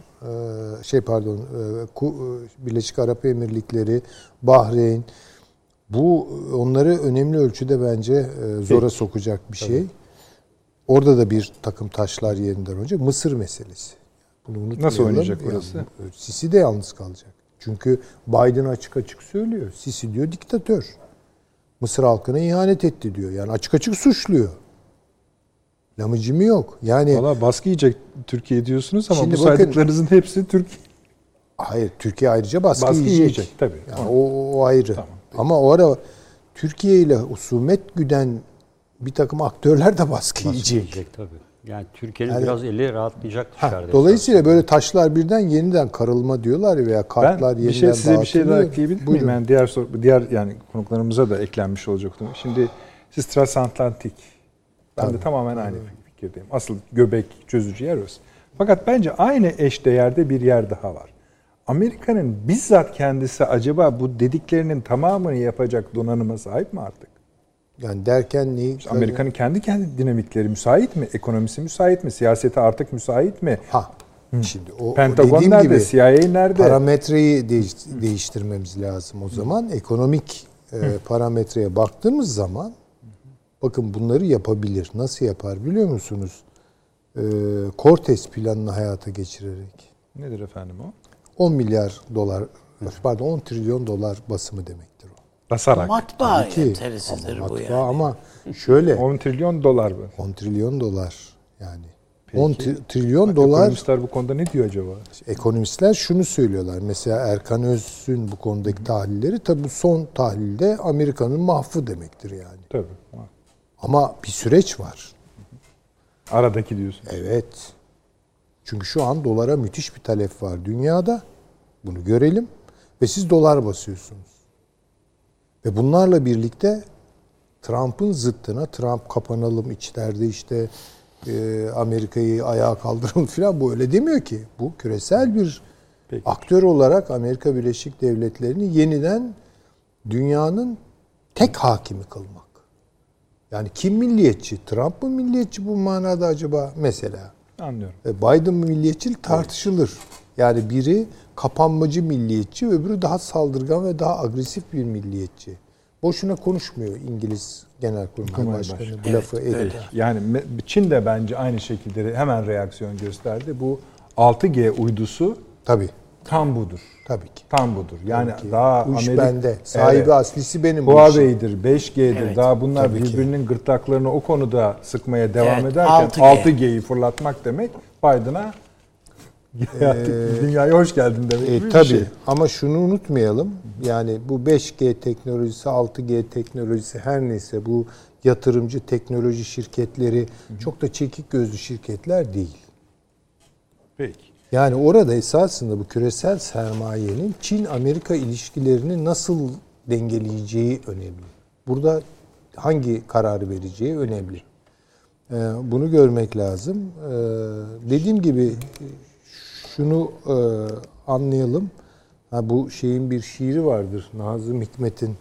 Birleşik Arap Emirlikleri, Bahreyn, bu onları önemli ölçüde bence zora sokacak bir şey. Orada da bir takım taşlar yerinden olacak. Mısır meselesi. Bunu unutmayalım. Nasıl oynayacak orası? Sisi de yalnız kalacak. Çünkü Biden açık açık söylüyor. Sisi diyor diktatör. Mısır halkına ihanet etti diyor. Yani açık açık suçluyor. Lamıcımı yok. Yani Valla baskı yiyecek Türkiye diyorsunuz ama Şimdi bu bakın- saydıklarınızın hepsi Türkiye. hayır, Türkiye ayrıca baskı yiyecek. yiyecek tabii. Yani o ayrı. Tamam, Ama o ara Türkiye ile husumet güden bir takım aktörler de baskı yiyecek. Yiyecek tabii. Yani Türkiye'nin Yani- biraz eli rahatlayacak dışarıda. Dolayısıyla böyle taşlar birden yeniden karılma diyorlar ya, veya kartlar Ben yeniden size bir şey daha dağıtılıyor. ekleyebilir miyim? Buyurun. Yani diğer yani konuklarımıza da eklenmiş olacak. Şimdi siz transatlantik. Ben de tamamen aynı fikirdeyim. Asıl göbek çözücü yer orası. Fakat bence aynı eşdeğerde bir yer daha var. Amerika'nın bizzat kendisi acaba bu dediklerinin tamamını yapacak donanıma sahip mi artık? Yani derken neyi? Amerika'nın kendi dinamikleri müsait mi? Ekonomisi müsait mi? Siyaseti artık müsait mi? Şimdi o Pentagon dediğim nerede? gibi CIA nerede? parametreyi değiştirmemiz lazım o zaman. Ekonomik parametreye baktığımız zaman bakın bunları yapabilir. Nasıl yapar biliyor musunuz? Cortez planını hayata geçirerek. Nedir efendim o? 10 milyar dolar, pardon 10 trilyon dolar basımı demektir o. Basarak. Matbaa Ki, enteresidir bu matbaa yani. ama şöyle 10 trilyon dolar mı? 10 trilyon dolar yani. Peki. 10 trilyon dolar. Ekonomistler bu konuda ne diyor acaba? Ekonomistler şunu söylüyorlar. Mesela Erkan Öz'ün bu konudaki tahlilleri, tabii bu son tahlilde Amerika'nın mahvı demektir yani. Tabii. Ama bir süreç var. Aradaki diyorsun. Evet. Çünkü şu an dolara müthiş bir talep var dünyada. Bunu görelim. Ve siz dolar basıyorsunuz. Ve bunlarla birlikte Trump'ın zıttına, Trump kapanalım içeride işte Amerika'yı ayağa kaldıralım falan, bu öyle demiyor ki. Bu küresel bir aktör olarak Amerika Birleşik Devletleri'ni yeniden dünyanın tek hakimi kılmak. Yani kim milliyetçi? Trump mı milliyetçi bu manada acaba mesela? Anlıyorum. Biden mı milliyetçi tartışılır. Yani biri kapanmacı milliyetçi, öbürü daha saldırgan ve daha agresif bir milliyetçi. Boşuna konuşmuyor İngiliz Genelkurmay Başkanı bu lafı ediyor. Yani Çin de bence aynı şekilde hemen reaksiyon gösterdi. Bu 6G uydusu Tabii. tam budur. Tabii ki. Tam budur. Yani daha Bu iş Amerika bende. Sahibi aslisi benim bu işin. Huawei'dir, 5G'dir. Evet. Daha bunlar Tabii ki. birbirinin gırtlaklarını o konuda sıkmaya devam Evet, ederken 6G. 6G'yi fırlatmak demek Biden'a dünyaya hoş geldin demek gibi bir Tabii şey. ama şunu unutmayalım. Yani bu 5G teknolojisi, 6G teknolojisi, her neyse, bu yatırımcı teknoloji şirketleri çok da çekik gözlü şirketler değil. Peki. Yani orada esasında bu küresel sermayenin Çin-Amerika ilişkilerini nasıl dengeleyeceği önemli. Burada hangi kararı vereceği önemli. Bunu görmek lazım. Dediğim gibi şunu anlayalım. Bu şeyin bir şiiri vardır. Nazım Hikmet'in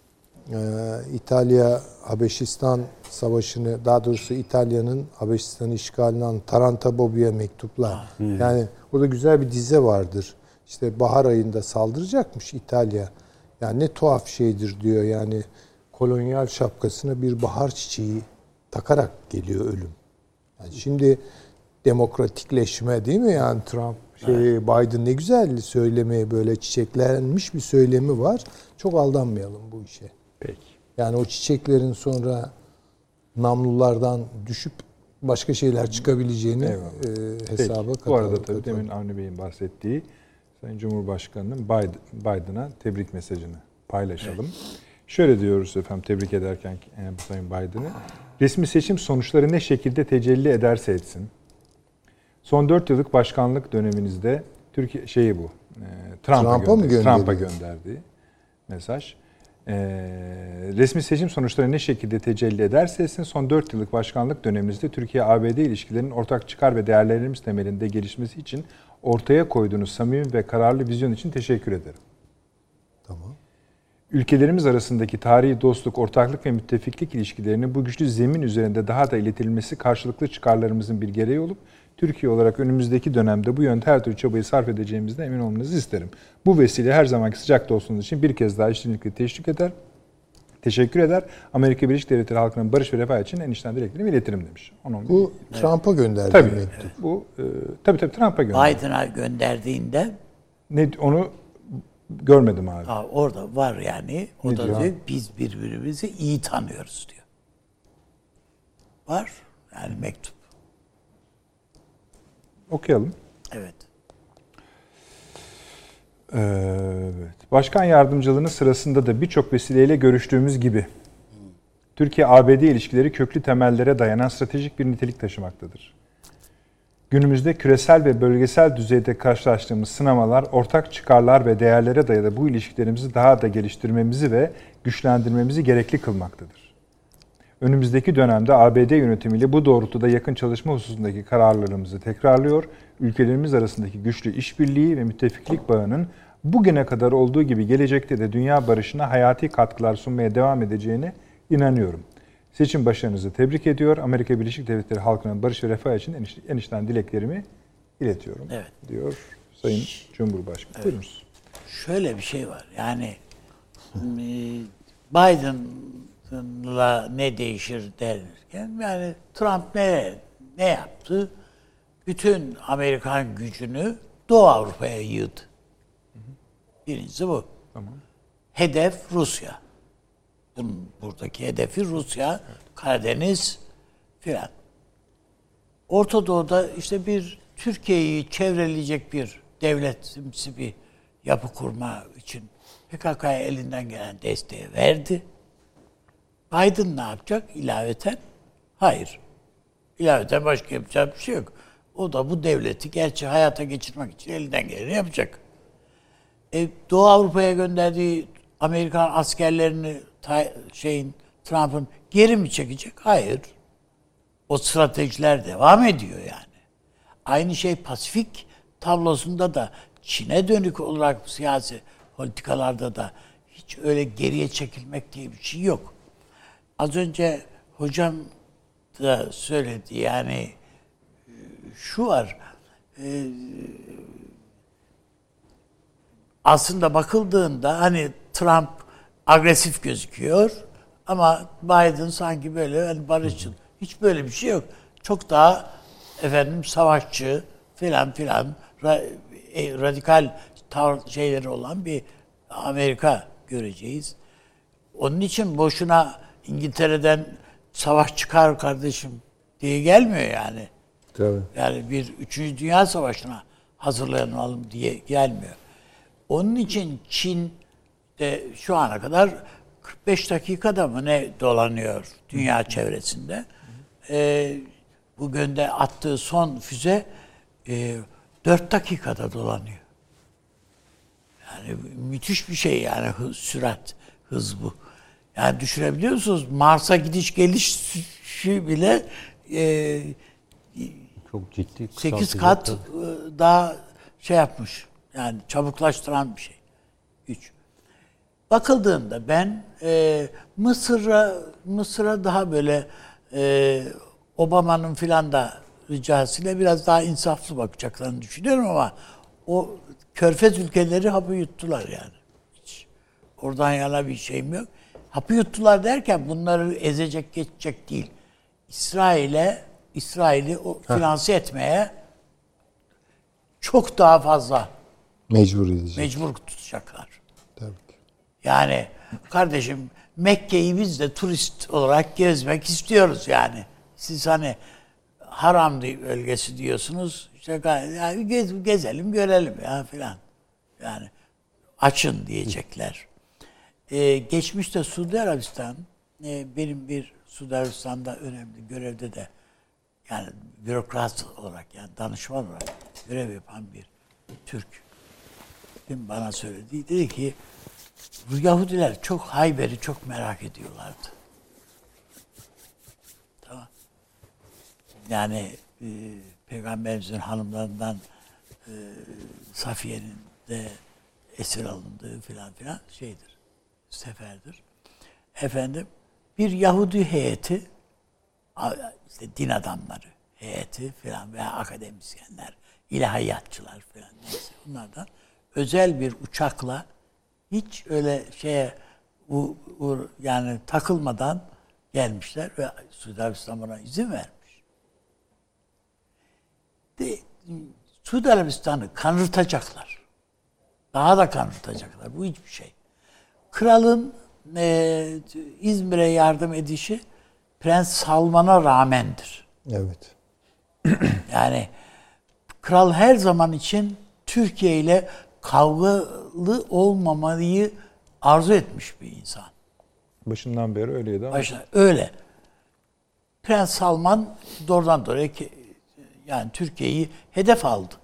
İtalya Habeşistan Savaşı'nı, daha doğrusu İtalya'nın Habeşistan'ı işgalinden Taranta Bobbi'ye mektuplar. Yani burada güzel bir dize vardır. İşte bahar ayında saldıracakmış İtalya. Yani ne tuhaf şeydir diyor. Yani kolonyal şapkasına bir bahar çiçeği takarak geliyor ölüm. Yani şimdi demokratikleşme değil mi? Yani Trump, Biden ne güzel söylemeye, böyle çiçeklenmiş bir söylemi var. Çok aldanmayalım bu işe. Peki. Yani o çiçeklerin sonra namlulardan düşüp başka şeyler çıkabileceğini hesaba Peki. katalım. Bu arada tabii demin Avni Bey'in bahsettiği Sayın Cumhurbaşkanı'nın Biden'a tebrik mesajını paylaşalım. Evet. Şöyle diyoruz efendim, tebrik ederken Sayın Biden'ı. Resmi seçim sonuçları ne şekilde tecelli ederse etsin, son 4 yıllık başkanlık döneminizde Türkiye şeyi bu. Trump'a gönderdiği mesaj. Resmi seçim sonuçları ne şekilde tecelli ederse etsin son 4 yıllık başkanlık döneminizde Türkiye-ABD ilişkilerinin ortak çıkar ve değerlerimiz temelinde gelişmesi için ortaya koyduğunuz samimi ve kararlı vizyon için teşekkür ederim. Tamam. Ülkelerimiz arasındaki tarihi dostluk, ortaklık ve müttefiklik ilişkilerinin bu güçlü zemin üzerinde daha da iletilmesi karşılıklı çıkarlarımızın bir gereği olup Türkiye olarak önümüzdeki dönemde bu yönde her türlü çabayı sarf edeceğimizden emin olmanızı isterim. Bu vesile her zamanki sıcak dostluğunuz için bir kez daha içtenlikle teşekkür eder. Amerika Birleşik Devletleri halkının barış ve refah için en içten dileklerimi iletirim demiş. Bu Trump'a gönderdiği mektup. Bu tabii Trump'a gönderdi. Biden'a gönderdiğinde Onu görmedim abi. Orada var yani. O Ne da diyor? diyor biz birbirimizi iyi tanıyoruz diyor. Var yani mektup. Okuyalım. Evet. Evet. Başkan yardımcılığının sırasında da birçok vesileyle görüştüğümüz gibi Türkiye-ABD ilişkileri köklü temellere dayanan stratejik bir nitelik taşımaktadır. Günümüzde küresel ve bölgesel düzeyde karşılaştığımız sınamalar, ortak çıkarlar ve değerlere dayalı bu ilişkilerimizi daha da geliştirmemizi ve güçlendirmemizi gerekli kılmaktadır. Önümüzdeki dönemde ABD yönetimiyle bu doğrultuda yakın çalışma hususundaki kararlarımızı tekrarlıyor, ülkelerimiz arasındaki güçlü işbirliği ve müttefiklik bağının bugüne kadar olduğu gibi gelecekte de dünya barışına hayati katkılar sunmaya devam edeceğine inanıyorum. Seçim başarınızı tebrik ediyor. Amerika Birleşik Devletleri halkının barış ve refah için en içten dileklerimi iletiyorum. Evet. Diyor Sayın Cumhurbaşkanı. Evet. Buyurunuz. Şöyle bir şey var. Yani Biden'la ne değişir derken yani Trump ne yaptı? Bütün Amerikan gücünü Doğu Avrupa'ya yığdı. Birincisi bu. Tamam. Hedef Rusya. Buradaki hedefi Rusya, Karadeniz filan. Orta Doğu'da işte bir Türkiye'yi çevreleyecek bir devletimsi bir yapı kurma için PKK'ya elinden gelen desteği verdi. Biden ne yapacak ilaveten? Hayır. İlaveten başka yapacak bir şey yok. O da bu devleti gerçi hayata geçirmek için elinden geleni yapacak. Doğu Avrupa'ya gönderdiği Amerikan askerlerini Trump'ın geri mi çekecek? Hayır. O stratejiler devam ediyor yani. Aynı şey Pasifik tablosunda da Çin'e dönük olarak siyasi politikalarda da hiç öyle geriye çekilmek diye bir şey yok. Az önce hocam da söyledi yani şu var. Aslında bakıldığında hani Trump agresif gözüküyor ama Biden sanki böyle hani barışçıl. Hiç böyle bir şey yok. Çok daha savaşçı filan radikal şeyleri olan bir Amerika göreceğiz. Onun için boşuna İngiltere'den savaş çıkar kardeşim diye gelmiyor yani. Tabii. Yani bir 3. Dünya Savaşı'na hazırlanalım diye gelmiyor. Onun için Çin de şu ana kadar 45 dakikada mı ne dolanıyor dünya çevresinde. Bu attığı son füze 4 dakikada dolanıyor. Yani müthiş bir şey yani sürat, hız bu. Yani düşünebiliyor musunuz? Mars'a gidiş geliş bile çok ciddi 8 kat daha yapmış. Yani çabuklaştıran bir şey. 3. Bakıldığında ben Mısır'a daha böyle Obama'nın filan da ricasıyla biraz daha insaflı bakacaklarını düşünüyorum ama o Körfez ülkeleri hapı yuttular yani. Hiç oradan yana bir şeyim yok. Hapı yuttular derken bunları ezecek geçecek değil. İsrail'i finanse etmeye çok daha fazla mecbur tutacaklar. Tabii ki. Yani kardeşim Mekke'yi biz de turist olarak gezmek istiyoruz yani. Siz hani haram bölgesi diyorsunuz. İşte yani gezelim görelim ya filan. Yani açın diyecekler. Geçmişte Suudi Arabistan benim bir Suudi Arabistan'da önemli görevde de yani bürokrat olarak yani danışman olarak görev yapan bir Türk bana söyledi. Dedi ki bu Yahudiler çok Hayber'i çok merak ediyorlardı. Tamam. Yani Peygamberimizin hanımlarından Safiye'nin de esir alındığı filan şeydir. Seferdir. Efendim bir Yahudi heyeti, işte din adamları heyeti filan veya akademisyenler, ilahiyatçılar filan neyse bunlardan özel bir uçakla hiç öyle yani takılmadan gelmişler ve Suudi Arabistan buna izin vermiş. Suudi Arabistan'ı kanırtacaklar. Daha da kanırtacaklar. Bu hiçbir şey. Kralın İzmir'e yardım edişi Prens Salman'a rağmendir. Evet. Yani kral her zaman için Türkiye ile kavgalı olmamayı arzu etmiş bir insan. Başından beri öyleydi ama. Öyle. Prens Salman doğrudan doğruya yani Türkiye'yi hedef aldı.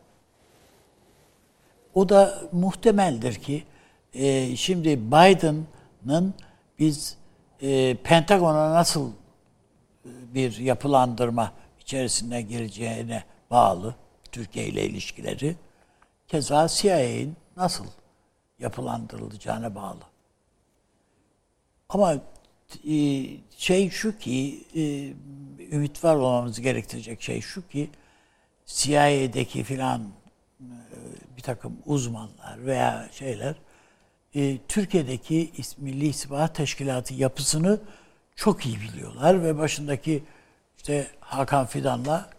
O da muhtemeldir ki şimdi Biden'ın biz Pentagon'a nasıl bir yapılandırma içerisine gireceğine bağlı Türkiye ile ilişkileri, keza CIA'nin nasıl yapılandırılacağına bağlı. Ama şey şu ki, ümit var olmamız gerektirecek şey şu ki, CIA'deki filan bir takım uzmanlar veya şeyler Türkiye'deki Milli İstihbarat Teşkilatı yapısını çok iyi biliyorlar ve başındaki işte Hakan Fidan'la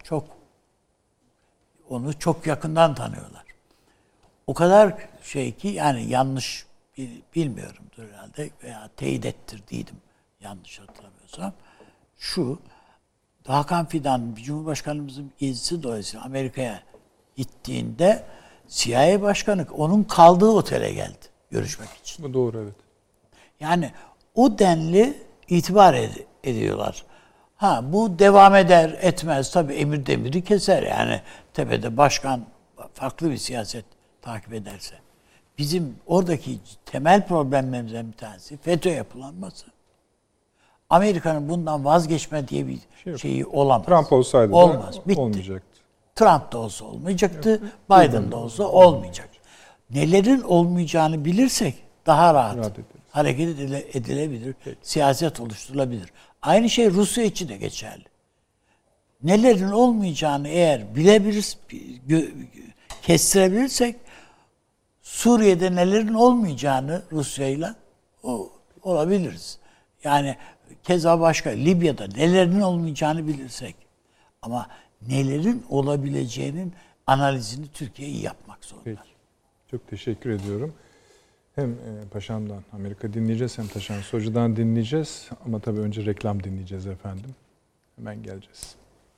onu çok yakından tanıyorlar. O kadar şey ki yani yanlış bilmiyorumdur herhalde veya teyit ettirdiydim yanlış hatırlamıyorsam. Şu Hakan Fidan Cumhurbaşkanımızın gezisi dolayısıyla Amerika'ya gittiğinde CIA Başkanı onun kaldığı otele geldi görüşmek için. Bu doğru, evet. Yani o denli itibar ediyorlar. Bu devam eder etmez tabii emir demiri keser yani tepede başkan farklı bir siyaset takip ederse. Bizim oradaki temel problemlerimizden bir tanesi FETÖ yapılanması. Amerika'nın bundan vazgeçme diye bir şeyi olamaz. Trump olsaydı olmaz. da Bitti. olmayacaktı. Trump da olsa olmayacaktı, Biden da olsa olmayacak. Nelerin olmayacağını bilirsek daha rahat hareket edilebilir, siyaset oluşturulabilir. Aynı şey Rusya için de geçerli. Nelerin olmayacağını eğer bilebiliriz, kestirebilirsek Suriye'de nelerin olmayacağını Rusya'yla olabiliriz. Yani keza başka Libya'da nelerin olmayacağını bilirsek ama nelerin olabileceğinin analizini Türkiye iyi yapmak zorunda. Peki. Çok teşekkür ediyorum. Hem Paşam'dan Amerika dinleyeceğiz hem Taşan Hoca'dan dinleyeceğiz. Ama tabii önce reklam dinleyeceğiz efendim. Hemen geleceğiz.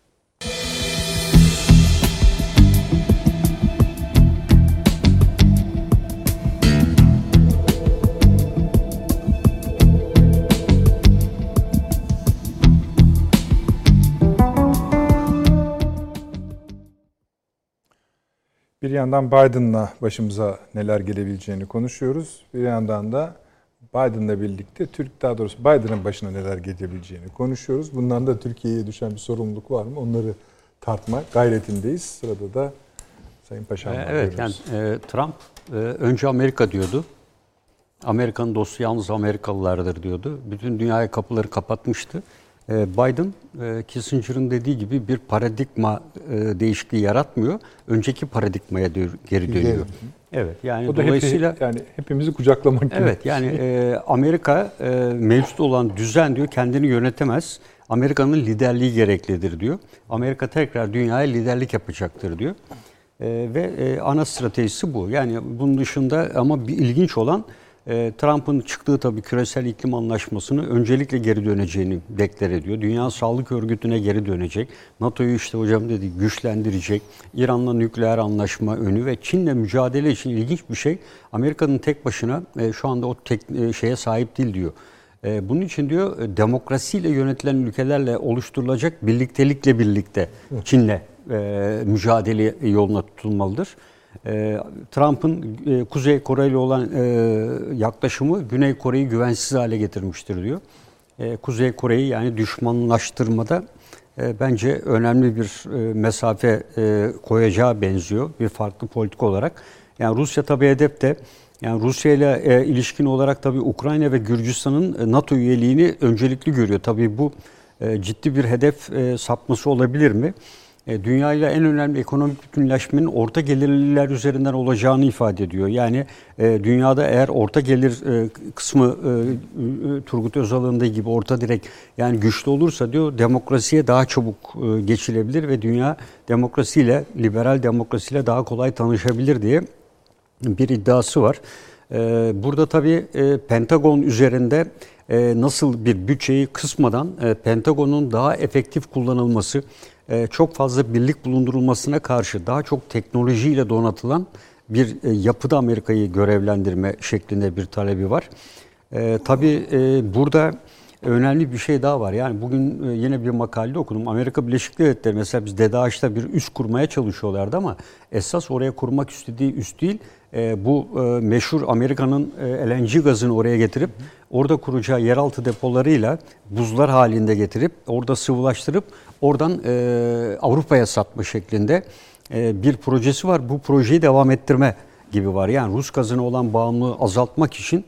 Bir yandan Biden'la başımıza neler gelebileceğini konuşuyoruz. Bir yandan da Biden'la birlikte daha doğrusu Biden'ın başına neler gelebileceğini konuşuyoruz. Bundan da Türkiye'ye düşen bir sorumluluk var mı? Onları tartma gayretindeyiz. Sırada da Sayın Paşam var. Evet, yani Trump önce Amerika diyordu. Amerika'nın dostu yalnız Amerikalılardır diyordu. Bütün dünyaya kapıları kapatmıştı. Biden, Kissinger'ın dediği gibi bir paradigma değişikliği yaratmıyor. Önceki paradigmaya geri dönüyor. Evet, yani o da dolayısıyla yani hepimizi kucaklamak gibi. Evet, yani Amerika mevcut olan düzen diyor kendini yönetemez. Amerika'nın liderliği gereklidir diyor. Amerika tekrar dünyaya liderlik yapacaktır diyor. Ve ana stratejisi bu. Yani bunun dışında ama bir ilginç olan Trump'ın çıktığı tabii küresel iklim anlaşmasını öncelikle geri döneceğini deklar ediyor. Dünya Sağlık Örgütü'ne geri dönecek. NATO'yu işte hocam dedi güçlendirecek. İran'la nükleer anlaşma önü ve Çin'le mücadele için ilginç bir şey. Amerika'nın tek başına şu anda o şeye sahip değil diyor. Bunun için diyor demokrasiyle yönetilen ülkelerle oluşturulacak birliktelikle birlikte Çin'le mücadele yoluna tutulmalıdır. Trump'ın Kuzey Kore ile olan yaklaşımı Güney Kore'yi güvensiz hale getirmiştir diyor. Kuzey Kore'yi yani düşmanlaştırmada bence önemli bir mesafe koyacağı benziyor bir farklı politik olarak. Yani Rusya tabii hedefte. Yani Rusya ile ilişkin olarak tabii Ukrayna ve Gürcistan'ın NATO üyeliğini öncelikli görüyor. Tabii bu ciddi bir hedef sapması olabilir mi? Dünyayla en önemli ekonomik bütünleşmenin orta gelirliler üzerinden olacağını ifade ediyor. Yani dünyada eğer orta gelir kısmı Turgut Özal'ın dediği gibi orta direk yani güçlü olursa diyor demokrasiye daha çabuk geçilebilir ve dünya demokrasiyle, liberal demokrasiyle daha kolay tanışabilir diye bir iddiası var. Burada tabii Pentagon üzerinde nasıl bir bütçeyi kısmadan Pentagon'un daha efektif kullanılması, çok fazla birlik bulundurulmasına karşı daha çok teknolojiyle donatılan bir yapıda Amerika'yı görevlendirme şeklinde bir talebi var. Tabii burada önemli bir şey daha var. Yani bugün yine bir makalede okudum. Amerika Birleşik Devletleri mesela biz DAEŞ'te bir üs kurmaya çalışıyorlardı ama esas oraya kurmak istediği üs değil. Bu meşhur Amerika'nın LNG gazını oraya getirip orada kuracağı yeraltı depolarıyla buzlar halinde getirip orada sıvılaştırıp oradan Avrupa'ya satma şeklinde bir projesi var. Bu projeyi devam ettirme gibi var. Yani Rus gazına olan bağımlılığı azaltmak için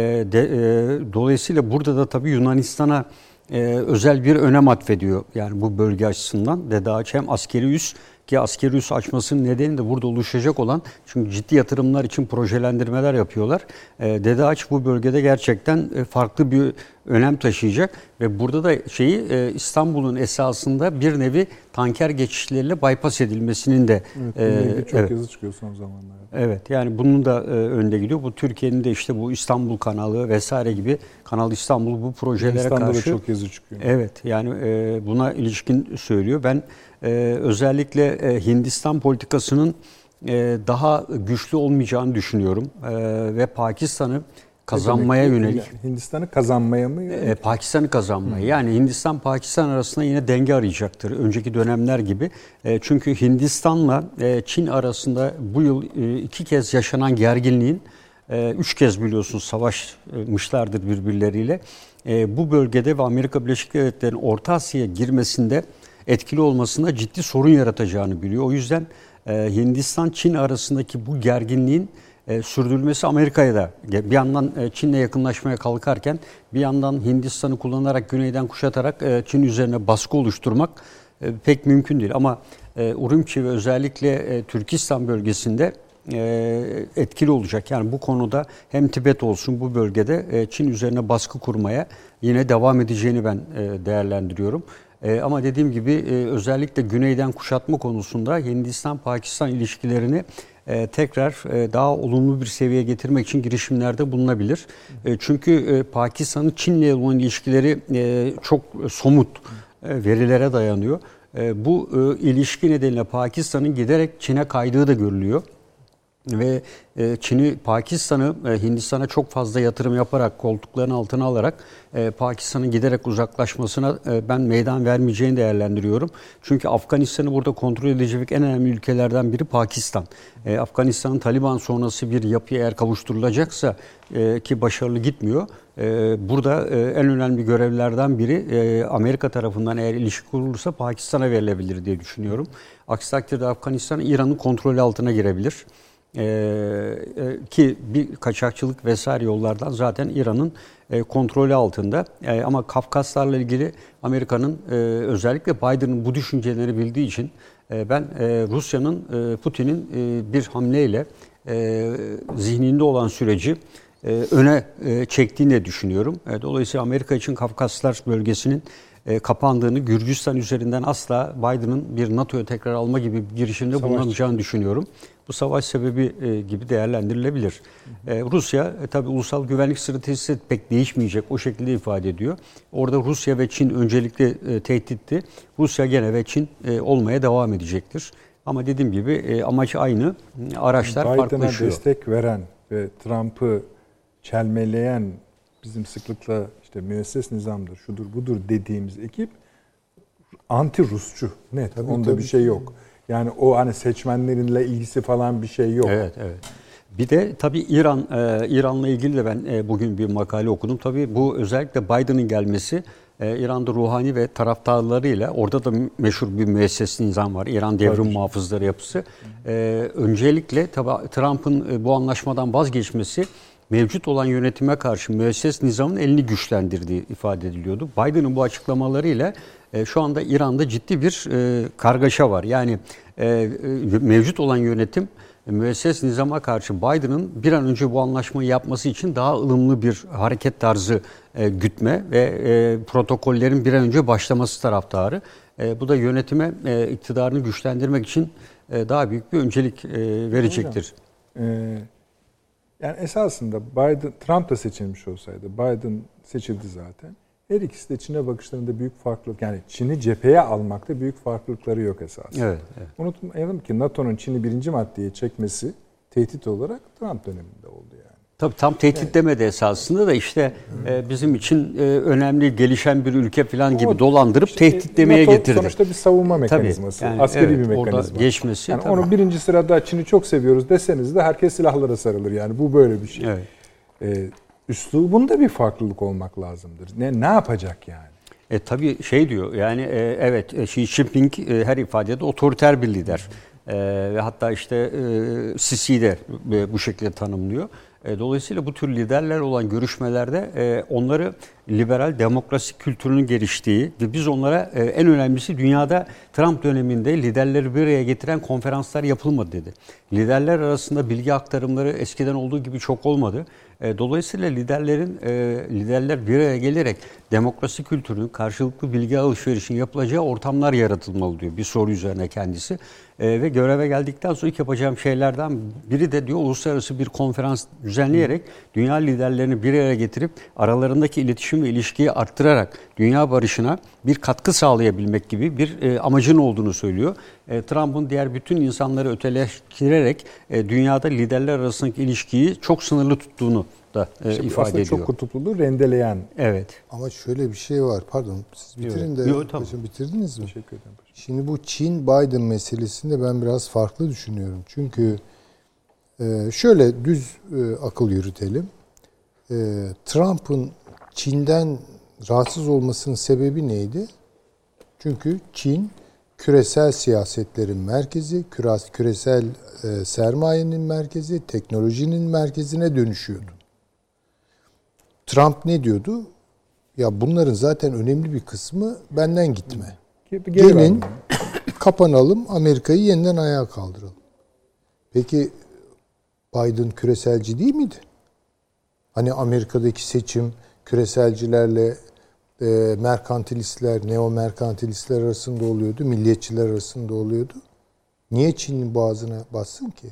dolayısıyla burada da tabii Yunanistan'a özel bir önem atfediyor. Yani bu bölge açısından DAEŞ hem askeri üs ki askeri üs açmasının nedeni de burada oluşacak olan çünkü ciddi yatırımlar için projelendirmeler yapıyorlar. DAEŞ bu bölgede gerçekten farklı bir önem taşıyacak ve burada da İstanbul'un esasında bir nevi tanker geçişleriyle bypass edilmesinin de çok yazı çıkıyor son zamanlarda. Evet yani bunun da önde gidiyor. Bu Türkiye'nin de işte bu İstanbul kanalı vesaire gibi Kanal İstanbul bu projelere karşı da çok yazı çıkıyor. Evet yani buna ilişkin söylüyor. Ben özellikle Hindistan politikasının daha güçlü olmayacağını düşünüyorum ve Pakistan'ı kazanmaya yönelik. Hindistan'ı kazanmaya mı? Pakistan'ı kazanmaya. Yani Hindistan Pakistan arasında yine denge arayacaktır. Önceki dönemler gibi. Çünkü Hindistan'la Çin arasında bu yıl 2 kez yaşanan gerginliğin 3 kez biliyorsunuz savaşmışlardır birbirleriyle. Bu bölgede ve Amerika Birleşik Devletleri'nin Orta Asya'ya girmesinde etkili olmasında ciddi sorun yaratacağını biliyor. O yüzden Hindistan-Çin arasındaki bu gerginliğin sürdürülmesi Amerika'ya da bir yandan Çin'le yakınlaşmaya kalkarken bir yandan Hindistan'ı kullanarak güneyden kuşatarak Çin üzerine baskı oluşturmak pek mümkün değil. Ama Urumqi ve özellikle Türkistan bölgesinde etkili olacak. Yani bu konuda hem Tibet olsun bu bölgede Çin üzerine baskı kurmaya yine devam edeceğini ben değerlendiriyorum. Ama dediğim gibi özellikle güneyden kuşatma konusunda Hindistan-Pakistan ilişkilerini tekrar daha olumlu bir seviyeye getirmek için girişimlerde bulunabilir. Çünkü Pakistan'ın Çin'le olan ilişkileri çok somut verilere dayanıyor. Bu ilişki nedeniyle Pakistan'ın giderek Çin'e kaydığı da görülüyor. Ve Pakistan'ı Hindistan'a çok fazla yatırım yaparak koltuklarının altına alarak Pakistan'ın giderek uzaklaşmasına ben meydan vermeyeceğini değerlendiriyorum. Çünkü Afganistan'ı burada kontrol edecek en önemli ülkelerden biri Pakistan. Afganistan'ın Taliban sonrası bir yapıya eğer kavuşturulacaksa ki başarılı gitmiyor. Burada en önemli görevlerden biri Amerika tarafından eğer ilişki kurulursa Pakistan'a verilebilir diye düşünüyorum. Aksi takdirde Afganistan İran'ın kontrolü altına girebilir. Ki bir kaçakçılık vesaire yollardan zaten İran'ın kontrolü altında. Ama Kafkaslarla ilgili Amerika'nın özellikle Biden'ın bu düşünceleri bildiği için ben Rusya'nın Putin'in bir hamleyle zihninde olan süreci öne çektiğini düşünüyorum. Dolayısıyla Amerika için Kafkaslar bölgesinin kapandığını, Gürcistan üzerinden asla Biden'ın bir NATO'ya tekrar alma gibi bir girişimde bulunamayacağını düşünüyorum. Bu savaş sebebi gibi değerlendirilebilir. Rusya tabii ulusal güvenlik stratejisi pek değişmeyecek, o şekilde ifade ediyor. Orada Rusya ve Çin öncelikle tehditti. Rusya gene ve Çin olmaya devam edecektir. Ama dediğim gibi amaç aynı, araçlar farklılaşıyor. Biden'a destek veren ve Trump'ı çelmeleyen bizim sıklıkla işte müesses nizamdır, şudur budur dediğimiz ekip anti-Rusçu. Net. Onda bir şey yok. Yani o hani seçmenlerinle ilgisi falan bir şey yok. Evet, evet. Bir de tabii İran'la ilgili de ben bugün bir makale okudum. Tabii bu özellikle Biden'ın gelmesi İran'da ruhani ve taraftarlarıyla, orada da meşhur bir müessesli nizam var. İran Devrim Muhafızları yapısı. Öncelikle tabii Trump'ın bu anlaşmadan vazgeçmesi mevcut olan yönetime karşı müesses nizamın elini güçlendirdiği ifade ediliyordu. Biden'ın bu açıklamalarıyla şu anda İran'da ciddi bir kargaşa var. Yani mevcut olan yönetim müesses nizama karşı Biden'ın bir an önce bu anlaşmayı yapması için daha ılımlı bir hareket tarzı gütme ve protokollerin bir an önce başlaması taraftarı. Bu da yönetime iktidarını güçlendirmek için daha büyük bir öncelik verecektir. Yani esasında Trump da seçilmiş olsaydı, Biden seçildi zaten. Her ikisi de Çin'e bakışlarında büyük farklılık, yani Çin'i cepheye almakta büyük farklılıkları yok esasında. Evet, evet. Unutmayalım ki NATO'nun Çin'i birinci maddeye çekmesi tehdit olarak Trump döneminde oldu yani. Tabii tam tehdit demedi esasında da işte bizim için önemli gelişen bir ülke falan gibi dolandırıp işte, tehditlemeye NATO getirdi. Sonuçta bir savunma mekanizması, tabii, yani askeri evet, bir mekanizma. Geçmesi. Yani onu birinci sırada Çin'i çok seviyoruz deseniz de herkes silahlara sarılır yani, bu böyle bir şey. Evet. Üslubunda bir farklılık olmak lazımdır. Ne yapacak yani? Tabii şey diyor yani evet Xi Jinping her ifadede otoriter bir lider. Ve hatta işte Sisi de bu şekilde tanımlıyor. Dolayısıyla bu tür liderler olan görüşmelerde onları liberal demokrasi kültürünün geliştiği ve biz onlara en önemlisi dünyada Trump döneminde liderleri bir araya getiren konferanslar yapılmadı dedi. Liderler arasında bilgi aktarımları eskiden olduğu gibi çok olmadı. Dolayısıyla liderler bir araya gelerek demokrasi kültürünün, karşılıklı bilgi alışverişinin yapılacağı ortamlar yaratılmalı diyor bir soru üzerine kendisi. Ve göreve geldikten sonra ilk yapacağım şeylerden biri de diyor uluslararası bir konferans düzenleyerek dünya liderlerini bir araya getirip aralarındaki iletişim ve ilişkiyi arttırarak dünya barışına bir katkı sağlayabilmek gibi bir amacın olduğunu söylüyor. Trump'ın diğer bütün insanları öteleştirerek dünyada liderler arasındaki ilişkiyi çok sınırlı tuttuğunu da ifade ediyor. Çok kutupluluğu rendeleyen. Evet. Ama şöyle bir şey var. Pardon, siz bitirin de. Yok, tamam. Bitirdiniz mi? Teşekkür ederim. Şimdi bu Çin-Biden meselesinde ben biraz farklı düşünüyorum. Çünkü şöyle düz akıl yürütelim. Trump'ın Çin'den rahatsız olmasının sebebi neydi? Çünkü Çin küresel siyasetlerin merkezi, küresel sermayenin merkezi, teknolojinin merkezine dönüşüyordu. Trump ne diyordu? Ya bunların zaten önemli bir kısmı benden gitme. Gelin kapanalım, Amerika'yı yeniden ayağa kaldıralım. Peki Biden küreselci değil miydi? Hani Amerika'daki seçim küreselcilerle merkantilistler, neo-merkantilistler arasında oluyordu, milliyetçiler arasında oluyordu. Niye Çin'in boğazına bassın ki?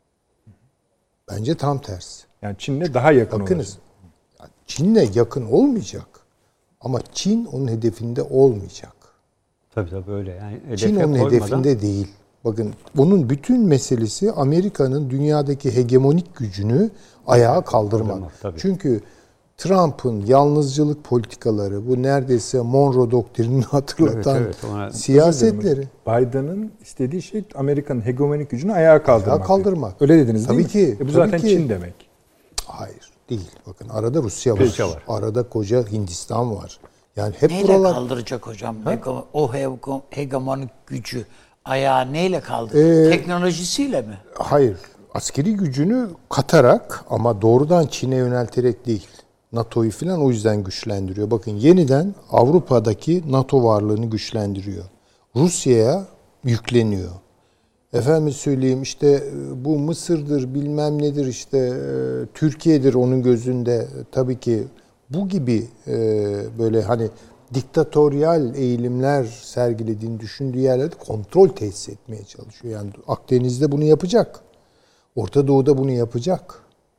Bence tam tersi. Yani Çin'le daha yakın olacak. Çin'le yakın olmayacak. Ama Çin onun hedefinde olmayacak. Tabii öyle. Yani Çin onun hedefinde değil. Bakın bunun bütün meselesi Amerika'nın dünyadaki hegemonik gücünü ayağa kaldırmak. Çünkü Trump'ın yalnızcılık politikaları, bu neredeyse Monroe doktrinini hatırlatan siyasetleri. Biden'ın istediği şey Amerika'nın hegemonik gücünü ayağa kaldırmak. Öyle dediniz değil mi? Tabii ki. Bu zaten Çin demek. Hayır, değil. Bakın arada Rusya var. Arada koca Hindistan var. Yani hep neyle buralar kaldıracak hocam? O hegemonik gücü ayağı neyle kaldıracak? Teknolojisiyle mi? Hayır. Askeri gücünü katarak ama doğrudan Çin'e yönelterek değil. NATO'yu falan o yüzden güçlendiriyor. Bakın yeniden Avrupa'daki NATO varlığını güçlendiriyor. Rusya'ya yükleniyor. Efendim söyleyeyim işte bu Mısır'dır bilmem nedir işte Türkiye'dir onun gözünde tabii ki bu gibi böyle hani diktatöryal eğilimler sergilediğini düşündüğü yerlerde kontrol tesis etmeye çalışıyor. Yani Akdeniz'de bunu yapacak. Orta Doğu'da bunu yapacak.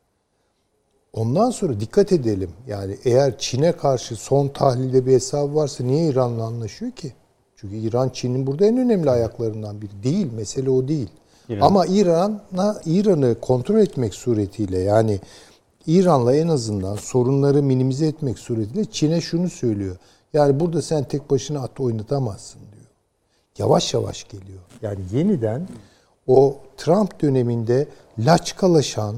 Ondan sonra dikkat edelim. Yani eğer Çin'e karşı son tahlilde bir hesabı varsa niye İran'la anlaşıyor ki? Çünkü İran Çin'in burada en önemli ayaklarından biri. Değil, mesele o değil. Ama İran'ı kontrol etmek suretiyle yani İran'la en azından sorunları minimize etmek suretiyle Çin'e şunu söylüyor. Yani burada sen tek başına at oynatamazsın diyor. yavaş yavaş geliyor. Yani yeniden o Trump döneminde laçkalaşan,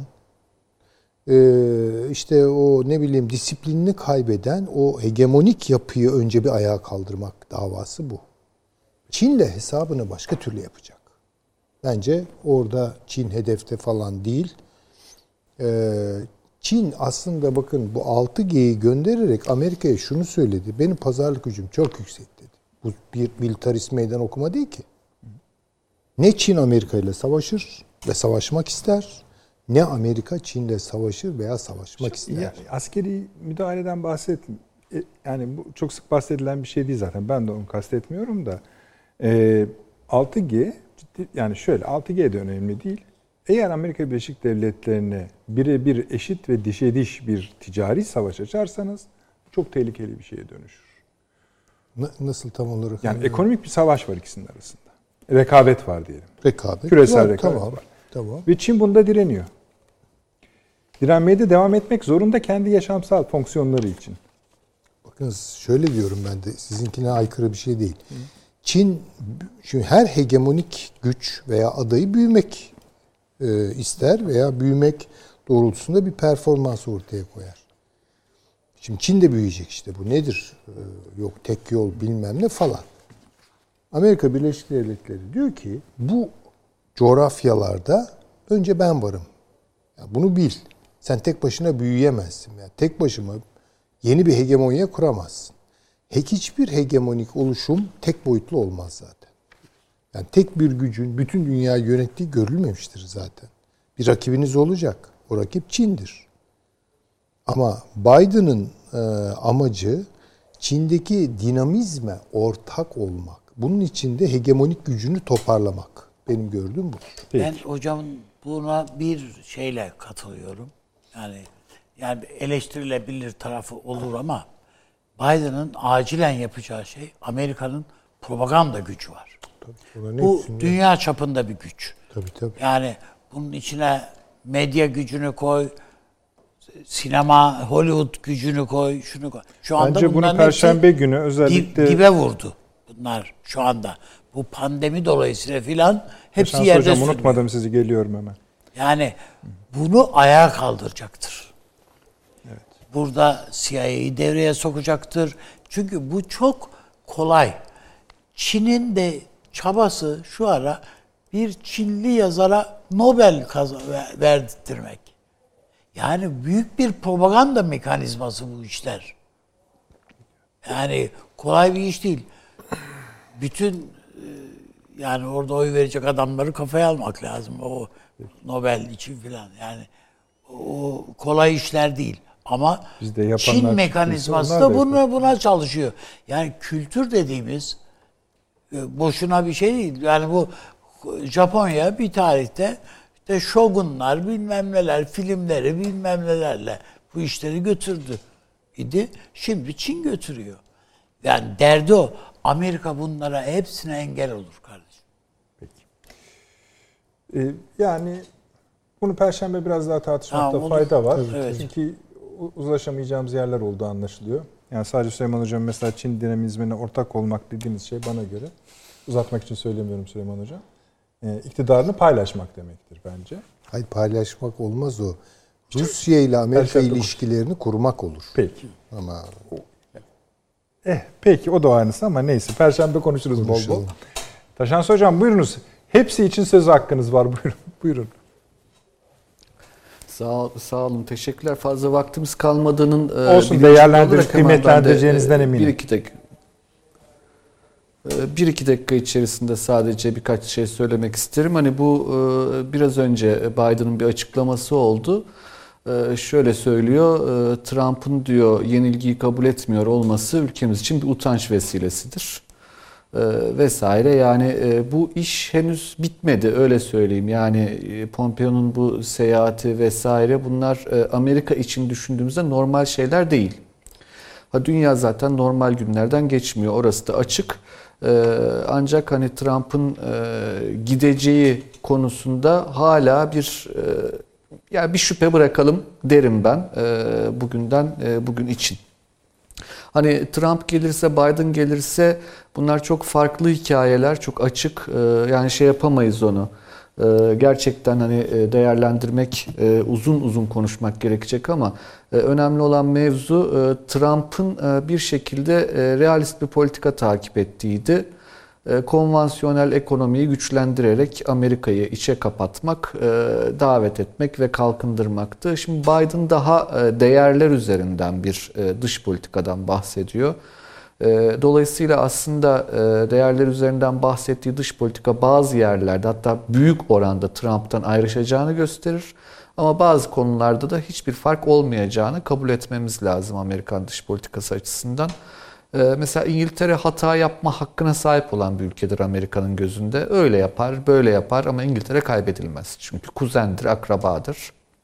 işte o ne bileyim disiplinini kaybeden o hegemonik yapıyı önce bir ayağa kaldırmak davası bu. Çin'le hesabını başka türlü yapacak. Bence orada Çin hedefte falan değil. Çin aslında bakın bu 6G'yi göndererek Amerika'ya şunu söyledi. Benim pazarlık gücüm çok yüksek dedi. Bu bir militarist meydan okuma değil ki. Ne Çin Amerika ile savaşır ve savaşmak ister, ne Amerika Çin'le savaşır veya savaşmak ister. Ya, askeri müdahaleden bahsettim. Yani bu çok sık bahsedilen bir şey değil zaten. Ben de onu kastetmiyorum da. 6G ciddi, yani şöyle 6G de önemli değil. Eğer Amerika Birleşik Devletleri'ne birebir eşit ve dişe diş bir ticari savaş açarsanız çok tehlikeli bir şeye dönüşür. Nasıl tam olarak? Yani ekonomik bir savaş var ikisinin arasında. Rekabet var diyelim. Rekabet. Küresel rekabet tamam, var. Tamam. Ve Çin bunda direniyor. Direnmeye de devam etmek zorunda kendi yaşamsal fonksiyonları için. Bakınız şöyle diyorum ben de sizinkine aykırı bir şey değil. Çin çünkü her hegemonik güç veya adayı büyümek ister veya büyümek doğrultusunda bir performans ortaya koyar. Şimdi Çin de büyüyecek işte bu nedir? Yok tek yol bilmem ne falan. Amerika Birleşik Devletleri diyor ki bu coğrafyalarda önce ben varım. Yani bunu bil. Sen tek başına büyüyemezsin. Yani tek başıma yeni bir hegemonya kuramazsın. Hiçbir hegemonik oluşum tek boyutlu olmaz zaten. Yani tek bir gücün bütün dünyayı yönettiği görülmemiştir zaten. Bir rakibiniz olacak. O rakip Çin'dir. Ama Biden'ın amacı Çin'deki dinamizme ortak olmak. Bunun için de hegemonik gücünü toparlamak. Benim gördüğüm bu. Ben hocamın buna bir şeyle katılıyorum. Yani eleştirilebilir tarafı olur ama Biden'ın acilen yapacağı şey Amerika'nın propaganda gücü var. Bu dünya çapında bir güç. Tabii. Yani bunun içine medya gücünü koy, sinema, Hollywood gücünü koy, şunu koy. Şu anda bence bunu Perşembe günü özellikle dibe vurdu bunlar şu anda. Bu pandemi dolayısıyla filan hepsi yerde hocam sürünüyor. unutmadım sizi, geliyorum hemen. Yani bunu ayağa kaldıracaktır. Evet. Burada CIA'yı devreye sokacaktır. Çünkü bu çok kolay. Çin'in de çabası şu ara bir Çinli yazara Nobel verdirtmek. Yani büyük bir propaganda mekanizması bu işler. Yani kolay bir iş değil. Bütün yani orada oy verecek adamları kafaya almak lazım. O Nobel için filan. Yani o kolay işler değil. Ama Çin mekanizması da buna çalışıyor. Yani kültür dediğimiz boşuna bir şey değil. Yani bu Japonya bir tarihte işte shogunlar bilmem neler filmleri bilmem nelerle bu işleri götürdü idi. Şimdi Çin götürüyor. Yani derdi o. Amerika bunlara hepsine engel olur kardeşim. Peki. Yani bunu Perşembe biraz daha tartışmakta fayda var. Evet. Çünkü uzlaşamayacağımız yerler olduğu anlaşılıyor. Yani sadece Süleyman Hocam mesela Çin dinamizmine ortak olmak dediğiniz şey bana göre, uzatmak için söylemiyorum Süleyman Hocam, iktidarını paylaşmak demektir bence. Hayır, paylaşmak olmaz o. Rusya ile Amerika ilişkilerini kurmak olur. Peki. Ama peki o da aynısı ama neyse. Perşembe konuşuruz bol bol. Taşans Hocam buyurunuz. Hepsi için söz hakkınız var. Buyurun. Sağ olun. Teşekkürler. Fazla vaktimiz kalmadığının olsun, değerlendirip kıymetlendireceğinizden eminim. Bir iki dakika içerisinde sadece birkaç şey söylemek isterim. Hani bu biraz önce Biden'ın bir açıklaması oldu. Şöyle söylüyor, Trump'ın diyor yenilgiyi kabul etmiyor olması ülkemiz için bir utanç vesilesidir. Vesaire. Yani bu iş henüz bitmedi, öyle söyleyeyim. Yani Pompeo'nun bu seyahati vesaire bunlar Amerika için düşündüğümüzde normal şeyler değil. Dünya zaten normal günlerden geçmiyor. Orası da açık. Ancak hani Trump'ın gideceği konusunda hala bir şüphe bırakalım derim ben bugün için. Hani Trump gelirse, Biden gelirse bunlar çok farklı hikayeler, çok açık. Yani şey yapamayız onu. Gerçekten hani değerlendirmek, uzun uzun konuşmak gerekecek ama önemli olan mevzu Trump'ın bir şekilde realist bir politika takip ettiğiydi. Konvansiyonel ekonomiyi güçlendirerek Amerika'yı içe kapatmak, davet etmek ve kalkındırmaktı. Şimdi Biden daha değerler üzerinden bir dış politikadan bahsediyor. Dolayısıyla aslında değerler üzerinden bahsettiği dış politika bazı yerlerde hatta büyük oranda Trump'tan ayrışacağını gösterir. Ama bazı konularda da hiçbir fark olmayacağını kabul etmemiz lazım Amerikan dış politikası açısından. Mesela İngiltere hata yapma hakkına sahip olan bir ülkedir Amerika'nın gözünde. Öyle yapar, böyle yapar ama İngiltere kaybedilmez. Çünkü kuzendir, akrabadır.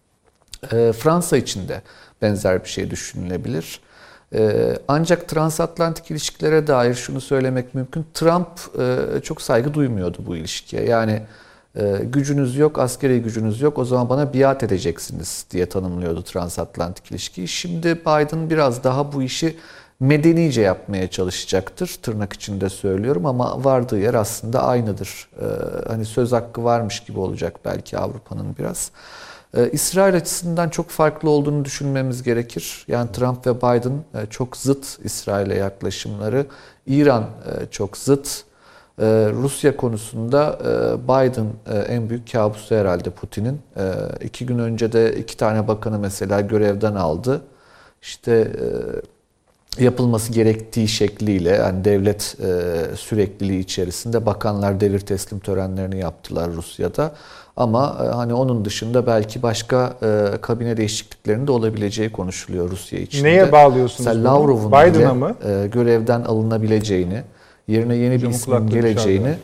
Fransa için de benzer bir şey düşünülebilir. Ancak transatlantik ilişkilere dair şunu söylemek mümkün. Trump çok saygı duymuyordu bu ilişkiye. Yani gücünüz yok, askeri gücünüz yok, o zaman bana biat edeceksiniz diye tanımlıyordu transatlantik ilişkiyi. Şimdi Biden biraz daha bu işi medenice yapmaya çalışacaktır. Tırnak içinde söylüyorum ama vardığı yer aslında aynıdır. Hani söz hakkı varmış gibi olacak belki Avrupa'nın biraz. İsrail açısından çok farklı olduğunu düşünmemiz gerekir. Yani Trump ve Biden çok zıt İsrail'e yaklaşımları. İran çok zıt. Rusya konusunda Biden en büyük kabusu herhalde Putin'in. 2 gün önce de 2 tane bakanı mesela görevden aldı. İşte yapılması gerektiği şekliyle yani devlet sürekliliği içerisinde bakanlar devir teslim törenlerini yaptılar Rusya'da. Ama hani onun dışında belki başka kabine değişikliklerinin de olabileceği konuşuluyor Rusya içinde. Neye bağlıyorsunuz bunu? Lavrov'un Biden'a mı? Görevden alınabileceğini, yerine yeni bir ismin geleceğini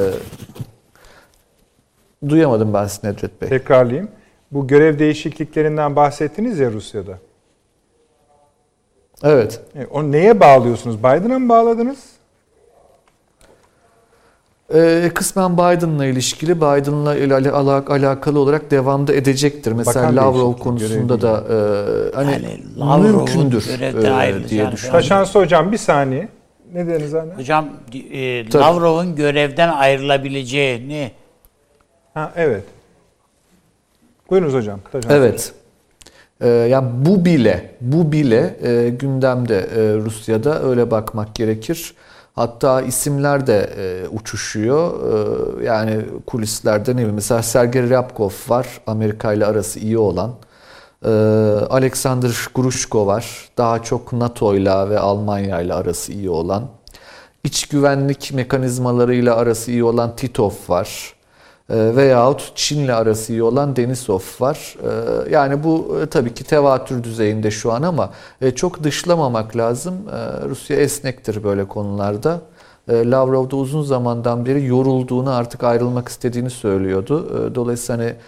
duyamadım ben sizi Nedret Bey. Tekrarlayayım. Bu görev değişikliklerinden bahsettiniz ya Rusya'da. Evet. Onu neye bağlıyorsunuz? Biden'a mı bağladınız? Kısmen Biden'la ilişkili, Biden'la alakalı olarak devamda edecektir. Mesela Bakan Lavrov konusunda da hani yani mümkündür diye düşünüyorum. Taşansı hocam bir saniye. Ne dediniz anne? Hocam Lavrov'un görevden ayrılabileceğini. Ha evet. Buyurunuz hocam. Taşansı. Evet. Yani bu bile gündemde Rusya'da öyle bakmak gerekir. Hatta isimler de uçuşuyor. Yani kulislerde ne bileyim mesela Sergey Ryabkov var. Amerika ile arası iyi olan. Alexander Grushko var. Daha çok NATO ile ve Almanya ile arası iyi olan. İç güvenlik mekanizmalarıyla arası iyi olan Titov var. Veyahut Çin'le arası iyi olan Denisov var. Yani bu tabii ki tevatür düzeyinde şu an ama çok dışlamamak lazım. Rusya esnektir böyle konularda. Lavrov da uzun zamandan beri yorulduğunu, artık ayrılmak istediğini söylüyordu. Dolayısıyla hani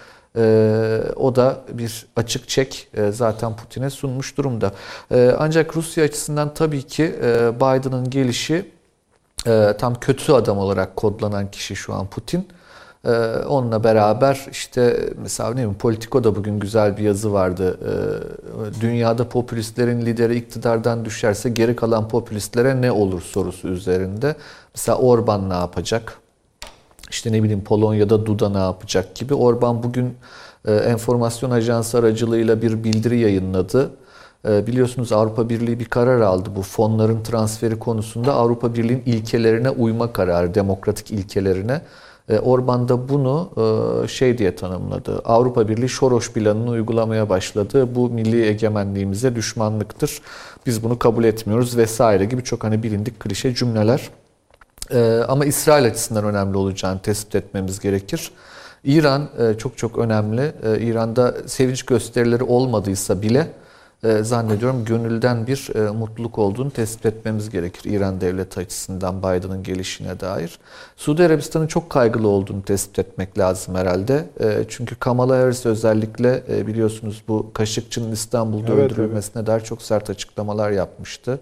o da bir açık çek zaten Putin'e sunmuş durumda. Ancak Rusya açısından tabii ki Biden'ın gelişi tam kötü adam olarak kodlanan kişi şu an Putin. Onunla beraber işte mesela ne bileyim Politico'da bugün güzel bir yazı vardı. Dünyada popülistlerin lideri iktidardan düşerse geri kalan popülistlere ne olur sorusu üzerinde. Mesela Orban ne yapacak? İşte ne bileyim Polonya'da Duda ne yapacak gibi. Orban bugün enformasyon ajansı aracılığıyla bir bildiri yayınladı. Biliyorsunuz Avrupa Birliği bir karar aldı bu fonların transferi konusunda. Avrupa Birliği'nin ilkelerine uyma kararı, demokratik ilkelerine. Orban da bunu şey diye tanımladı. Avrupa Birliği Soros planını uygulamaya başladı. Bu milli egemenliğimize düşmanlıktır. Biz bunu kabul etmiyoruz vesaire gibi çok hani bilindik klişe cümleler. Ama İsrail açısından önemli olacağını tespit etmemiz gerekir. İran çok çok önemli. İran'da sevinç gösterileri olmadıysa bile zannediyorum gönülden bir mutluluk olduğunu tespit etmemiz gerekir İran devleti açısından Biden'ın gelişine dair. Suudi Arabistan'ın çok kaygılı olduğunu tespit etmek lazım herhalde. Çünkü Kamala Harris özellikle biliyorsunuz bu Kaşıkçı'nın İstanbul'da öldürülmesine dair çok sert açıklamalar yapmıştı.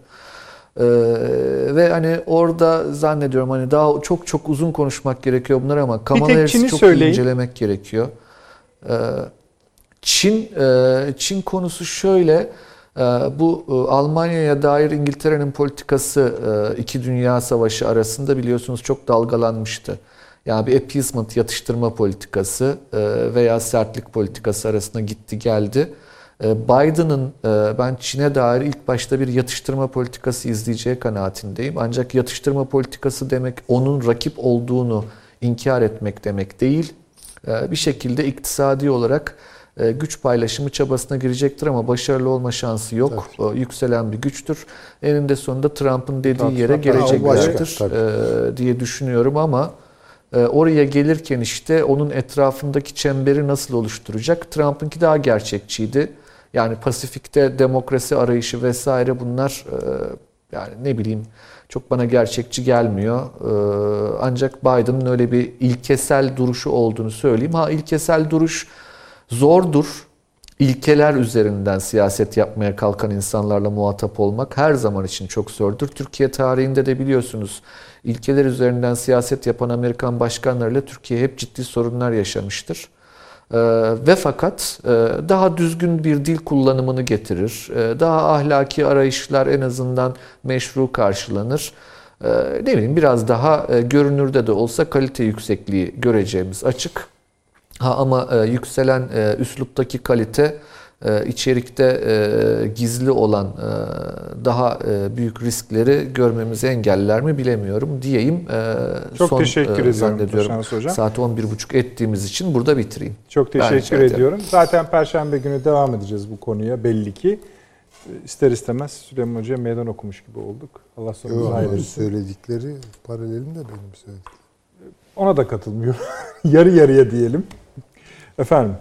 Ve hani orada zannediyorum hani daha çok çok uzun konuşmak gerekiyor bunlar ama Kamala Harris'i çok iyi incelemek gerekiyor. Çin konusu şöyle, Bu Almanya'ya dair İngiltere'nin politikası 2 Dünya Savaşı arasında biliyorsunuz çok dalgalanmıştı. Yani bir appeasement, yatıştırma politikası veya sertlik politikası arasında gitti geldi. Biden'ın ben Çin'e dair ilk başta bir yatıştırma politikası izleyeceği kanaatindeyim. Ancak yatıştırma politikası demek onun rakip olduğunu inkar etmek demek değil. Bir şekilde iktisadi olarak güç paylaşımı çabasına girecektir ama başarılı olma şansı yok. Yükselen bir güçtür. Eninde sonunda Trump'ın dediği yere gelecektir diye düşünüyorum ama oraya gelirken işte onun etrafındaki çemberi nasıl oluşturacak? Trump'ınki daha gerçekçiydi. Yani Pasifik'te demokrasi arayışı vesaire bunlar yani ne bileyim çok bana gerçekçi gelmiyor. Ancak Biden'ın öyle bir ilkesel duruşu olduğunu söyleyeyim. İlkesel duruş zordur. İlkeler üzerinden siyaset yapmaya kalkan insanlarla muhatap olmak her zaman için çok zordur. Türkiye tarihinde de biliyorsunuz ilkeler üzerinden siyaset yapan Amerikan başkanlarıyla Türkiye hep ciddi sorunlar yaşamıştır. Ve fakat daha düzgün bir dil kullanımını getirir. Daha ahlaki arayışlar en azından meşru karşılanır. Ne bileyim biraz daha görünürde de olsa kalite yüksekliği göreceğimiz açık. Ama yükselen üsluptaki kalite içerikte gizli olan daha büyük riskleri görmemizi engeller mi bilemiyorum diyeyim. Çok teşekkür ediyorum Şans Hocam. Saat 11.30 ettiğimiz için burada bitireyim. Çok teşekkür ediyorum. Zaten Perşembe günü devam edeceğiz bu konuya belli ki. İster istemez Süleyman Hoca'ya meydan okumuş gibi olduk. Allah sonumuzu hayır etsin. Söyledikleri paralelinde benim söylediklerim. Ona da katılmıyorum. Yarı yarıya diyelim. Efendim,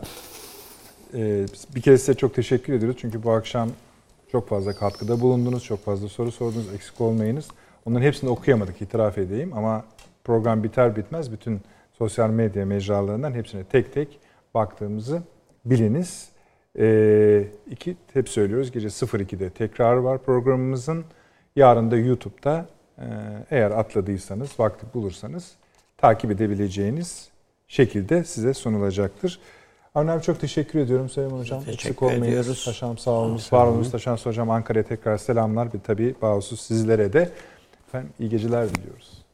bir kere size çok teşekkür ediyoruz. Çünkü bu akşam çok fazla katkıda bulundunuz, çok fazla soru sordunuz, eksik olmayınız. Onların hepsini okuyamadık, itiraf edeyim. Ama program biter bitmez bütün sosyal medya mecralarından hepsine tek tek baktığımızı biliniz. Hep söylüyoruz, gece 02'de tekrar var programımızın. Yarın da YouTube'da eğer atladıysanız, vakti bulursanız takip edebileceğiniz şekilde size sunulacaktır. Avni abi çok teşekkür ediyorum Süleyman Hocam. Teşekkür ediyoruz. Taşan sağ olun. Var olunuz Taşan Hocam. Ankara'ya tekrar selamlar. Tabii bağımsız sizlere de. Efendim iyi geceler diliyoruz.